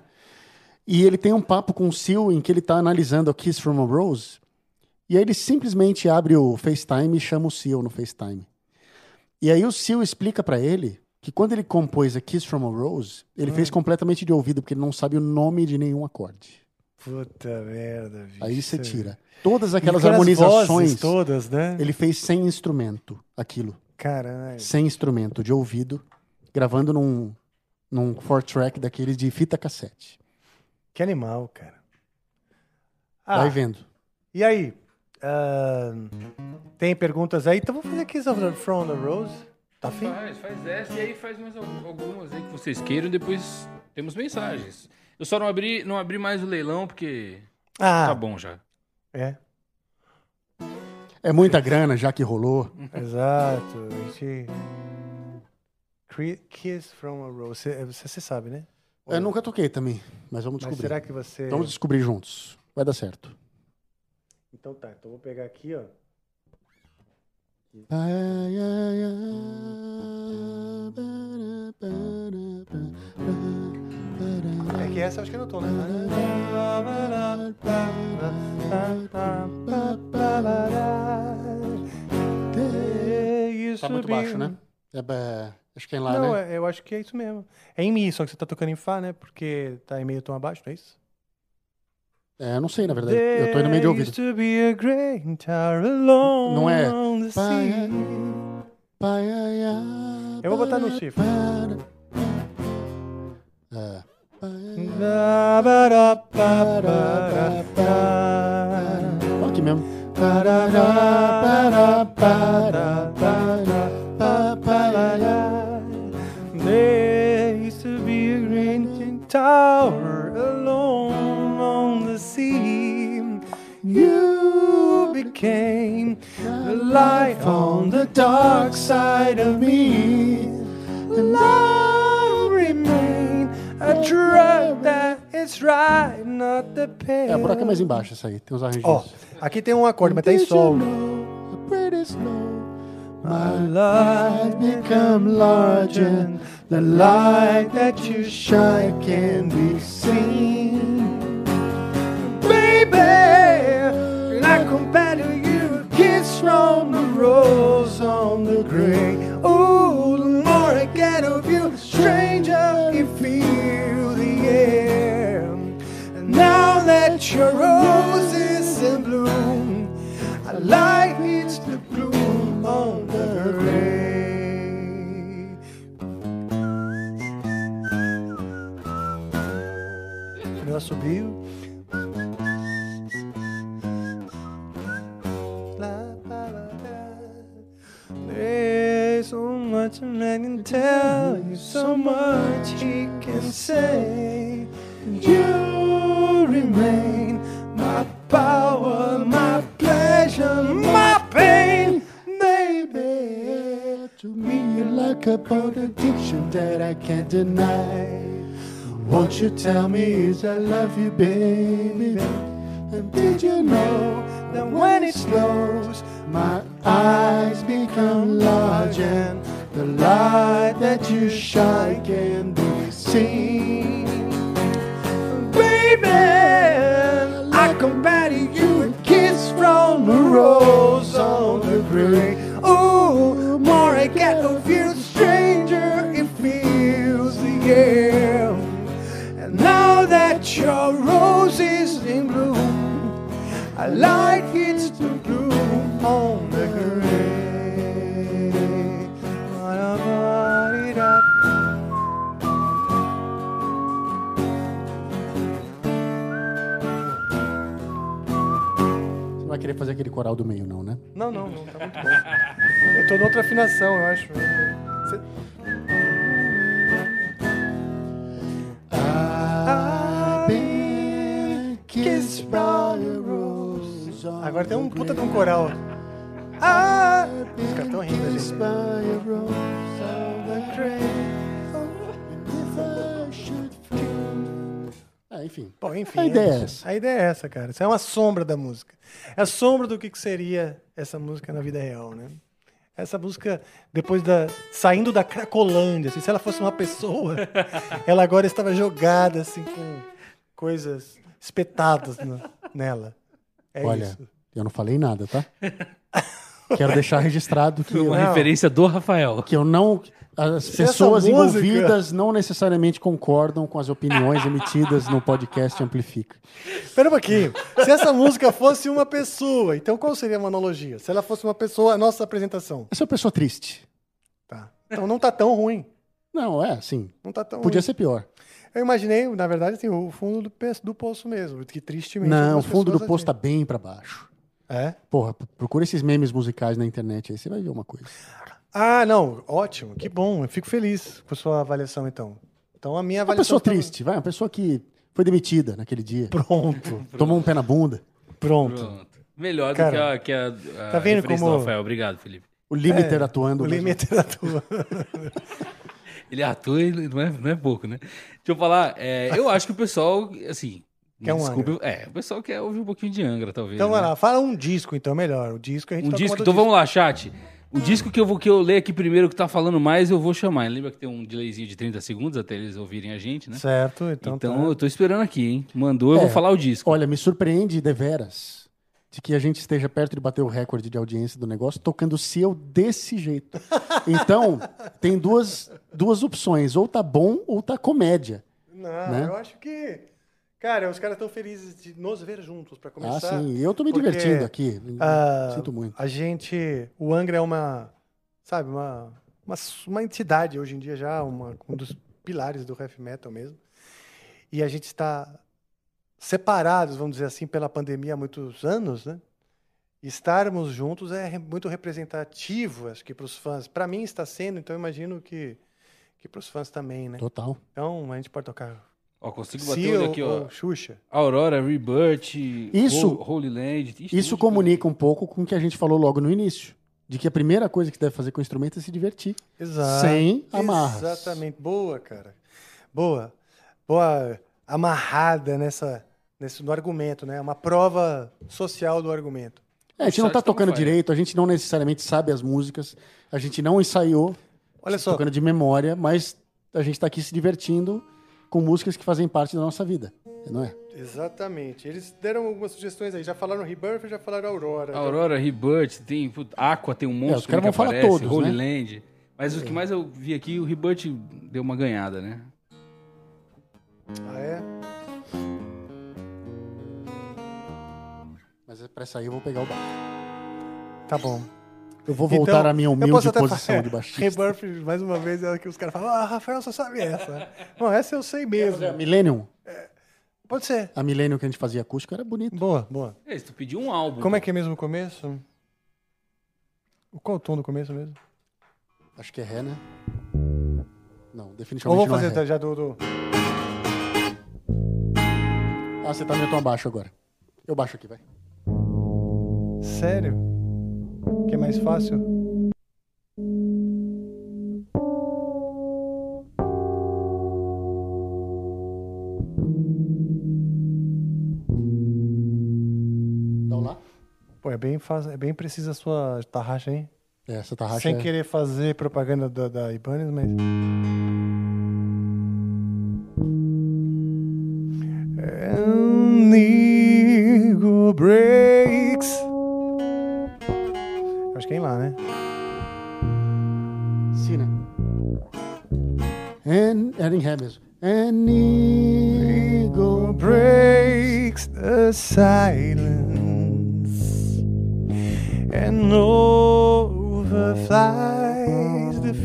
E ele tem um papo com o Seal em que ele está analisando a Kiss from a Rose. E aí ele simplesmente abre o FaceTime e chama o Seal no FaceTime. E aí o Seal explica para ele que quando ele compôs a Kiss from a Rose, ele Hum. fez completamente de ouvido, porque ele não sabe o nome de nenhum acorde. Puta merda, bicho. Aí você tira. Todas aquelas E aquelas harmonizações, vozes todas, né? ele fez sem instrumento, aquilo. Caralho. Sem instrumento, de ouvido, gravando num, num four-track daqueles de fita cassete. Que animal, cara. Ah, Vai vendo. e aí? Ah, tem perguntas aí? Então vamos fazer Kiss of the, from the Rose. Tá afim? Faz, faz essa e aí faz mais al- algumas aí que vocês queiram e depois temos mensagens. Eu só não abri, não abri mais o leilão porque Ah, tá bom já. é. É muita grana, já que rolou. Exato. A gente... Kiss from a Rose. Você, você, você sabe, né? Eu nunca toquei também, mas vamos Mas descobrir. será que você... Vamos descobrir juntos. Vai dar certo. Então tá, então vou pegar aqui, ó. É que essa eu acho que eu não tô, né? Tá muito baixo, né? É, é, acho que é em lá, não, né? é, eu acho que é isso mesmo. É em Mi, só que você tá tocando em Fá, né? Porque tá em meio tom abaixo, não é isso? É, eu não sei, na verdade. Eu tô indo meio de ouvido. There used to be a great tower alone Não é. on the sea. Eu vou botar no cifra. É. Olha aqui mesmo. There used to be a great tower alone on the sea. You became the light on the dark side of me. And I remain a drug that is right, not the pain. É, a buraca é mais embaixo essa aí. Tem uns arranjos. Ó, aqui tem um acorde, mas tem solo. My light become larger, the light that you shine can be seen. Baby, I compare to you, a kiss from the rose on the grave. Oh, the more I get of you, stranger you feel the air. And now that your rose is in bloom, a light hits the bloom on the grave. Ela subiu. There's so much a man can tell you, so much he can say. And you remain my power, my pleasure, my pain, baby. To me you're like a bold addiction that I can't deny. Won't you tell me is I love you, baby? And did you know that when it snows, my eyes become large and the light that you shine can be seen? Baby, I compare to you a kiss from a rose on the grave. Oh, more I get of you, stranger it feels the air. And now that your rose is in bloom, a light hits the bloom on the grave. Você não vai querer fazer aquele coral do meio, não, né? Não, não, não, tá muito bom. Eu tô noutra afinação, eu acho. Você... Agora tem um puta de um coral. Ah, os caras tão rindo ali. Ah, enfim. Bom, enfim. A ideia é é essa. A ideia é essa, cara. Isso é uma sombra da música. É a sombra do que que seria essa música na vida real, né? Essa música, depois da... saindo da Cracolândia, assim, se ela fosse uma pessoa, ela agora estava jogada, assim, com coisas espetadas no, nela. É Olha, isso. eu não falei nada, tá? Quero deixar registrado que Uma eu, referência do Rafael. que eu não... As Se essa pessoas música- envolvidas não necessariamente concordam com as opiniões emitidas no podcast Amplifica. Espera um pouquinho. Se essa música fosse uma pessoa, então qual seria uma analogia? Se ela fosse uma pessoa, a nossa apresentação. Essa é uma pessoa triste. Tá. Então não tá tão ruim. Não, é, sim. Não tá tão Podia ruim. ser pior. Eu imaginei, na verdade, assim, o fundo do, pe- do poço mesmo. Que tristemente. Não, o algumas fundo do pessoas poço tá assim. bem pra baixo. É? Porra, p- procura esses memes musicais na internet aí, você vai ver uma coisa. Ah, não. Ótimo. Que bom. Eu fico feliz com a sua avaliação, então. Então a minha Uma avaliação. pessoa tá- triste, vai, uma pessoa que foi demitida naquele dia. Pronto. Tomou um pé na bunda. Pronto. Pronto. Melhor do Cara, que a, que a, a tá vendo referência como- do Rafael. Obrigado, Felipe. O Limiter É, atuando. O mesmo. limite da tua. Ele atua e não é, não é pouco, né? Deixa eu falar, é, eu acho que o pessoal, assim... Quer um desculpe, é, o pessoal quer ouvir um pouquinho de Angra, talvez. Então, né? vai lá, fala um disco, então, melhor. O disco a gente Um toca disco, uma do então vamos lá, chat. O disco que eu vou que eu ler aqui primeiro, que tá falando mais, eu vou chamar. Lembra que tem um delayzinho de trinta segundos até eles ouvirem a gente, né? Certo, então, Então tá. eu tô esperando aqui, hein? Mandou, eu É, vou falar o disco. Olha, me surpreende deveras de que a gente esteja perto de bater o recorde de audiência do negócio tocando Seal desse jeito. Então, tem duas, duas opções. Ou tá bom ou tá comédia. Não, né? eu acho que... Cara, os caras estão felizes de nos ver juntos, pra Ah, começar. sim. Eu tô me porque, divertindo aqui. ah, Sinto muito. A gente... O Angra é uma... Sabe, uma, uma, uma entidade hoje em dia já, uma, um dos pilares do heavy metal mesmo. E a gente está separados, vamos dizer assim, pela pandemia há muitos anos, né? Estarmos juntos é re- muito representativo, acho que para os fãs. Para mim está sendo, então eu imagino que, que para os fãs também, né? Total. Então a gente pode tocar Ó, consigo bater Seal olho aqui, ó. ou Xuxa. Aurora, Rebirth, Isso- Ho- Holy Land. Ixi, tem um monte Isso de comunica um pouco com o que a gente falou logo no início. De que a primeira coisa que deve fazer com o instrumento é se divertir. Exato. Sem amarras. Exatamente. Boa, cara. Boa. Boa amarrada nessa, nesse, no argumento, né? Uma prova social do argumento. É, a gente não Chat tá tá on tocando fire. direito, a gente não necessariamente sabe as músicas, a gente não ensaiou, Olha só. tocando de memória, mas a gente tá aqui se divertindo com músicas que fazem parte da nossa vida, não é? Exatamente. Eles deram algumas sugestões aí. Já falaram Rebirth, já falaram Aurora. já- Aurora, Rebirth, tem put, Aqua, tem um monte É, os caras vão que falar aparece, todos, Holy né? Land. Mas o que mais eu vi aqui, o Rebirth deu uma ganhada, né? Ah, é? Mas é pra sair eu vou pegar o baixo. Tá bom. Eu vou voltar Então, à minha eu humilde posso até posição falar- de baixista. Rebirth, mais uma vez, é que os caras falam, ah, Rafael só sabe essa. Bom, essa eu sei mesmo. A Millennium, Pode ser. a Millennium que a gente fazia acústico era bonito. Boa, boa. É, se tu pediu um álbum. Como é que é mesmo o começo? Qual o tom do começo mesmo? Acho que é Ré, né? Não, Ou definitivamente vou não é fazer Ré. já do... do... Ah, você tá meio tom abaixo agora. Eu baixo aqui, vai. Sério? Que é mais fácil? Dá um lá? Pô, é bem fácil, é bem precisa a sua tarraxa, hein? É, essa tarraxa Sem é... querer fazer propaganda da, da Ibanez, mas... And Nego breaks. Acho que é em lá, né? Si, né? And, era em Ré mesmo. And eagle breaks the silence and overflies the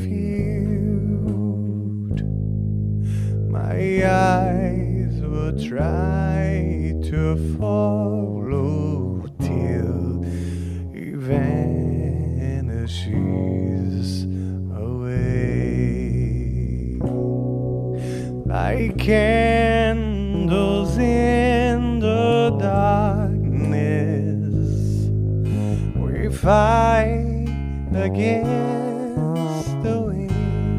field. My eyes will try to follow till he vanishes away. Like candles in the darkness, we fight against the wind.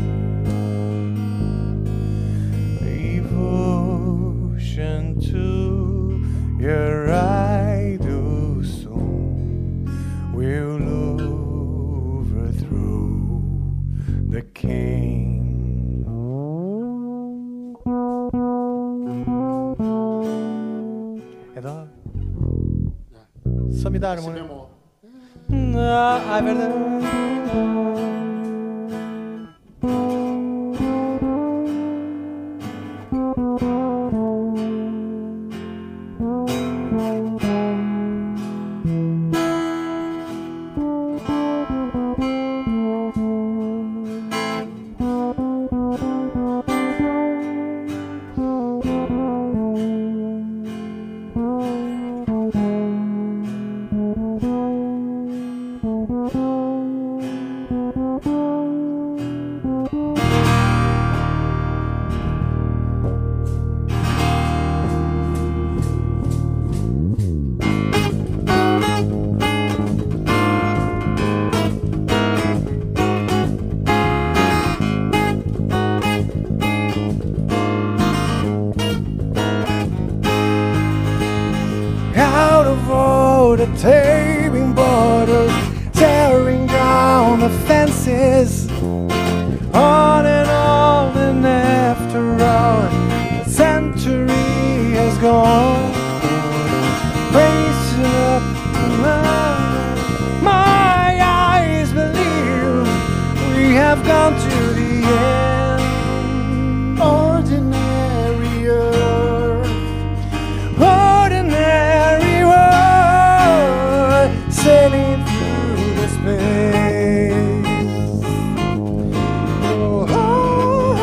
Devotion to your idol song will overthrow the king. É dó. Só me dá uma. bemol. Ah, é verdade. the fences, on and on, and after all, the century has gone. Racing up my eyes believe we have gone to the end. Ordinary earth, ordinary world, sailing through the space. Oh, oh,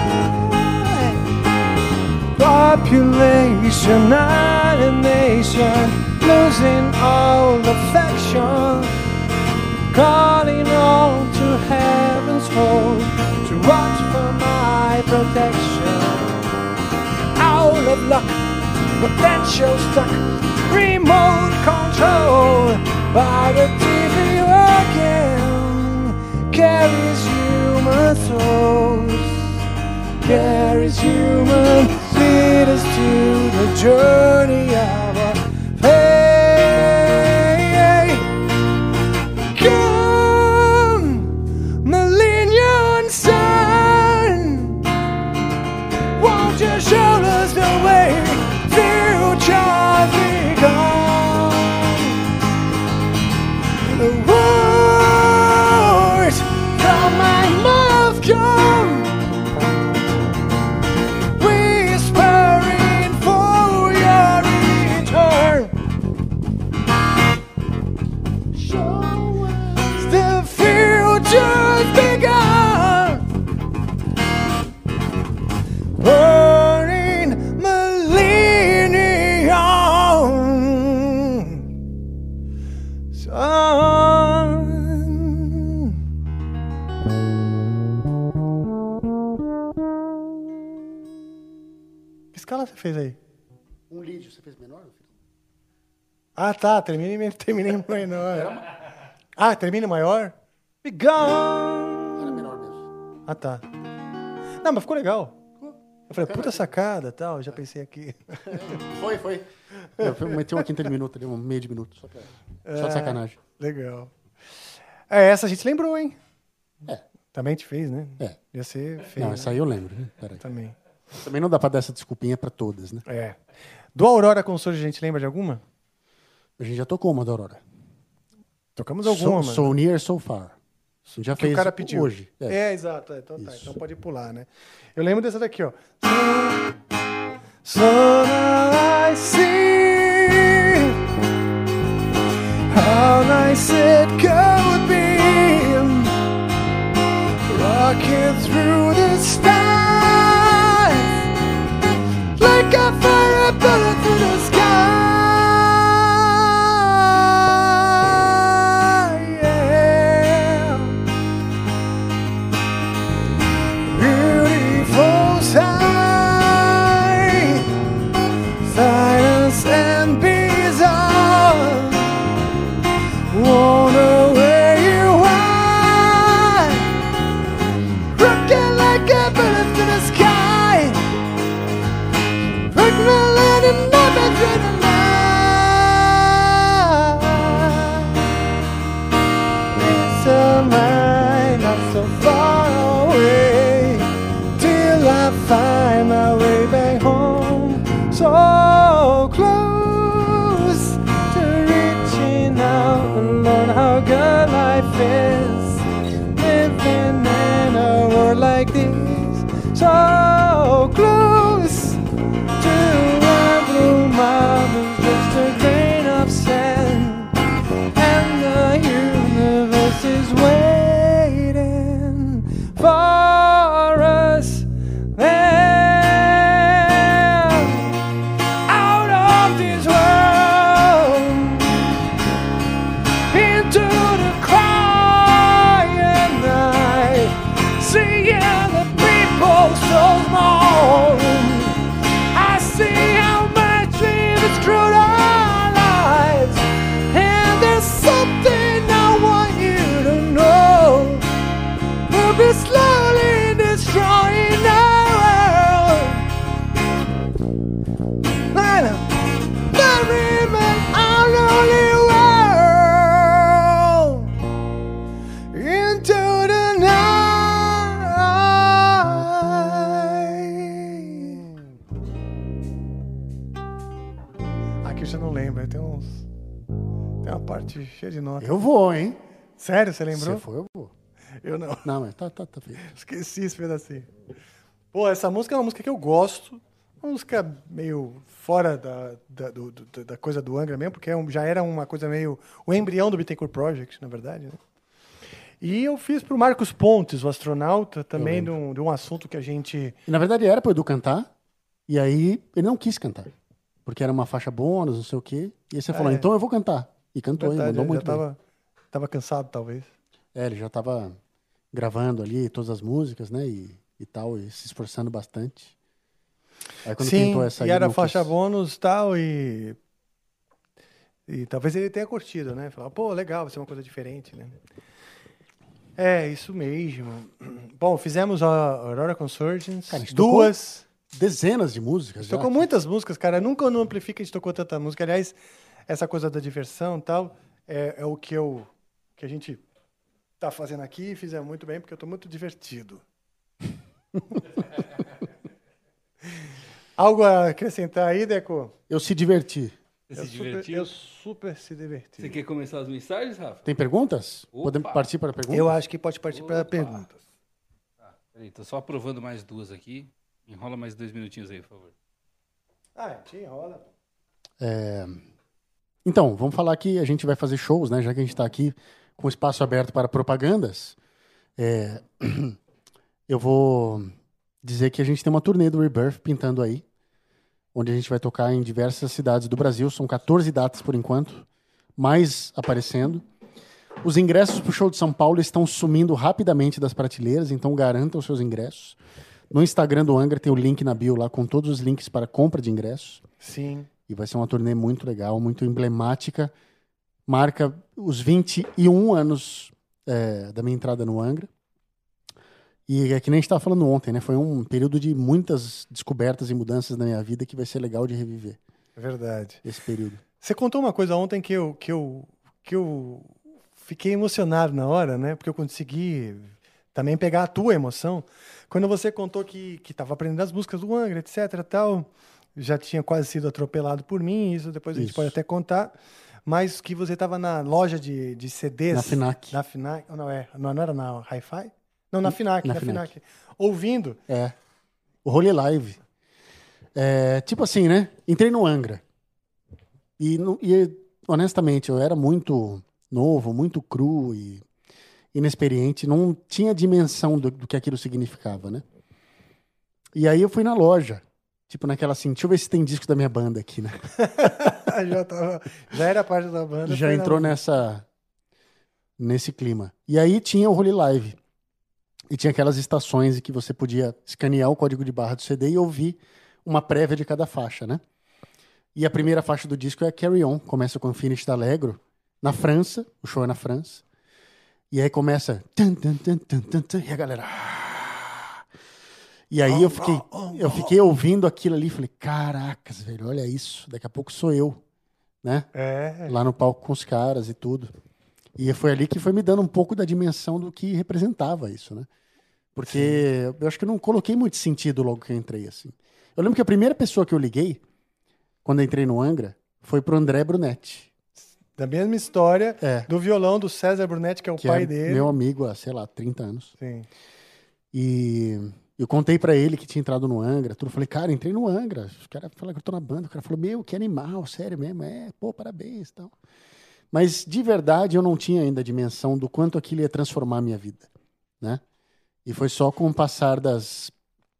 oh. Population, annihilation, losing all affection, calling all to heaven's hold to watch for my protection. Out of luck, potential stuck, remote control by the T V again. Carries human souls, carries human leaders to the journey of our faith. Come, millennium sun, won't you show us the way? Future begun. The words from my mouth come, whispering for your return. Show us the future's begun. Burning millennium sun. Que escala você fez aí? Um lídio, você fez menor? Ah, tá. Termina em termina em menor. Ah, termina em maior? Be gone. Era menor mesmo. Ah, tá. Não, mas ficou legal. Eu falei, puta sacada e tal. Eu já pensei aqui. Foi, foi. Eu meti uma quinta de minuto ali, um meio de minuto. Só, pra, só de sacanagem. Legal. É, essa a gente lembrou, hein? É. Também te fez, né? É. Ia ser feio. Não, essa aí eu lembro. Né? Peraí. Também. Também não dá pra dar essa desculpinha pra todas, né? É. Do Aurora Console, a gente lembra de alguma? A gente já tocou uma da Aurora. Tocamos alguma, So, mano. so Near, So Far. A gente já Que fez o cara pediu. hoje. É, exato. É, então tá. Isso. Então pode pular, né? Eu lembro dessa daqui, ó. So now I see how nice it could be, rocking through the stars like a fire bullet through the sky. Yeah. Beautiful sight, silence and bizarre. Wonder where you are, rocking like a bullet through the sky, rocking the land and never through the night. It's a mind not so far away, till I find my way back home. So close to reaching out and learn how good life is, living in a world like this. So close to where blue mountains, just a grain of sand, and the universe is waiting for us there. Out of this world, into the quiet night, seeing the people so small. Christian não lembra. Tem uns... Tem uma parte cheia de notas. Eu vou, hein? Sério, você lembrou? Se for, eu vou. Eu não. Não, mas tá, tá, tá feio. Esqueci esse pedacinho. Pô, essa música é uma música que eu gosto. Uma música meio fora da, da, do, do, da coisa do Angra mesmo, porque é um, já era uma coisa meio... O embrião do Bittencourt Project, na verdade, né? E eu fiz pro Marcos Pontes, o astronauta, também de um, de um assunto que a gente... E, na verdade, era pro Edu cantar, e aí ele não quis cantar. Porque era uma faixa bônus, não sei o quê. E aí você Ah, falou, é. então eu vou cantar. E cantou, Verdade, e mandou eu muito já bem. tava, tava cansado, talvez. É, ele já tava gravando ali todas as músicas, né? E, e tal, e se esforçando bastante. Aí quando Sim, pintou essa aí, e era não faixa quis. bônus e tal, e... E talvez ele tenha curtido, né? Falar, pô, legal, vai ser uma coisa diferente, né? É, isso mesmo. Bom, fizemos a Aurora Consurgence, Cara, a gente tocou duas... Dezenas de músicas. A gente tocou muitas músicas, cara. Nunca no Amplifica a gente tocou tanta música. Aliás, essa coisa da diversão e tal é, é o que, eu, que a gente tá fazendo aqui e fizemos muito bem, porque eu tô muito divertido. Algo a acrescentar aí, Deco? Eu se diverti. Você eu, se super, divertiu? eu super se diverti. Você quer começar as mensagens, Rafa? Tem perguntas? Opa. Podemos partir para perguntas? Eu acho que pode partir para Opa. perguntas. Tá, peraí, tô só aprovando mais duas aqui. Enrola mais dois minutinhos aí, por favor. Ah, te enrola. É... Então, vamos falar que a gente vai fazer shows, né? Já que a gente está aqui com espaço aberto para propagandas. É... Eu vou dizer que a gente tem uma turnê do Rebirth pintando aí, onde a gente vai tocar em diversas cidades do Brasil. São quatorze datas por enquanto, mais aparecendo. Os ingressos para o show de São Paulo estão sumindo rapidamente das prateleiras, então garantam os seus ingressos. No Instagram do Angra tem o link na bio lá com todos os links para compra de ingressos. Sim. E vai ser uma turnê muito legal, muito emblemática. Marca os vinte e um anos é, da minha entrada no Angra. E é que nem a gente estava falando ontem, né? Foi um período de muitas descobertas e mudanças na minha vida que vai ser legal de reviver É verdade. esse período. Você contou uma coisa ontem que eu, que eu, que eu fiquei emocionado na hora, né? Porque eu consegui também pegar a tua emoção. Quando você contou que que estava aprendendo as músicas do Angra, etc, tal, já tinha quase sido atropelado por mim, isso depois a gente Isso. pode até contar, mas que você estava na loja de, de C Ds. Na FINAC. Na FINAC, não é, não, não era na Hi-Fi? Não, na FINAC, Na na, FINAC. FINAC. Ouvindo. É. O Holy Live. É, tipo assim, né? Entrei no Angra. E, no- e, honestamente, eu era muito novo, muito cru e inexperiente. Não tinha dimensão do, do que aquilo significava, né? E aí eu fui na loja. Tipo, naquela assim, deixa eu ver se tem disco da minha banda aqui, né? já, tava, já era parte da banda. Já foi na- entrou nessa nesse clima. E aí tinha o Holy Live. E tinha aquelas estações em que você podia escanear o código de barra do C D e ouvir uma prévia de cada faixa, né? E a primeira faixa do disco é Carry On, começa com Finish da Allegro, na França, o show é na França. E aí começa tan, tan, tan, tan, tan, tan, e a galera "Ah". E aí eu fiquei eu fiquei ouvindo aquilo ali e falei, caracas, velho, olha isso, daqui a pouco sou eu, né? É, Lá no palco com os caras e tudo. E foi ali que foi me dando um pouco da dimensão do que representava isso, né? Porque eu acho que eu não coloquei muito sentido logo que eu entrei, assim. Eu lembro que a primeira pessoa que eu liguei, quando eu entrei no Angra, foi pro André Brunetti, da mesma história É. do violão do César Brunetti, que é o que pai é dele. meu amigo há, sei lá, trinta anos. Sim. E eu contei pra ele que tinha entrado no Angra, tudo. Eu falei, cara, entrei no Angra. Os caras falaram que eu tô na banda. O cara falou, meu, que animal, sério mesmo. É, pô, parabéns e tal. Mas, de verdade, eu não tinha ainda a dimensão do quanto aquilo ia transformar a minha vida, né? E foi só com o passar das...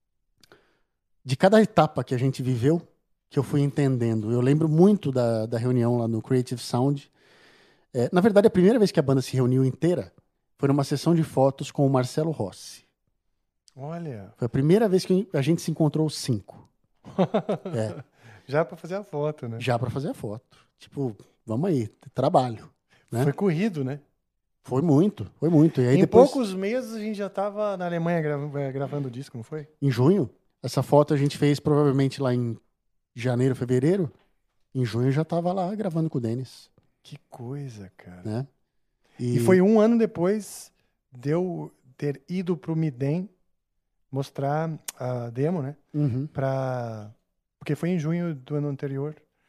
de cada etapa que a gente viveu que eu fui entendendo. Eu lembro muito da, da reunião lá no Creative Sound. É, na verdade, a primeira vez que a banda se reuniu inteira foi numa sessão de fotos com o Marcelo Rossi. Olha, Foi a primeira vez que a gente se encontrou os cinco. É, já para fazer a foto, né? já pra fazer a foto. Tipo, vamos aí, trabalho. Né? Foi corrido, né? Foi muito, foi muito. E aí em depois, poucos meses a gente já estava na Alemanha gra- eh, gravando o disco, não foi? em junho, essa foto a gente fez provavelmente lá em janeiro, fevereiro. Em junho eu já tava lá gravando com o Denis, Que coisa, cara. né? E, foi um ano depois de eu ter ido pro Midem mostrar a demo, né? Uhum. Pra... Porque foi em junho do ano anterior.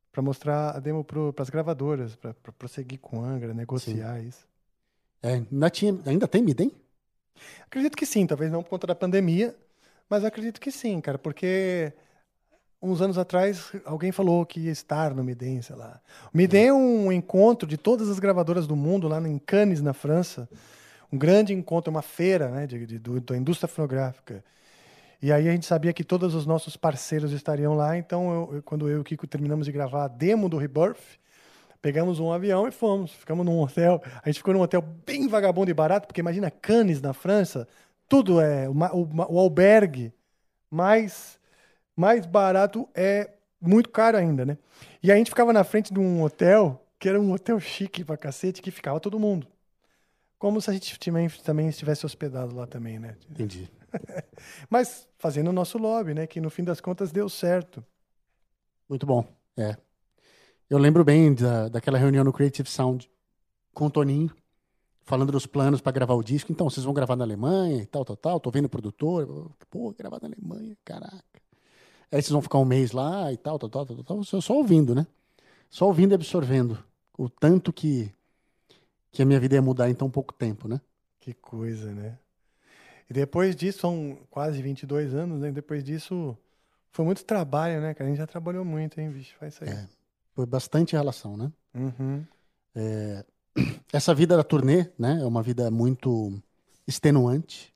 para mostrar a demo para as gravadoras, para prosseguir com Angra, negociar sim. isso. É, ainda, tinha, ainda tem Midem? Acredito que sim, talvez não por conta da pandemia, mas acredito que sim, cara, porque uns anos atrás alguém falou que ia estar no Midem, sei lá. O Midem é um encontro de todas as gravadoras do mundo, lá em Cannes, na França. Um grande encontro, uma feira, né, de, de, do, da indústria fonográfica. E aí a gente sabia que todos os nossos parceiros estariam lá, então eu, eu, quando eu e o Kiko terminamos de gravar a demo do Rebirth, pegamos um avião e fomos. Ficamos num hotel. A gente ficou num hotel bem vagabundo e barato, porque imagina Cannes, na França, tudo é... O, o, o albergue mais, mais barato é muito caro ainda, né? E a gente ficava na frente de um hotel, que era um hotel chique pra cacete, que ficava todo mundo. Como se a gente também, também estivesse hospedado lá também, né? Entendi. Mas fazendo o nosso lobby, né? Que no fim das contas deu certo. Muito bom, é. Eu lembro bem da, daquela reunião no Creative Sound com o Toninho, falando dos planos para gravar o disco. Então, vocês vão gravar na Alemanha e tal, tal, tal. Tô vendo o produtor. Pô, gravar na Alemanha, caraca. Aí vocês vão ficar um mês lá e tal, tal, tal, tal, tal. Só, só ouvindo, né? Só ouvindo e absorvendo. O tanto que, que a minha vida ia mudar em tão pouco tempo, né? Que coisa, né? E depois disso, são quase vinte e dois anos, né? Depois disso, foi muito trabalho, né, cara? A gente já trabalhou muito, hein, bicho? Faz isso aí. É, foi bastante relação, né? Uhum. É, essa vida da turnê, né? É uma vida muito extenuante.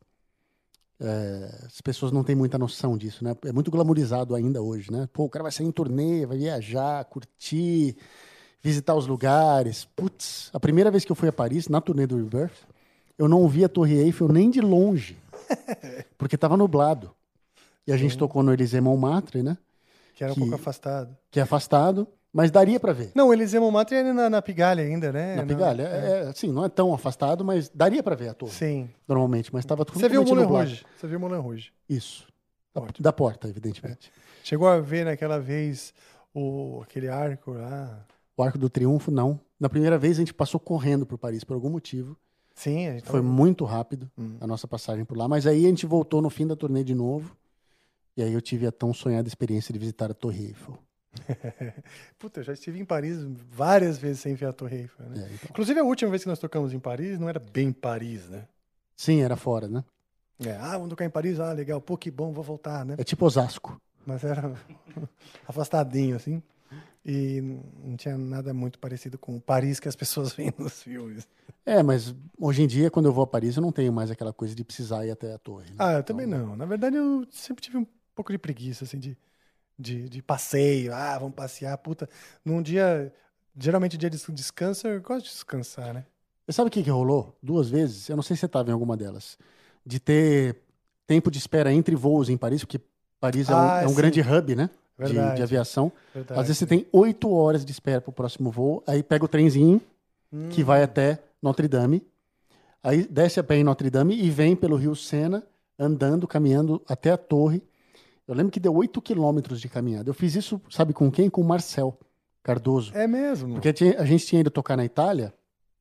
É, as pessoas não têm muita noção disso, né? É muito glamourizado ainda hoje, né? Pô, o cara vai sair em turnê, vai viajar, curtir, visitar os lugares. Putz, a primeira vez que eu fui a Paris, na turnê do Rebirth, eu não vi a Torre Eiffel nem de longe, porque estava nublado. E a gente Sim. tocou no Élysée Montmartre, né? Que era um que, pouco afastado. Que é afastado, mas daria para ver. Não, o Élysée Montmartre é na, na Pigalle ainda, né? Na Pigalle, é, é. é assim, não é tão afastado, mas daria para ver a torre. Sim. Normalmente, mas estava tudo Você viu o Moulin Rouge? Você viu o Moulin Rouge? Isso. Da, da porta, evidentemente. É. Chegou a ver naquela vez o, aquele arco lá? O Arco do Triunfo, não. Na primeira vez a gente passou correndo por Paris por algum motivo. Sim. A gente Foi tava... muito rápido hum. a nossa passagem por lá, mas aí a gente voltou no fim da turnê de novo. E aí eu tive a tão sonhada experiência de visitar a Torre Eiffel. Puta, eu já estive em Paris várias vezes sem ver a Torre Eiffel, né? É, então. Inclusive, a última vez que nós tocamos em Paris, não era bem Paris, né? Sim, era fora, né? É, ah, vamos tocar em Paris? Ah, legal. Pô, que bom, vou voltar, né? É tipo Osasco. Mas era afastadinho, assim. E não tinha nada muito parecido com o Paris que as pessoas veem nos filmes. É, mas hoje em dia, quando eu vou a Paris, eu não tenho mais aquela coisa de precisar ir até a torre. Né? Ah, eu então... também não. Na verdade, eu sempre tive um pouco de preguiça, assim, de, de, de passeio. Ah, vamos passear, puta. Num dia, geralmente dia de descanso, eu gosto de descansar, né? Você sabe o que, que rolou? Duas vezes, eu não sei se você estava em alguma delas, de ter tempo de espera entre voos em Paris, porque Paris é um, ah, é um grande hub, né? De, de aviação. Verdade. Às vezes você tem oito horas de espera para o próximo voo, aí pega o trenzinho hum. que vai até Notre Dame, aí desce a pé em Notre Dame e vem pelo Rio Sena, andando, caminhando até a torre. Eu lembro que deu oito quilômetros de caminhada. Eu fiz isso, sabe com quem? Com o Marcel Cardoso. É mesmo? Porque a gente tinha ido tocar na Itália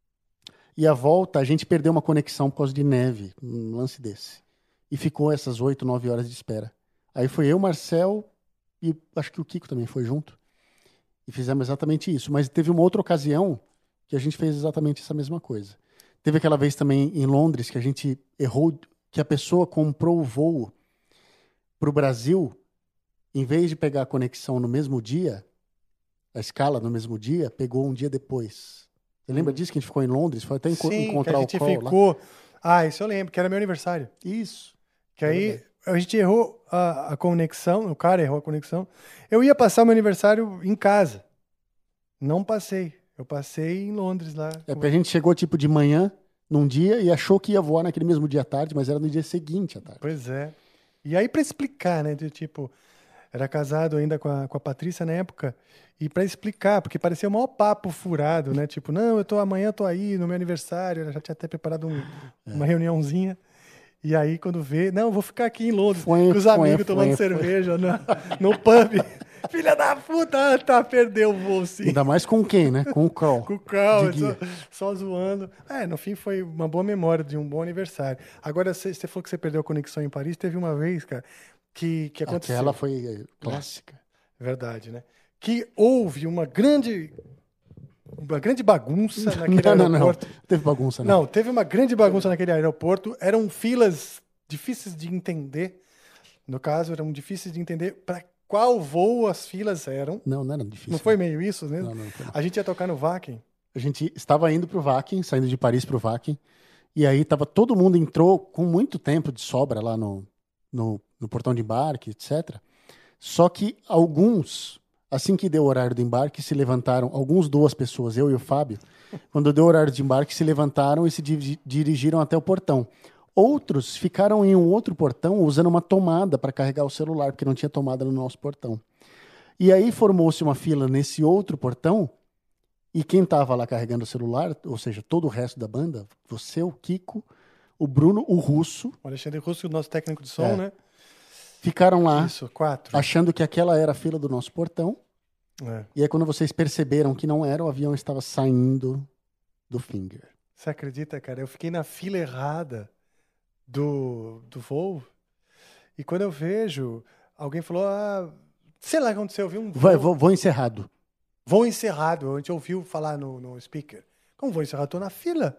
e a volta a gente perdeu uma conexão por causa de neve, um lance desse. E ficou essas oito, nove horas de espera. Aí foi eu, Marcel... E acho que o Kiko também foi junto. E fizemos exatamente isso. Mas teve uma outra ocasião que a gente fez exatamente essa mesma coisa. Teve aquela vez também em Londres que a gente errou, que a pessoa comprou o voo para o Brasil, em vez de pegar a conexão no mesmo dia, a escala no mesmo dia, pegou um dia depois. Você hum. lembra disso que a gente ficou em Londres? Foi até enco Sim, encontrar que a gente o call ficou... lá. Ah, isso eu lembro, que era meu aniversário. Isso. Que aí... A gente errou a, a conexão, o cara errou a conexão. Eu ia passar o meu aniversário em casa. Não passei. Eu passei em Londres lá. É porque a gente chegou tipo de manhã, num dia, e achou que ia voar naquele mesmo dia à tarde, mas era no dia seguinte à tarde. Pois é. E aí pra explicar, né? De, tipo, era casado ainda com a, com a Patrícia na época. E pra explicar, porque parecia o maior papo furado, né? Tipo, não, eu tô amanhã, eu tô aí no meu aniversário. Eu já tinha até preparado um, é. uma reuniãozinha. E aí, quando vê, não, vou ficar aqui em Londres, foi, com os amigos foi, tomando foi, cerveja foi. No, no pub. Filha da puta, tá, perdeu o voo, sim. Ainda mais com quem, né? Com o Carl. Com o Carl, só, só zoando. É, no fim foi uma boa memória de um bom aniversário. Agora, você falou que você perdeu a conexão em Paris. Teve uma vez, cara, que, que aconteceu. Aquela foi clássica. É, verdade, né? que houve uma grande, uma grande bagunça naquele não, não, aeroporto. não. Teve bagunça, não. Não, teve uma grande bagunça naquele aeroporto. Eram filas difíceis de entender. No caso, eram difíceis de entender para qual voo as filas eram. Não, não era difícil. Não foi meio isso, né? Não, não, foi não. A gente ia tocar no Wacken. A gente estava indo pro Wacken, saindo de Paris pro Wacken, e aí tava, todo mundo entrou com muito tempo de sobra lá no, no, no portão de embarque, etcétera. Só que alguns, assim que deu o horário do embarque, se levantaram, alguns duas pessoas, eu e o Fábio, quando deu o horário de embarque, se levantaram e se di- dirigiram até o portão. Outros ficaram em um outro portão usando uma tomada para carregar o celular, porque não tinha tomada no nosso portão. E aí formou-se uma fila nesse outro portão, e quem estava lá carregando o celular, ou seja, todo o resto da banda, você, o Kiko, o Bruno, o Russo, O Alexandre Russo, nosso técnico de som, É. né? ficaram lá Isso, quatro. achando que aquela era a fila do nosso portão. É. E aí quando vocês perceberam que não era, o avião estava saindo do Finger. Você acredita, cara? Eu fiquei na fila errada do, do voo. E quando eu vejo, alguém falou, ah, sei lá o que aconteceu, eu vi um voo, Vai, vou, vou encerrado. voo encerrado. A gente ouviu falar no, no speaker. Como voo encerrado? Tô na fila.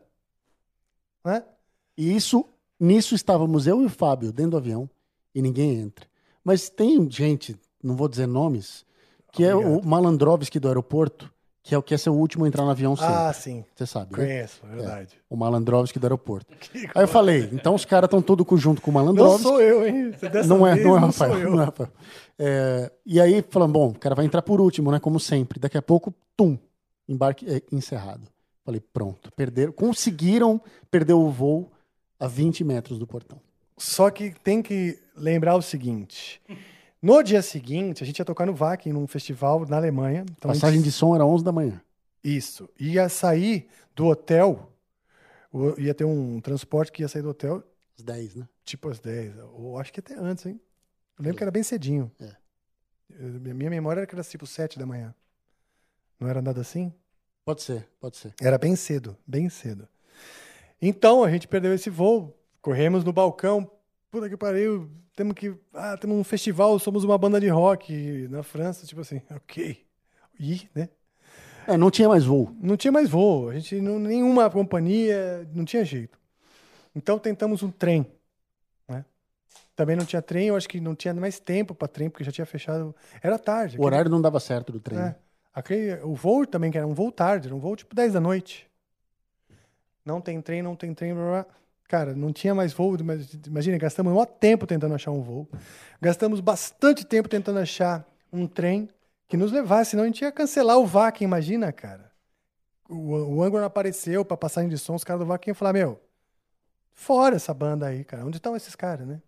Né? E isso, nisso estávamos eu e o Fábio dentro do avião e ninguém entra. Mas tem gente, não vou dizer nomes, que é Obrigado. o Malandrovski do aeroporto, que é o que é ser o último a entrar no avião sempre. Ah, sim. Você sabe, né? Conheço, é verdade. O Malandrovski do aeroporto. Aí eu falei, então os caras estão todos junto com o Não Malandrovski. sou eu, hein? Dessa Não é, vez, não é, não Rafael. sou eu. Não é, Rafael. É, e aí falando, bom, o cara vai entrar por último, né? Como sempre. Daqui a pouco, tum, embarque é, encerrado. Falei, pronto, perderam, conseguiram perder o voo a vinte metros do portão. Só que tem que lembrar o seguinte. No dia seguinte, a gente ia tocar no Wacken, num festival na Alemanha. Então a gente- Passagem de som era onze da manhã. Isso. Ia sair do hotel, o- ia ter um transporte que ia sair do hotel, Às dez, né? tipo às dez, ou acho que até antes, hein? Eu lembro que era bem cedinho. É. Eu- minha memória era que era tipo sete da manhã. Não era nada assim? Pode ser, pode ser. Era bem cedo, bem cedo. Então, a gente perdeu esse voo, corremos no balcão, puta que pariu, temos que, ah, temos um festival, somos uma banda de rock na França, tipo assim, ok. E, né? É, não tinha mais voo. Não tinha mais voo, a gente, não, nenhuma companhia, não tinha jeito. Então, tentamos um trem, né? Também não tinha trem, eu acho que não tinha mais tempo para trem, porque já tinha fechado, era tarde. O horário não dava certo do trem. É. Aquele, o voo também, que era um voo tarde, era um voo tipo dez da noite. Não tem trem, não tem trem, blá, blá. Cara, não tinha mais voo, mas imagina, gastamos um tempo tentando achar um voo. Gastamos bastante tempo tentando achar um trem que nos levasse, senão a gente ia cancelar o Wacken, imagina, cara. O, o ângulo não apareceu pra passagem de som, os caras do Wacken iam falar, meu, fora essa banda aí, cara, onde estão esses caras, né?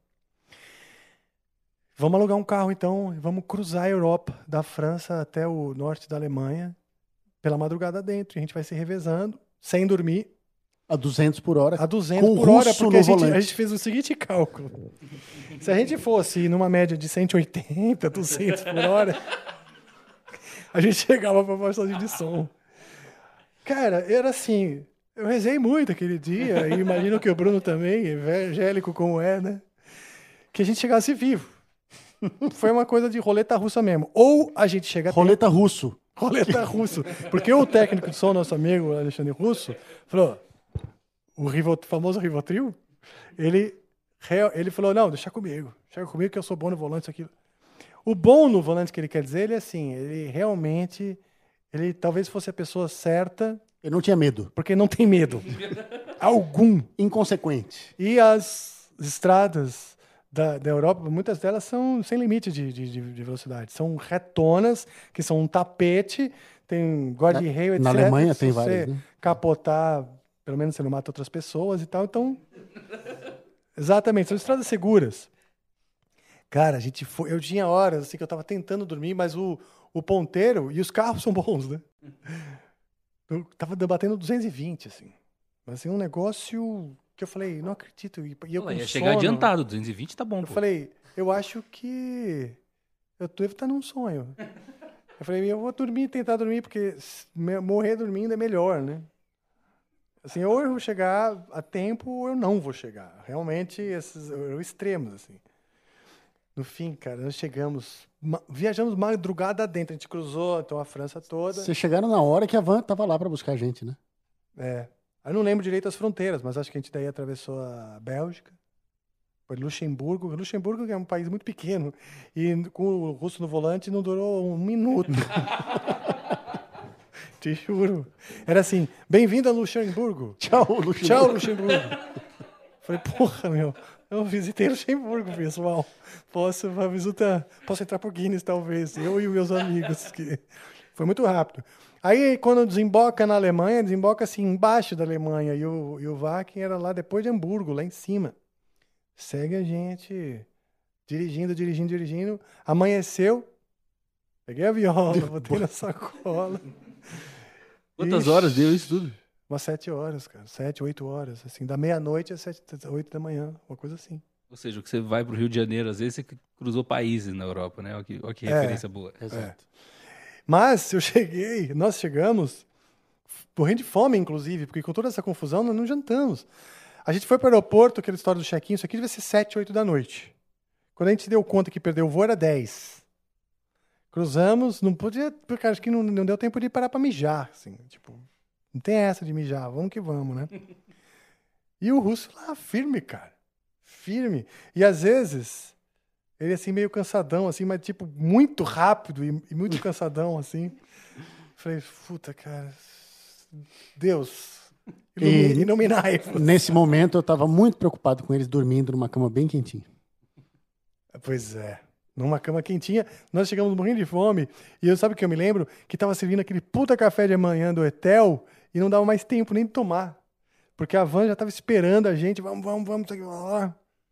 Vamos alugar um carro, então, e vamos cruzar a Europa, da França até o norte da Alemanha, pela madrugada dentro. E a gente vai se revezando, sem dormir, A duzentos por hora. a duzentos com o por hora, russo porque no a gente, volante. a gente fez o seguinte cálculo. Se a gente fosse numa média de cento e oitenta, duzentos por hora, a gente chegava pra passagem de som. Cara, era assim, eu rezei muito aquele dia, e imagino que o Bruno também, evangélico como é, né? Que a gente chegasse vivo. Foi uma coisa de roleta russa mesmo. Ou a gente chega a tempo- Roleta russo. roleta russo. Porque o técnico de som, nosso amigo Alexandre Russo, falou, o Rivo- famoso Rivotril, ele, real- ele falou, não, deixa comigo. Deixa comigo que eu sou bom no volante, isso aqui. O bom no volante que ele quer dizer, ele é assim, ele realmente, ele talvez fosse a pessoa certa, Eu não tinha medo. porque não tem medo. Algum. Inconsequente. E as estradas da, da Europa, muitas delas são sem limite de, de, de- de velocidade. São retonas, que são um tapete, tem guarda-reio, etcétera. Na Alemanha Se tem você várias, né? capotar, pelo menos você não mata outras pessoas e tal. Então, exatamente, são estradas seguras. Cara, a gente foi, eu tinha horas assim que eu tava tentando dormir, mas o, o ponteiro e os carros são bons, né? Eu tava batendo duzentos e vinte, assim. Mas assim, um negócio que eu falei, não acredito. E e eu Pô, com ia chegar sono. adiantado, duzentos e vinte tá bom, Eu pô. falei, eu acho que eu devo estar num sonho. Eu falei, eu vou dormir, tentar dormir, porque s- me- morrer dormindo é melhor, né? Assim, ou eu vou chegar a tempo, ou eu não vou chegar. Realmente, esses eram extremos, assim. No fim, cara, nós chegamos, ma- viajamos madrugada dentro, a gente cruzou então a França toda. Vocês chegaram na hora que a van tava lá pra buscar a gente, né? É. Eu não lembro direito as fronteiras, mas acho que a gente daí atravessou a Bélgica, foi Luxemburgo. Luxemburgo que é um país muito pequeno e com o russo no volante não durou um minuto. Te juro. Era assim, bem-vindo a Luxemburgo. Tchau, Luxemburgo. Tchau, Luxemburgo. Falei, porra, meu, eu visitei Luxemburgo, pessoal. Posso, uma visita, posso entrar por Guinness, talvez, eu e os meus amigos. Que... Foi muito rápido. Aí, quando desemboca na Alemanha, desemboca assim, embaixo da Alemanha. E o, e o Wacken era lá depois de Hamburgo, lá em cima. Segue a gente, dirigindo, dirigindo, dirigindo. Amanheceu, peguei a viola, botei na sacola. Quantas Ixi. horas deu isso tudo? Umas sete horas, cara. Sete, oito horas. Assim, da meia-noite às sete, oito da manhã. Uma coisa assim. Ou seja, que você vai pro Rio de Janeiro, às vezes você cruzou países na Europa, né? Olha que, olha que É. referência boa. Exato. Mas eu cheguei, nós chegamos, morrendo de fome, inclusive, porque com toda essa confusão nós não jantamos. A gente foi para o aeroporto, aquela história do check-in, isso aqui devia ser sete, oito da noite. Quando a gente deu conta que perdeu o voo, era dez. Cruzamos, não podia, porque acho que não, não deu tempo de parar para mijar, assim, tipo, não tem essa de mijar, vamos que vamos, né? E o russo lá, firme, cara, firme. E às vezes, ele assim, meio cansadão, assim, mas tipo, muito rápido e, e muito cansadão, assim. Falei, puta, cara, Deus, ilumi- E- iluminai-vos. Nesse momento eu tava muito preocupado com eles dormindo numa cama bem quentinha. Pois é. Numa cama quentinha, nós chegamos morrendo de fome. E eu sabe o que eu me lembro? Que tava servindo aquele puta café de manhã do hotel e não dava mais tempo nem de tomar. Porque a van já tava esperando a gente. Vamos, vamos, vamos. Sei lá.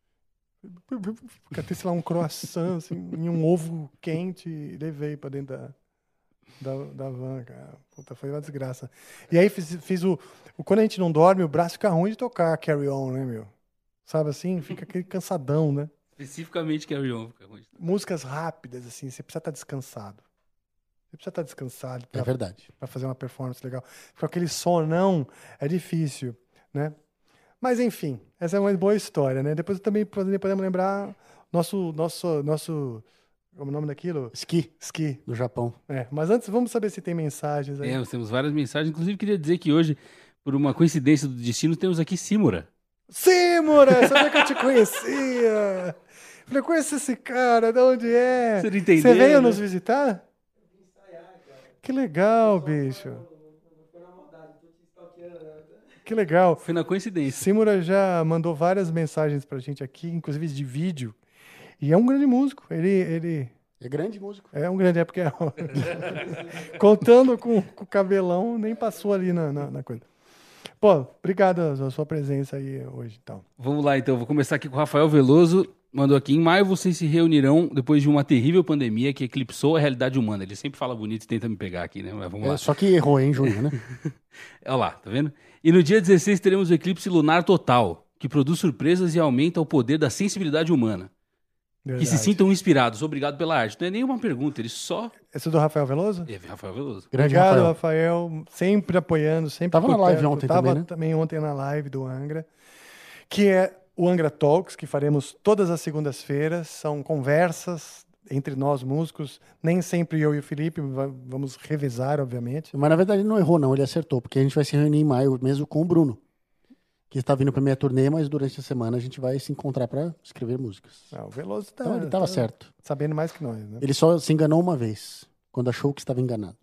Catei, sei lá, um croissant, assim, e um ovo quente e levei pra dentro da, da, da van, cara. Puta, foi uma desgraça. E aí fiz, fiz o, o... Quando a gente não dorme, o braço fica ruim de tocar Carry On, né, meu? Sabe assim? Fica aquele cansadão, né? Especificamente Carry On. fica ruim. Músicas rápidas, assim, você precisa estar descansado. Você precisa estar descansado É pra, verdade. pra fazer uma performance legal. Com aquele sonão, é difícil, né? Mas, enfim, essa é uma boa história, né? Depois também podemos lembrar nosso, nosso, nosso, como é o nome daquilo? Ski, Ski. do Japão. É, mas antes, vamos saber se tem mensagens aí. É, nós temos várias mensagens. Inclusive, queria dizer que hoje, por uma coincidência do destino, temos aqui Simura. Simura, sabia que eu te conhecia? Falei, conheço esse cara, de onde é? Você não entendeu, Você veio né? nos visitar? Que legal, bicho. Que legal. Foi na coincidência. Simura já mandou várias mensagens pra gente aqui, inclusive de vídeo. E é um grande músico. Ele, ele É grande músico. é um grande... É porque... Contando com, com o cabelão, nem passou ali na, na, na coisa. Pô, obrigado a sua presença aí hoje, então. Vamos lá, então. Vou começar aqui com o Rafael Veloso. Mandou aqui. Em maio vocês se reunirão depois de uma terrível pandemia que eclipsou a realidade humana. Ele sempre fala bonito e tenta me pegar aqui, né? Mas vamos lá. É, só que errou, hein, junho, né? Olha lá, tá vendo? E no dia dezesseis teremos o eclipse lunar total, que produz surpresas e aumenta o poder da sensibilidade humana. Que se Verdade. sintam inspirados. Obrigado pela arte. Não é nenhuma pergunta, ele só... Esse é do Rafael Veloso? É, Rafael Veloso. Grande Obrigado, Rafael. Rafael. Sempre apoiando, sempre Tava por na live perto. ontem Tava também, né? também ontem na live do Angra, que é o Angra Talks, que faremos todas as segundas-feiras. São conversas entre nós músicos. Nem sempre eu e o Felipe va- vamos revezar, obviamente. Mas na verdade ele não errou, não. Ele acertou, porque a gente vai se reunir em maio mesmo com o Bruno, que está vindo para minha turnê, mas durante a semana a gente vai se encontrar para escrever músicas. Ah, o Veloso tá, Então ele estava tá certo. sabendo mais que nós, né? Ele só se enganou uma vez, quando achou que estava enganado.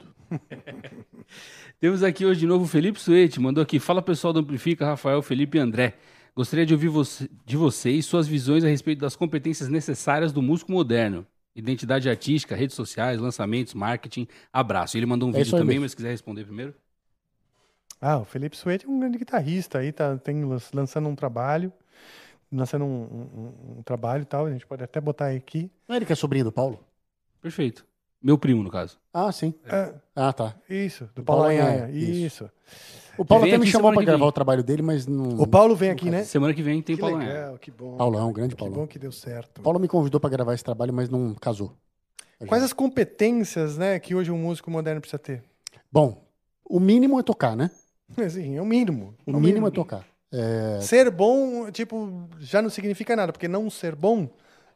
Temos aqui hoje de novo o Felipe Suete. Mandou aqui. Fala pessoal do Amplifica, Rafael, Felipe e André. Gostaria de ouvir você- de vocês suas visões a respeito das competências necessárias do músico moderno. Identidade artística, redes sociais, lançamentos, marketing. Abraço. Ele mandou um É vídeo isso aí também, mesmo. mas se quiser responder primeiro. Ah, o Felipe Suete é um grande guitarrista aí, tá tem, lan- lançando um trabalho, lançando um, um- um trabalho e tal, a gente pode até botar aqui. Não é ele que é sobrinho do Paulo? Perfeito. Meu primo, no caso. Ah, sim. Ah, Ah, tá. isso, do Do Paulo Paulo Anhaia, Anhaia, isso. O Paulo Vem até me aqui chamou semana para que gravar vem. o trabalho dele, mas não... O Paulo vem aqui, né? Semana que vem tem Que Paulo Anhaia. legal, que bom. Paulão, grande Que Paulão. bom que deu certo. O Paulo me convidou para gravar esse trabalho, mas não casou. Quais as competências, né, que hoje um músico moderno precisa ter? Bom, o mínimo é tocar, né? Assim, é o mínimo. O mínimo é tocar. É, Ser bom, tipo, já não significa nada, porque não ser bom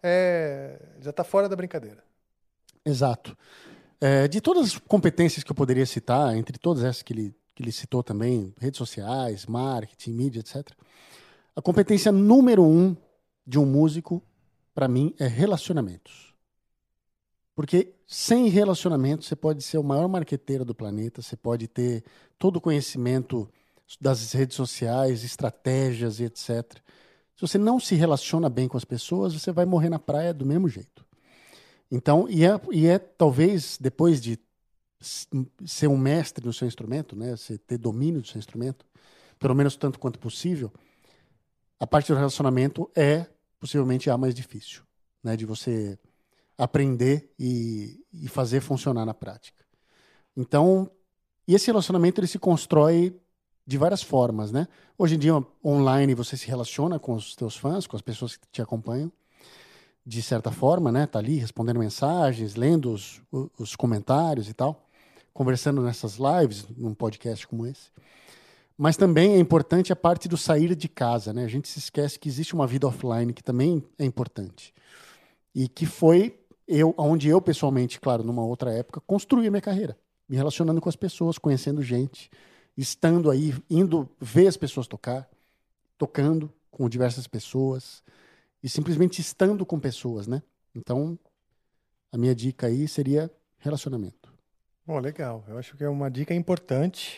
é, já está fora da brincadeira. Exato. É, de todas as competências que eu poderia citar, entre todas essas que ele, que ele citou também, redes sociais, marketing, mídia, etcétera, a competência número um de um músico, para mim, é relacionamentos. Porque sem relacionamento, você pode ser o maior marqueteiro do planeta, você pode ter todo o conhecimento das redes sociais, estratégias e etcétera. Se você não se relaciona bem com as pessoas, você vai morrer na praia do mesmo jeito. Então, e é, e é talvez, depois de ser um mestre no seu instrumento, né, você ter domínio do seu instrumento, pelo menos tanto quanto possível, a parte do relacionamento é possivelmente a mais difícil, né, de você aprender e, e fazer funcionar na prática. Então, e esse relacionamento ele se constrói de várias formas, né? Hoje em dia, online, você se relaciona com os teus fãs, com as pessoas que te acompanham, de certa forma, né? Tá ali respondendo mensagens, lendo os, os comentários e tal, conversando nessas lives, num podcast como esse. Mas também é importante a parte do sair de casa, né? A gente se esquece que existe uma vida offline que também é importante. E que foi eu, onde eu, pessoalmente, claro, numa outra época, construí a minha carreira. Me relacionando com as pessoas, conhecendo gente, estando aí, indo ver as pessoas tocar, tocando com diversas pessoas e simplesmente estando com pessoas, né? Então, a minha dica aí seria relacionamento. Bom, legal. Eu acho que é uma dica importante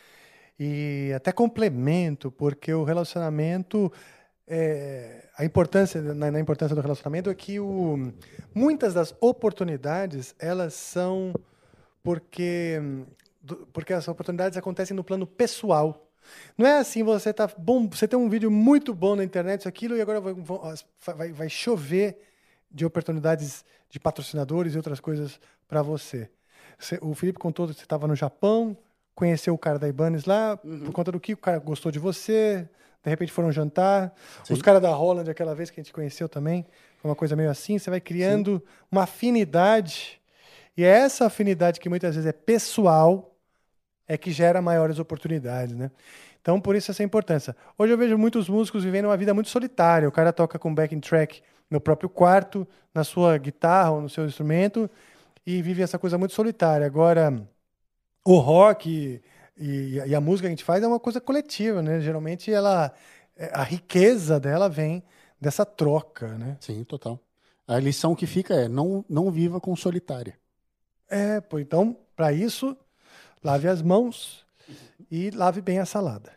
e até complemento, porque o relacionamento, é, a importância na, na importância do relacionamento é que o, muitas das oportunidades elas são porque porque as oportunidades acontecem no plano pessoal. Não é assim, você tá bom, você tem um vídeo muito bom na internet, isso, aquilo, e agora vai, vai, vai chover de oportunidades de patrocinadores e outras coisas para você. você. O Felipe contou que você estava no Japão, conheceu o cara da Ibanez lá, uhum. por conta do que o cara gostou de você, de repente foram jantar. Sim. Os caras da Holland, aquela vez que a gente conheceu também, foi uma coisa meio assim, você vai criando Sim. uma afinidade, e é essa afinidade que muitas vezes é pessoal, é que gera maiores oportunidades, né? Então, por isso essa importância. Hoje eu vejo muitos músicos vivendo uma vida muito solitária. O cara toca com backing track no próprio quarto, na sua guitarra ou no seu instrumento, e vive essa coisa muito solitária. Agora, o rock e, e a música que a gente faz é uma coisa coletiva, né? Geralmente, ela, a riqueza dela vem dessa troca, né? Sim, total. A lição que fica é não, não viva com solitária. É, pô, então, para isso... Lave as mãos e lave bem a salada.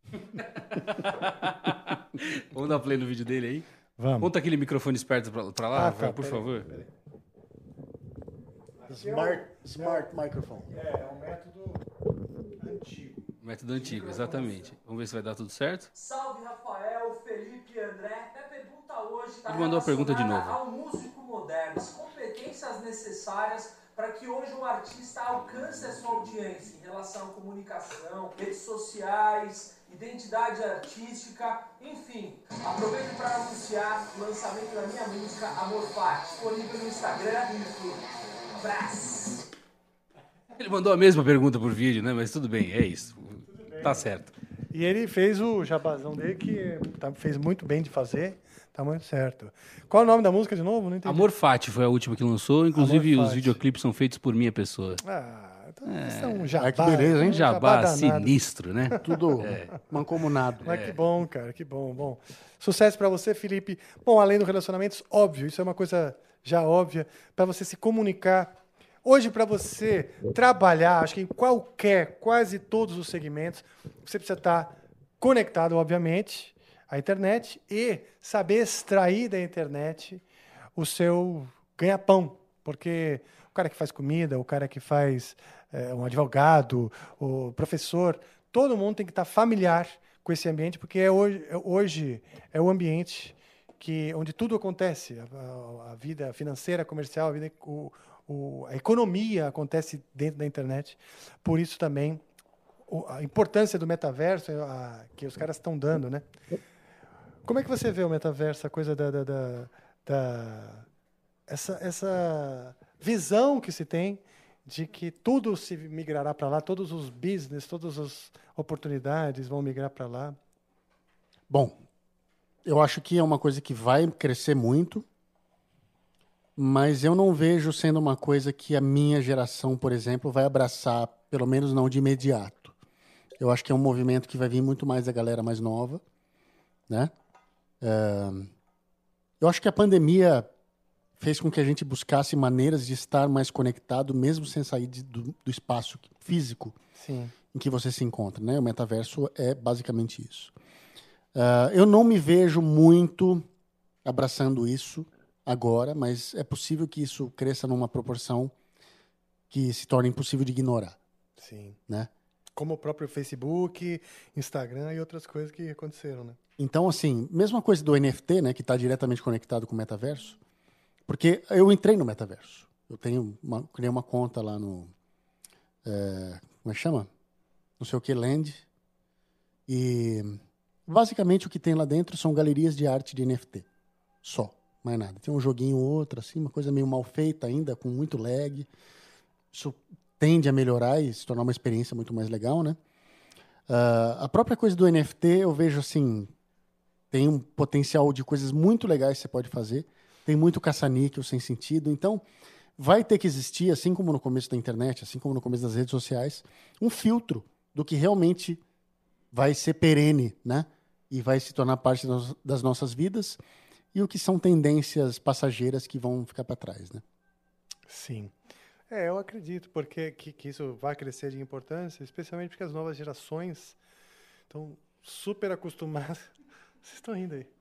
Vamos dar play no vídeo dele aí? Vamos. Conta aquele microfone esperto pra, pra lá, ah, Rafael, tá, por pera favor. Aí, smart smart é, microphone. É, é um método antigo. Método antigo, exatamente. Vamos ver se vai dar tudo certo. Salve, Rafael, Felipe e André. Minha pergunta hoje está Ele mandou a pergunta de novo. Ao músico moderno, as competências necessárias para que hoje um artista alcance a sua audiência em relação à comunicação, redes sociais, identidade artística, enfim. Aproveito para anunciar o lançamento da minha música Amor Fati, disponível no Instagram e no YouTube. Abraço! Ele mandou a mesma pergunta por vídeo, né? Mas tudo bem, é isso. Tá certo. E ele fez o jabazão dele, que tá, fez muito bem de fazer. Tá muito certo. Qual é o nome da música de novo? Não entendi. Amor Fati foi a última que lançou. Inclusive, os videoclipes são feitos por minha pessoa. Ah, então é. Isso é um jabá. Ah, que beleza, hein? Um jabá, jabá sinistro, né? Tudo é. mancomunado. Mas É. que bom, cara, que bom. Bom, sucesso para você, Felipe. Bom, além dos relacionamentos, óbvio, isso é uma coisa já óbvia, para você se comunicar. Hoje, para você trabalhar, acho que em qualquer, quase todos os segmentos, você precisa estar conectado, obviamente, à internet e saber extrair da internet o seu ganha-pão. Porque o cara que faz comida, o cara que faz é, um advogado, o professor, todo mundo tem que estar familiar com esse ambiente, porque é hoje, é, hoje é o ambiente que, onde tudo acontece. A, a vida financeira, comercial, a, vida, o, o, a economia acontece dentro da internet. Por isso também a importância do metaverso a, que os caras estão dando, né? Como é que você vê o metaverso, a coisa da, da, da, da essa, essa visão que se tem de que tudo se migrará para lá, todos os business, todas as oportunidades vão migrar para lá? Bom, eu acho que é uma coisa que vai crescer muito, mas eu não vejo sendo uma coisa que a minha geração, por exemplo, vai abraçar, pelo menos não de imediato. Eu acho que é um movimento que vai vir muito mais da galera mais nova, né? É, eu acho que a pandemia fez com que a gente buscasse maneiras de estar mais conectado, mesmo sem sair de, do, do espaço físico Sim. em que você se encontra, né? O metaverso é basicamente isso. Uh, eu não me vejo muito abraçando isso agora, mas é possível que isso cresça numa proporção que se torne impossível de ignorar. Sim. Né? Como o próprio Facebook, Instagram e outras coisas que aconteceram, né? Então, assim, mesma coisa do N F T, né, que está diretamente conectado com o metaverso, porque eu entrei no metaverso. Eu tenho uma, criei uma conta lá no... É, como é que chama? Não sei o que, Land. E basicamente o que tem lá dentro são galerias de arte de N F T. Só, mais nada. Tem um joguinho ou outro, assim, uma coisa meio mal feita ainda, com muito lag. Isso tende a melhorar e se tornar uma experiência muito mais legal, né? Uh, a própria coisa do N F T, eu vejo assim, tem um potencial de coisas muito legais que você pode fazer. Tem muito caça-níquel sem sentido. Então, vai ter que existir, assim como no começo da internet, assim como no começo das redes sociais, um filtro do que realmente vai ser perene, né? E vai se tornar parte das nossas vidas e o que são tendências passageiras que vão ficar para trás, né? Sim. É, eu acredito porque que, que isso vai crescer de importância, especialmente porque as novas gerações estão super acostumadas. Vocês estão rindo aí?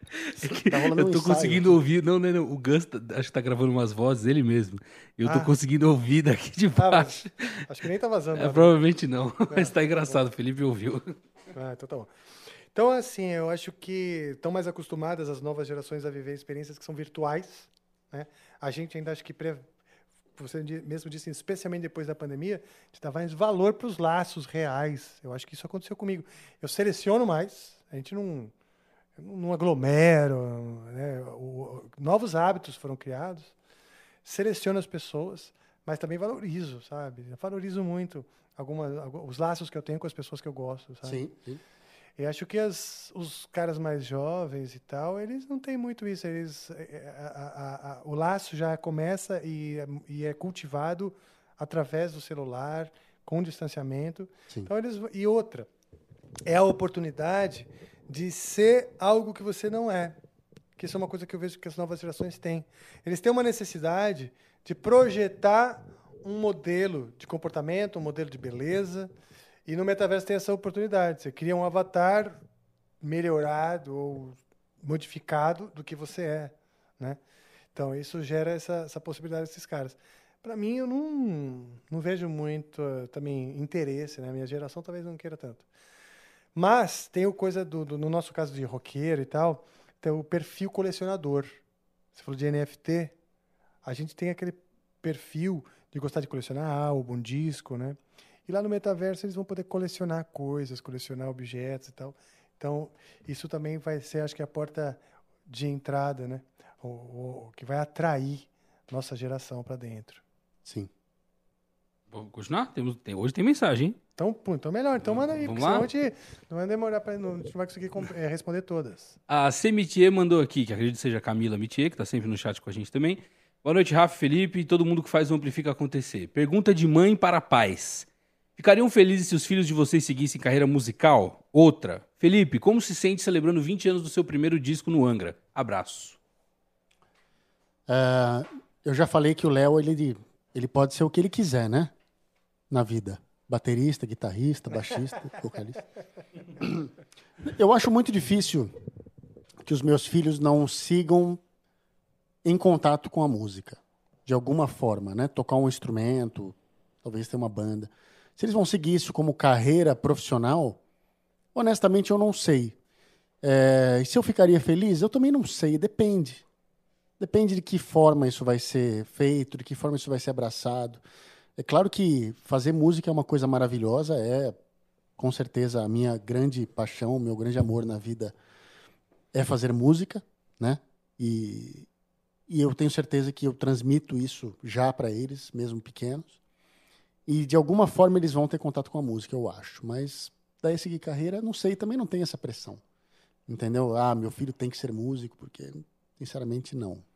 Tá rolando eu um tô ensaio conseguindo aqui. ouvir. Não, não, não. O Gus tá- acho que tá gravando umas vozes ele mesmo. Eu tô Ah. conseguindo ouvir daqui de Ah, baixo. mas acho que nem tá vazando. É, nada. provavelmente não. Mas tá tá engraçado. O Felipe ouviu. Ah, então tá bom. Então, assim, eu acho que estão mais acostumadas as novas gerações a viver experiências que são virtuais, né? A gente ainda acho que, pre... você mesmo disse, especialmente depois da pandemia, a gente dá mais valor para os laços reais. Eu acho que isso aconteceu comigo. Eu seleciono mais, a gente não, não aglomera, né? O... novos hábitos foram criados, seleciono as pessoas, mas também valorizo, sabe? Eu valorizo muito algumas, os laços que eu tenho com as pessoas que eu gosto, sabe? Sim, sim. Eu acho que as, os caras mais jovens e tal, eles não têm muito isso. Eles, a, a, a, o laço já começa e, e é cultivado através do celular, com distanciamento. Sim. Então eles, e outra, é a oportunidade de ser algo que você não é. Que isso é uma coisa que eu vejo que as novas gerações têm. Eles têm uma necessidade de projetar um modelo de comportamento, um modelo de beleza. E no metaverso tem essa oportunidade. Você cria um avatar melhorado ou modificado do que você é, né? Então, isso gera essa, essa possibilidade desses caras. Para mim, eu não, não vejo muito uh, também interesse, né? Minha geração talvez não queira tanto. Mas tem o coisa, do, do, no nosso caso de roqueiro e tal, tem o perfil colecionador. Você falou de N F T, a gente tem aquele perfil de gostar de colecionar álbum, disco, né? E lá no metaverso eles vão poder colecionar coisas, colecionar objetos e tal. Então, isso também vai ser, acho que, a porta de entrada, né? O, o, que vai atrair nossa geração para dentro. Sim. Vamos continuar? Temos, tem, hoje tem mensagem, hein? Então, pô, então melhor. Então manda aí, Vamos porque lá? senão a gente não vai demorar para não, a gente não vai conseguir é, responder todas. A C. Mitier mandou aqui, que acredito que seja a Camila Mitier, que tá sempre no chat com a gente também. Boa noite, Rafa, Felipe e todo mundo que faz o Amplifica acontecer. Pergunta de mãe para pais. Ficariam felizes se os filhos de vocês seguissem carreira musical? Outra. Felipe, como se sente celebrando vinte anos do seu primeiro disco no Angra? Abraço. Uh, eu já falei que o Léo, ele, ele pode ser o que ele quiser, né? Na vida. Baterista, guitarrista, baixista, vocalista. Eu acho muito difícil que os meus filhos não sigam em contato com a música. De alguma forma, né? Tocar um instrumento, talvez ter uma banda. Se eles vão seguir isso como carreira profissional, honestamente eu não sei. É, e se eu ficaria feliz? Eu também não sei, depende. Depende de que forma isso vai ser feito, de que forma isso vai ser abraçado. É claro que fazer música é uma coisa maravilhosa, é com certeza a minha grande paixão, o meu grande amor na vida é fazer música, né? E, e eu tenho certeza que eu transmito isso já para eles, mesmo pequenos. E, de alguma forma, eles vão ter contato com a música, eu acho. Mas, daí seguir carreira, não sei, também não tem essa pressão. Entendeu? Ah, meu filho tem que ser músico, porque, sinceramente, não.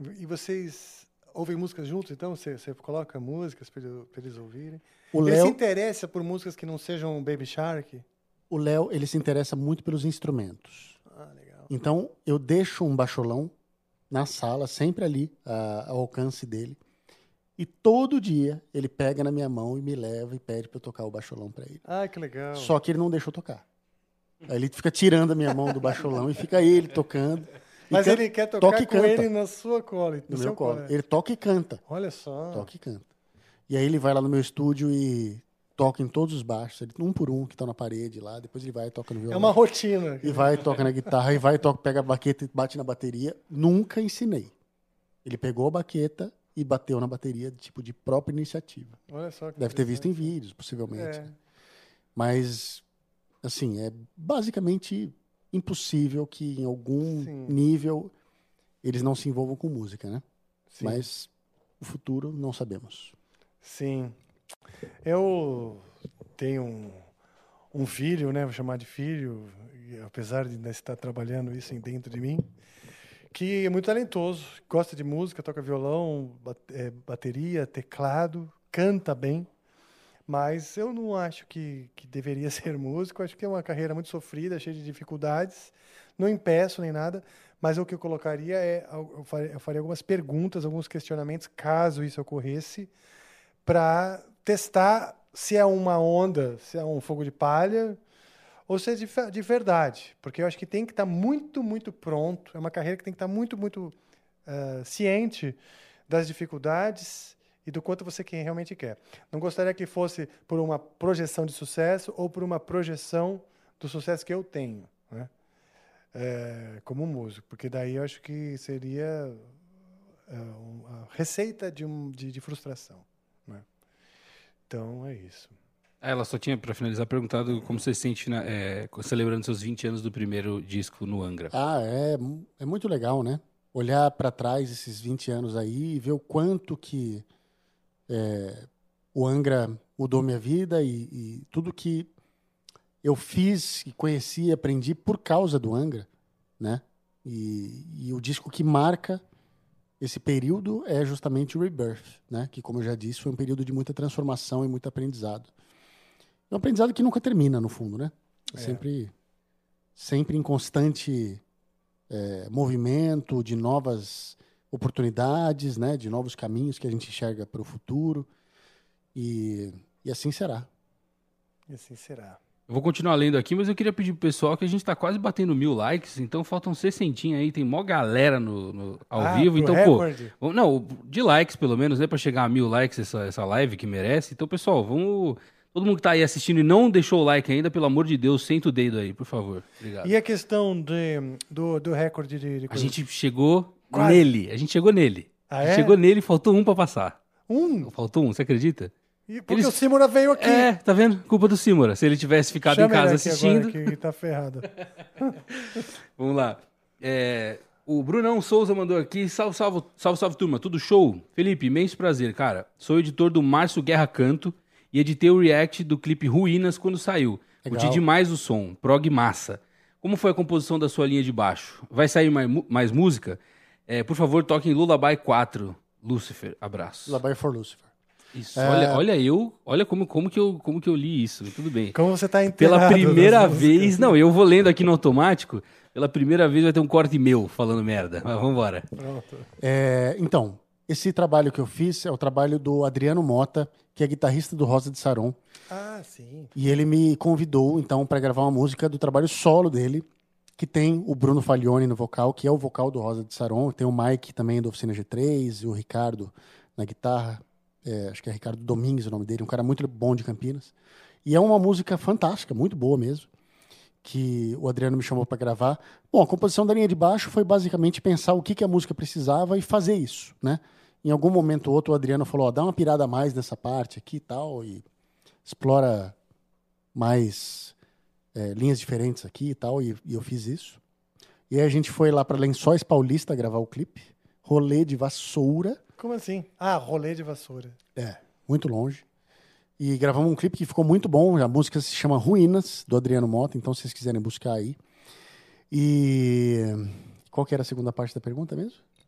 E vocês ouvem músicas juntos, então? Você, você coloca músicas para eles ouvirem? O Ele Léo, se interessa por músicas que não sejam Baby Shark? o Léo, ele se interessa muito pelos instrumentos. Ah, legal. Então, eu deixo um baixolão na sala, sempre ali, a- ao alcance dele. E todo dia ele pega na minha mão e me leva e pede para eu tocar o baixolão para ele. Ah, que legal. Só que ele não deixa eu tocar. Aí ele fica tirando a minha mão do baixolão e fica ele tocando. E Mas can- ele quer tocar toca e com canta. ele na sua cola, no no seu meu colo. colo. Ele toca e canta. Olha só. Toca e canta. E aí ele vai lá no meu estúdio e toca em todos os baixos, ele- um por um que estão na parede lá. Depois ele vai e toca no violão. É uma rotina. E vai e toca na guitarra, e vai e toca, pega a baqueta e bate na bateria. Nunca ensinei. Ele pegou a baqueta e bateu na bateria, tipo, de própria iniciativa. Olha só. que Deve ter visto em interessante. vídeos, possivelmente. É. Mas, assim, é basicamente impossível que em algum Sim. nível eles não se envolvam com música, né? Sim. Mas o futuro não sabemos. Sim. Eu tenho um, um filho, né? Vou chamar de filho, e apesar de ainda estar trabalhando isso em dentro de mim, que é muito talentoso, gosta de música, toca violão, ba- eh, bateria, teclado, canta bem, mas eu não acho que, que deveria ser músico. Acho que é uma carreira muito sofrida, cheia de dificuldades. Não impeço nem nada, mas o que eu colocaria é, eu faria, eu faria algumas perguntas, alguns questionamentos, caso isso ocorresse, para testar se é uma onda, se é um fogo de palha, ou se é de, fe- de verdade. Porque eu acho que tem que estar muito, muito pronto. É uma carreira que tem que estar muito, muito ah, ciente das dificuldades e do quanto você que- realmente quer. Não gostaria que fosse por uma projeção de sucesso ou por uma projeção do sucesso que eu tenho, né? É, como músico. Porque daí eu acho que seria é, um- a receita de, um, de, de frustração. Né? Então, é isso. Ah, ela só tinha, pra finalizar, perguntado como você se sente na- é, celebrando seus vinte anos do primeiro disco no Angra. Ah, é, é muito legal, né? Olhar para trás esses vinte anos aí e ver o quanto que é, o Angra mudou minha vida e, e tudo que eu fiz, e conheci e aprendi por causa do Angra, né? E, e o disco que marca esse período é justamente o Rebirth, né? Que, como eu já disse, foi um período de muita transformação e muito aprendizado. É um aprendizado que nunca termina, no fundo, né? É É. sempre, sempre em constante é, movimento de novas oportunidades, né? De novos caminhos que a gente enxerga para o futuro. E, e assim será. E assim será. Eu vou continuar lendo aqui, mas eu queria pedir pro pessoal que a gente tá quase batendo mil likes, então faltam sessentinho aí, tem mó galera no, no- ao Ah, vivo, pro então, recorde? pô, vamos- não, de likes pelo menos, né, pra chegar a mil likes essa, essa live que merece. Então, pessoal, vamos, todo mundo que tá aí assistindo e não deixou o like ainda, pelo amor de Deus, senta o dedo aí, por favor. Obrigado. E a questão de, do, do recorde de, de A coisa? gente chegou Quase. nele, a gente chegou nele. Ah, A gente é? chegou nele, faltou um pra passar. Um? Faltou um, você acredita? E porque Eles- o Simura veio aqui. É, tá vendo? Culpa do Simura. Se ele tivesse ficado Chama em casa ele aqui assistindo. agora, que tá ferrado. Vamos lá. É, o Brunão Souza mandou aqui. Salve, salve, salve, salve, turma. Tudo show? Felipe, imenso prazer, cara. Sou editor do Márcio Guerra Canto e editei o react do clipe Ruínas quando saiu. Legal. Curti demais o som. Prog massa. Como foi a composição da sua linha de baixo? Vai sair mais, mu- mais música? É, por favor, toquem Lullaby quatro. Lúcifer, abraço. Lullaby for Lucifer. Isso, É. olha, olha eu, olha como, como, que eu, como que eu li isso. Tudo bem. Como você tá Pela inteirado primeira das músicas. vez, não, eu vou lendo aqui no automático, pela primeira vez vai ter um corte meu falando merda, mas vamos embora. Pronto. É, então, esse trabalho que eu fiz é o trabalho do Adriano Mota, que é guitarrista do Rosa de Saron. Ah, sim. E ele me convidou, então, para gravar uma música do trabalho solo dele, que tem o Bruno Faglione no vocal, que é o vocal do Rosa de Saron. Tem o Mike também do Oficina G três e o Ricardo na guitarra. É, acho que é Ricardo Domingues o nome dele, um cara muito bom de Campinas. E é uma música fantástica, muito boa mesmo, que o Adriano me chamou para gravar. Bom, a composição da linha de baixo foi basicamente pensar o que, que a música precisava e fazer isso, né? Em algum momento ou outro o Adriano falou, ó, dá uma pirada a mais nessa parte aqui e tal, e explora mais é, linhas diferentes aqui e tal, e, e eu fiz isso. E aí a gente foi lá para Lençóis Paulista gravar o clipe, rolê de vassoura. Como assim? Ah, rolê de vassoura. É, muito longe. E gravamos um clipe que ficou muito bom. A música se chama Ruínas, do Adriano Mota, então se vocês quiserem buscar aí. E qual que era a segunda parte da pergunta mesmo?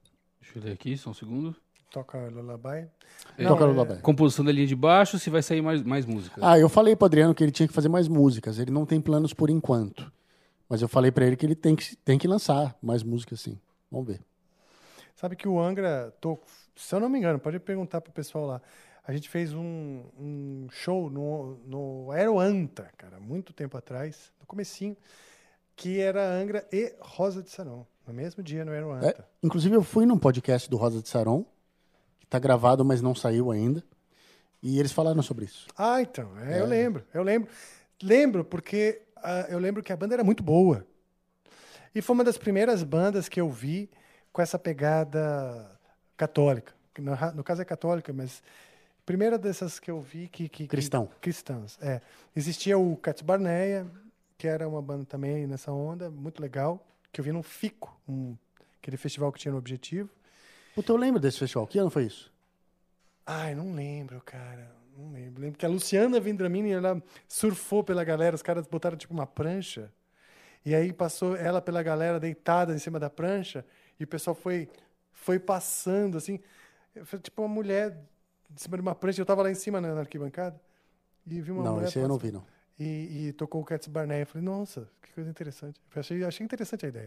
Deixa eu ler aqui, só um segundo. Toca Lullaby. É, Toca é- Lullaby. Composição da linha de baixo, se vai sair mais, mais música. Ah, eu falei pro Adriano que ele tinha que fazer mais músicas. Ele não tem planos por enquanto. Mas eu falei pra ele que ele tem que, tem que lançar mais músicas, sim. Vamos ver. Sabe que o Angra, tô, se eu não me engano, pode perguntar pro pessoal lá. A gente fez um, um show no, no Aeroanta, cara, muito tempo atrás, no comecinho, que era Angra e Rosa de Saron, no mesmo dia no Aeroanta. É, inclusive, eu fui num podcast do Rosa de Saron, que tá gravado, mas não saiu ainda. E eles falaram sobre isso. Ah, então, é, eu lembro, eu lembro. Lembro porque ah, eu lembro que a banda era muito boa. E foi uma das primeiras bandas que eu vi com essa pegada católica. Que No, ra- no caso é católica, mas primeira dessas que eu vi que... que que- Cristão. cristãs, é. Existia o Cats Barneia, que era uma banda também nessa onda, muito legal, que eu vi no Fico, um, aquele festival que tinha no Objetivo. Puta, eu lembro desse festival. Que ano foi isso? Ai, não lembro, cara. Não lembro. Lembro que a Luciana Vendramini, ela surfou pela galera, os caras botaram tipo uma prancha, e aí passou ela pela galera deitada em cima da prancha, e o pessoal foi, foi passando, assim, foi tipo uma mulher em cima de uma prancha, eu tava lá em cima na, na arquibancada, e vi uma não, mulher esse aí eu não passando, vi, não. E, e tocou o Cats Barneia. Eu falei, nossa, que coisa interessante. Eu achei, achei interessante a ideia.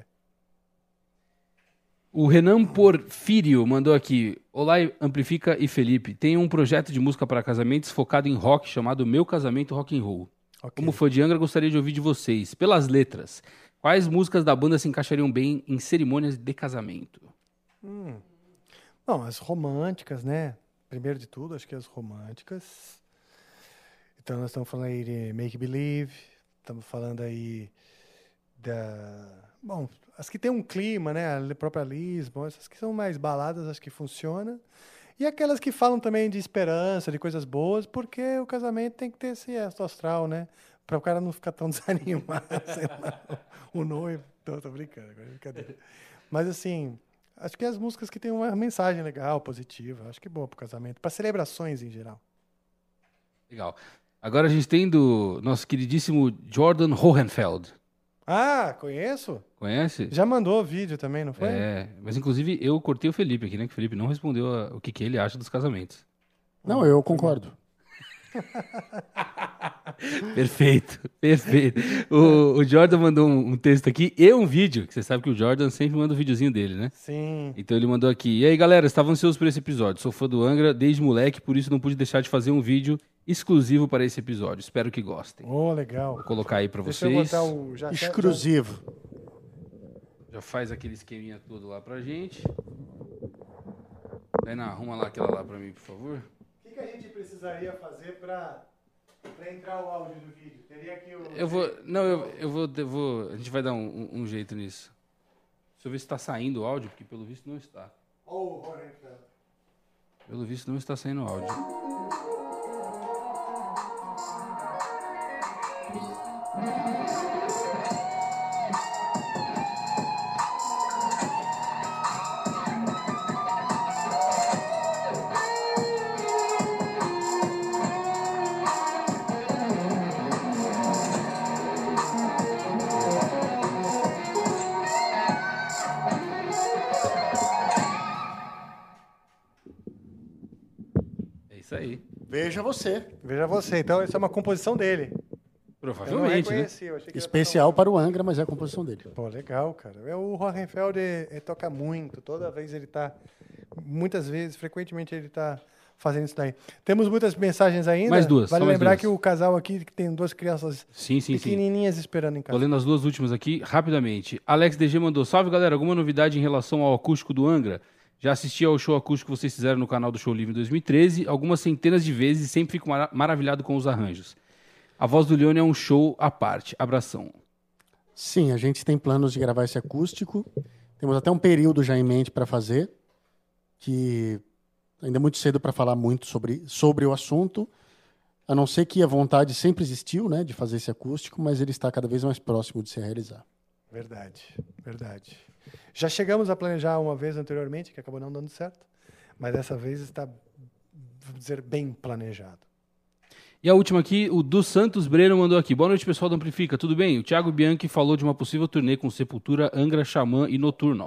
O Renan Porfírio mandou aqui. Olá, Amplifica e Felipe. Tem um projeto de música para casamentos focado em rock chamado Meu Casamento Rock and Roll. Ok. Como fã de Angra, gostaria de ouvir de vocês. Pelas letras, quais músicas da banda se encaixariam bem em cerimônias de casamento? Não, as românticas, né? Primeiro de tudo, acho que as românticas. Então, nós estamos falando aí de Make Believe, estamos falando aí da... Bom, as que tem um clima, né? A própria Lisbon, essas que são mais baladas, acho que funciona. E aquelas que falam também de esperança, de coisas boas, porque o casamento tem que ter esse astro astral, né? Para o cara não ficar tão desanimado, sei lá, o noivo. Tô, tô brincando, agora é brincadeira. Mas, assim, acho que as músicas que têm uma mensagem legal, positiva, acho que é boa para o casamento, para celebrações em geral. Legal. Agora a gente tem do nosso queridíssimo Jordan Hohenfeld. Ah, conheço? Conhece? Já mandou vídeo também, não foi? É, mas inclusive eu cortei o Felipe aqui, né? Que o Felipe não respondeu a- o que, que ele acha dos casamentos. Não, eu concordo. Perfeito, perfeito. O, o Jordan mandou um, um texto aqui e um vídeo, que você sabe que o Jordan sempre manda o videozinho dele, né? Sim. Então ele mandou aqui. E aí, galera, estava ansioso por esse episódio. Sou fã do Angra desde moleque, por isso não pude deixar de fazer um vídeo exclusivo para esse episódio. Espero que gostem. Oh, legal. Vou colocar aí para Deixa vocês. eu botar o... Já, Exclusivo. Já faz aquele esqueminha todo lá pra gente. Daí, arruma lá aquela lá pra mim, por favor. O que, que a gente precisaria fazer para entrar o áudio do vídeo? Teria aqui o... Eu vou. Não, eu, eu, vou, eu vou. A gente vai dar um, um- um jeito nisso. Deixa eu ver se está saindo o áudio, porque pelo visto não está. Ó o Hohenfeld. Pelo visto não está saindo o áudio. É isso aí. Veja você. Veja você. Então, essa é uma composição dele. Eu não Provavelmente, né? reconheci. Eu achei que era Especial para o Angra, mas é a composição dele. Pô, legal, cara. É, o Hohenfeld ele, ele toca muito. Toda vez ele tá... Muitas vezes, frequentemente, ele tá fazendo isso daí. Temos muitas mensagens ainda. Mais duas, Vale só mais lembrar duas. que o casal aqui que tem duas crianças Sim, sim, sim. pequenininhas esperando em Tô casa. lendo as duas últimas aqui, rapidamente. Alex D G mandou, salve galera, alguma novidade em relação ao acústico do Angra? Já assisti ao show acústico que vocês fizeram no canal do Show Livre em dois mil e treze, algumas centenas de vezes e sempre fico mara- maravilhado com os arranjos. A voz do Leone é um show à parte. Abração. Sim, a gente tem planos de gravar esse acústico. Temos até um período já em mente para fazer, que ainda é muito cedo para falar muito sobre, sobre o assunto, a não ser que a vontade sempre existiu, né, de fazer esse acústico, mas ele está cada vez mais próximo de se realizar. Verdade, verdade. Já chegamos a planejar uma vez anteriormente, que acabou não dando certo, mas dessa vez está, vamos dizer, bem planejado. E a última aqui, o do Santos Breno mandou aqui. Boa noite, pessoal do Amplifica. Tudo bem? O Thiago Bianchi falou de uma possível turnê com Sepultura, Angra, Xamã e Nocturnal.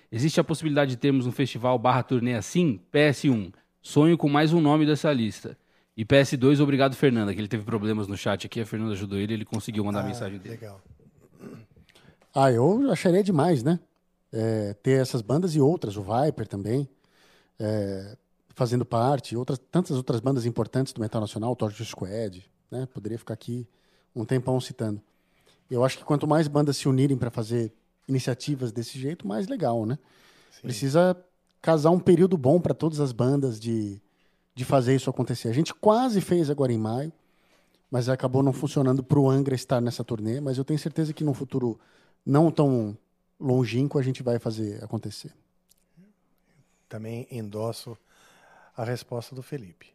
Existe a possibilidade de termos um festival barra turnê assim? P S um, sonho com mais um nome dessa lista. E P S dois, obrigado, Fernanda, que ele teve problemas no chat aqui, a Fernanda ajudou ele, ele conseguiu mandar Ah, a mensagem dele. Legal. Ah, eu acharia demais, né? É, ter essas bandas e outras, o Viper também, é, fazendo parte, outras, tantas outras bandas importantes do metal nacional, o Torture Squad, né? Poderia ficar aqui um tempão citando. Eu acho que quanto mais bandas se unirem para fazer iniciativas desse jeito, mais legal, né? Sim. Precisa casar um período bom para todas as bandas de, de fazer isso acontecer. A gente quase fez agora em maio, mas acabou não funcionando para o Angra estar nessa turnê, mas eu tenho certeza que num futuro não tão longínquo a gente vai fazer acontecer. Também endosso a resposta do Felipe.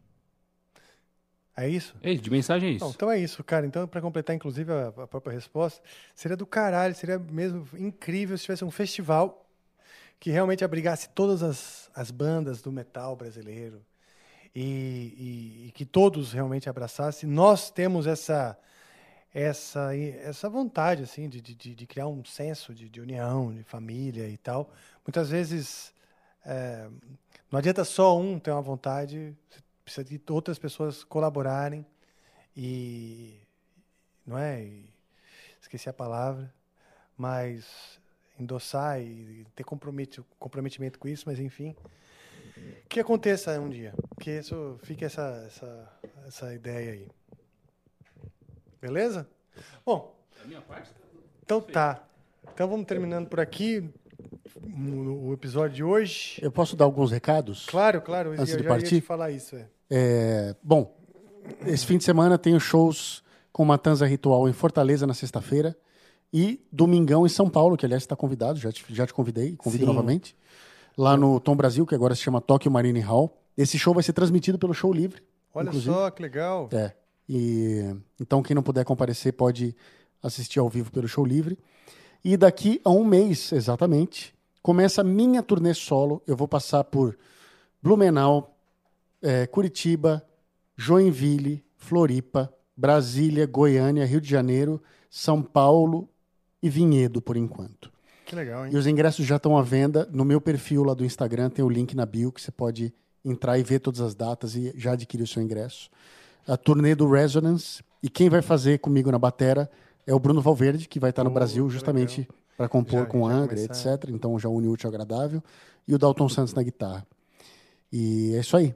É isso? É isso, de mensagem é isso. Não, então é isso, cara. Então, para completar, inclusive, a, a própria resposta, seria do caralho, seria mesmo incrível se tivesse um festival que realmente abrigasse todas as, as bandas do metal brasileiro e, e, e que todos realmente abraçassem. Nós temos essa, essa, essa vontade assim, de, de, de criar um senso de, de união, de família e tal. Muitas vezes, é, não adianta só um ter uma vontade, precisa de outras pessoas colaborarem e, não é? E, esqueci a palavra, mas endossar e ter comprometimento com isso, mas enfim, que aconteça um dia, que isso fique essa, essa, essa ideia aí. Beleza? Bom, Da minha parte, tá tudo então feito. tá. Então vamos terminando por aqui o episódio de hoje. Eu posso dar alguns recados? Claro, claro, eu Antes já de ia partir? te falar isso. É. É, bom, esse fim de semana tenho shows com Matanza Ritual em Fortaleza na sexta-feira e domingão em São Paulo, que aliás está convidado, já te, já te convidei, convido Sim. novamente, lá no Tom Brasil, que agora se chama Tokyo Marine Hall. Esse show vai ser transmitido pelo Show Livre. Olha inclusive. só que legal. É. E, então, quem não puder comparecer pode assistir ao vivo pelo Show Livre. E daqui a um mês, exatamente, começa a minha turnê solo. Eu vou passar por Blumenau, é, Curitiba, Joinville, Floripa, Brasília, Goiânia, Rio de Janeiro, São Paulo e Vinhedo, por enquanto. Que legal, hein? E os ingressos já estão à venda. No meu perfil lá do Instagram tem o link na bio que você pode entrar e ver todas as datas e já adquirir o seu ingresso. A turnê do Resonance. E quem vai fazer comigo na batera é o Bruno Valverde, que vai estar no Oh, Brasil que justamente legal. para compor Já- com já Angra, começar. etcétera. Então já une o útil ao agradável. E o Dalton Santos na guitarra. E é isso aí.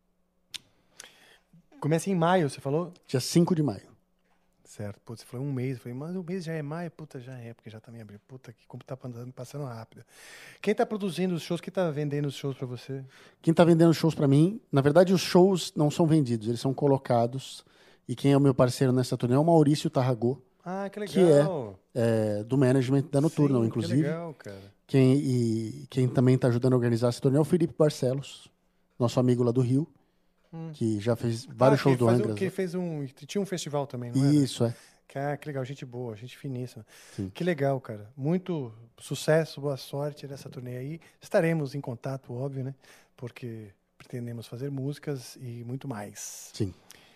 Começa em maio, você falou? Dia cinco de maio. Certo. Pô, você falou um mês. Eu falei, mas um mês já é maio? Puta, já é, porque já tá me abrindo. Puta, que como tá passando, passando rápido. Quem tá produzindo os shows? Quem tá vendendo os shows pra você? Quem está vendendo shows para mim, na verdade os shows não são vendidos, eles são colocados. E quem é o meu parceiro nessa turnê é o Maurício Tarragô, Ah, que Que é legal. é, do management da Noturna, Sim, inclusive. Que legal, cara. Quem, e quem também está ajudando a organizar essa turnê é o Felipe Barcelos, nosso amigo lá do Rio, que já fez vários ah, shows que do faz um- Angra. Que fez um... Tinha um festival também, não era? Isso, é. Ah, que legal, gente boa, gente finíssima. Sim. Que legal, cara. Muito sucesso, boa sorte nessa turnê aí. Estaremos em contato, óbvio, né? Porque pretendemos fazer músicas e muito mais. Sim.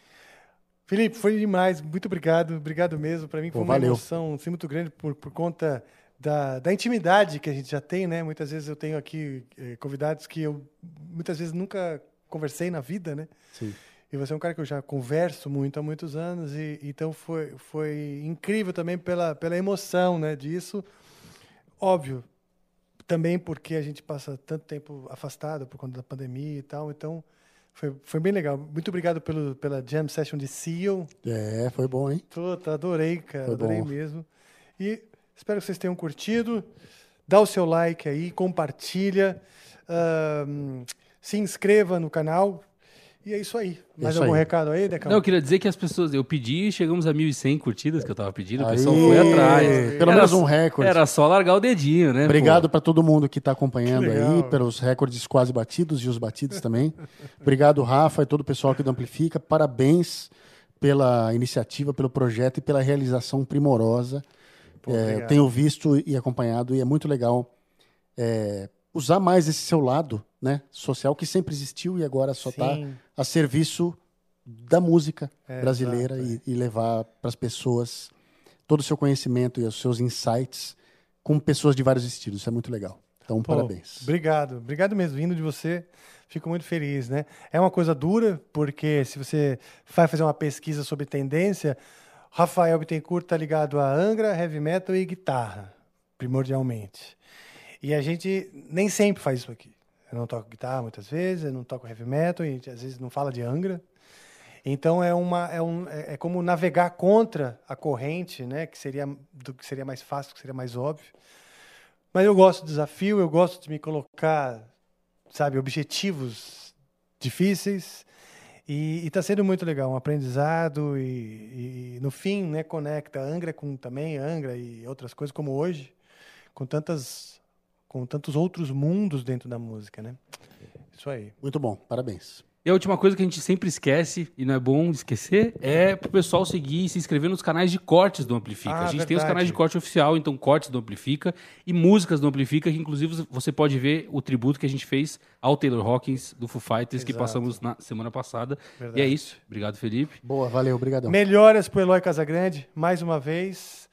Felipe, foi demais. Muito obrigado. Obrigado mesmo. Para mim foi Pô, uma valeu. emoção assim, muito grande por, por conta da, da intimidade que a gente já tem, né? Muitas vezes eu tenho aqui eh, convidados que eu muitas vezes nunca conversei na vida, né? Sim. E você é um cara que eu já converso muito há muitos anos, e então foi, foi incrível também pela, pela emoção, né, disso. Óbvio, também porque a gente passa tanto tempo afastado por conta da pandemia e tal, então foi, foi bem legal. Muito obrigado pelo, pela Jam Session de Seal. É, foi bom, hein? Puta, adorei, cara, Foi adorei bom. mesmo. E espero que vocês tenham curtido. Dá o seu like aí, compartilha, ahn, se inscreva no canal. E é isso aí. Mais isso algum aí. recado aí, Decão? Não, eu queria dizer que as pessoas... Eu pedi e chegamos a mil e cem curtidas que eu tava pedindo. O Aí, pessoal foi atrás. pelo Era menos só- um recorde. Era só largar o dedinho, né? Obrigado pô? para todo mundo que está acompanhando Que aí, legal. pelos recordes quase batidos e os batidos também. Obrigado, Rafa, e todo o pessoal aqui do Amplifica. Parabéns pela iniciativa, pelo projeto e pela realização primorosa. Pô, É, obrigado. tenho visto e acompanhado, e é muito legal é, usar mais esse seu lado, né, social, que sempre existiu e agora só está Sim. a serviço da música É, brasileira exato, e, e levar para as pessoas todo o seu conhecimento e os seus insights com pessoas de vários estilos. Isso é muito legal. Então, Pô, parabéns. Obrigado, obrigado mesmo, vindo de você, fico muito feliz, né? É uma coisa dura, porque se você vai fazer uma pesquisa sobre tendência, Rafael Bittencourt tá ligado a Angra, heavy metal e guitarra, primordialmente. E a gente nem sempre faz isso aqui. Eu não toco guitarra muitas vezes, eu não toco heavy metal, e a gente às vezes não fala de Angra. Então é, uma, é, um, é como navegar contra a corrente, né? Que seria, do que seria mais fácil, que seria mais óbvio. Mas eu gosto do desafio, eu gosto de me colocar, sabe, objetivos difíceis. E está sendo muito legal, um aprendizado e, e no fim, né, conecta Angra com também Angra e outras coisas como hoje, com tantas, com tantos outros mundos dentro da música, né? Isso aí. Muito bom, parabéns. E a última coisa que a gente sempre esquece, e não é bom esquecer, é pro pessoal seguir e se inscrever nos canais de cortes do Amplifica. Ah, a gente verdade. tem os canais de corte oficial, então cortes do Amplifica e músicas do Amplifica, que inclusive você pode ver o tributo que a gente fez ao Taylor Hawkins do Foo Fighters, que Exato. passamos na semana passada. Verdade. E é isso. Obrigado, Felipe. Boa, valeu, obrigadão. Melhoras pro Eloy Casagrande, mais uma vez.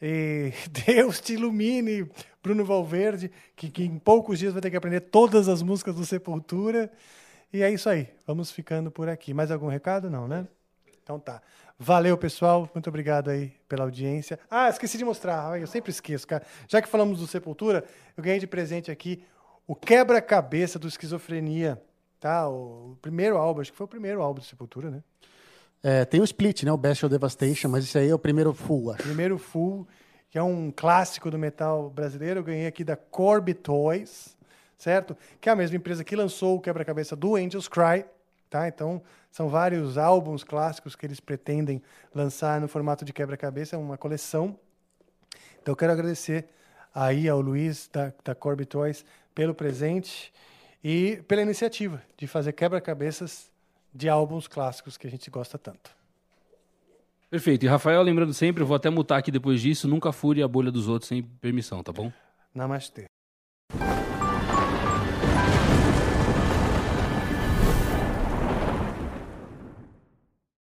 E Deus te ilumine, Bruno Valverde, que, que em poucos dias vai ter que aprender todas as músicas do Sepultura. E é isso aí, vamos ficando por aqui. Mais algum recado? Não, né? Então tá. Valeu, pessoal. Muito obrigado aí pela audiência. Ah, esqueci de mostrar. Eu sempre esqueço, cara. Já que falamos do Sepultura, eu ganhei de presente aqui o Quebra-Cabeça do Esquizofrenia. Tá? O primeiro álbum, acho que foi o primeiro álbum do Sepultura, né? É, tem o Split, né? O Bestial Devastation, mas esse aí é o primeiro full, acho. Primeiro full, que é um clássico do metal brasileiro. Eu ganhei aqui da Corby Toys, certo? Que é a mesma empresa que lançou o quebra-cabeça do Angels Cry, tá? Então, são vários álbuns clássicos que eles pretendem lançar no formato de quebra-cabeça, é uma coleção. Então, eu quero agradecer aí ao Luiz da, da Corby Toys pelo presente e pela iniciativa de fazer quebra-cabeças de álbuns clássicos que a gente gosta tanto. Perfeito. E Rafael, lembrando sempre, eu vou até mutar aqui depois disso, nunca fure a bolha dos outros sem permissão, tá bom? Namastê.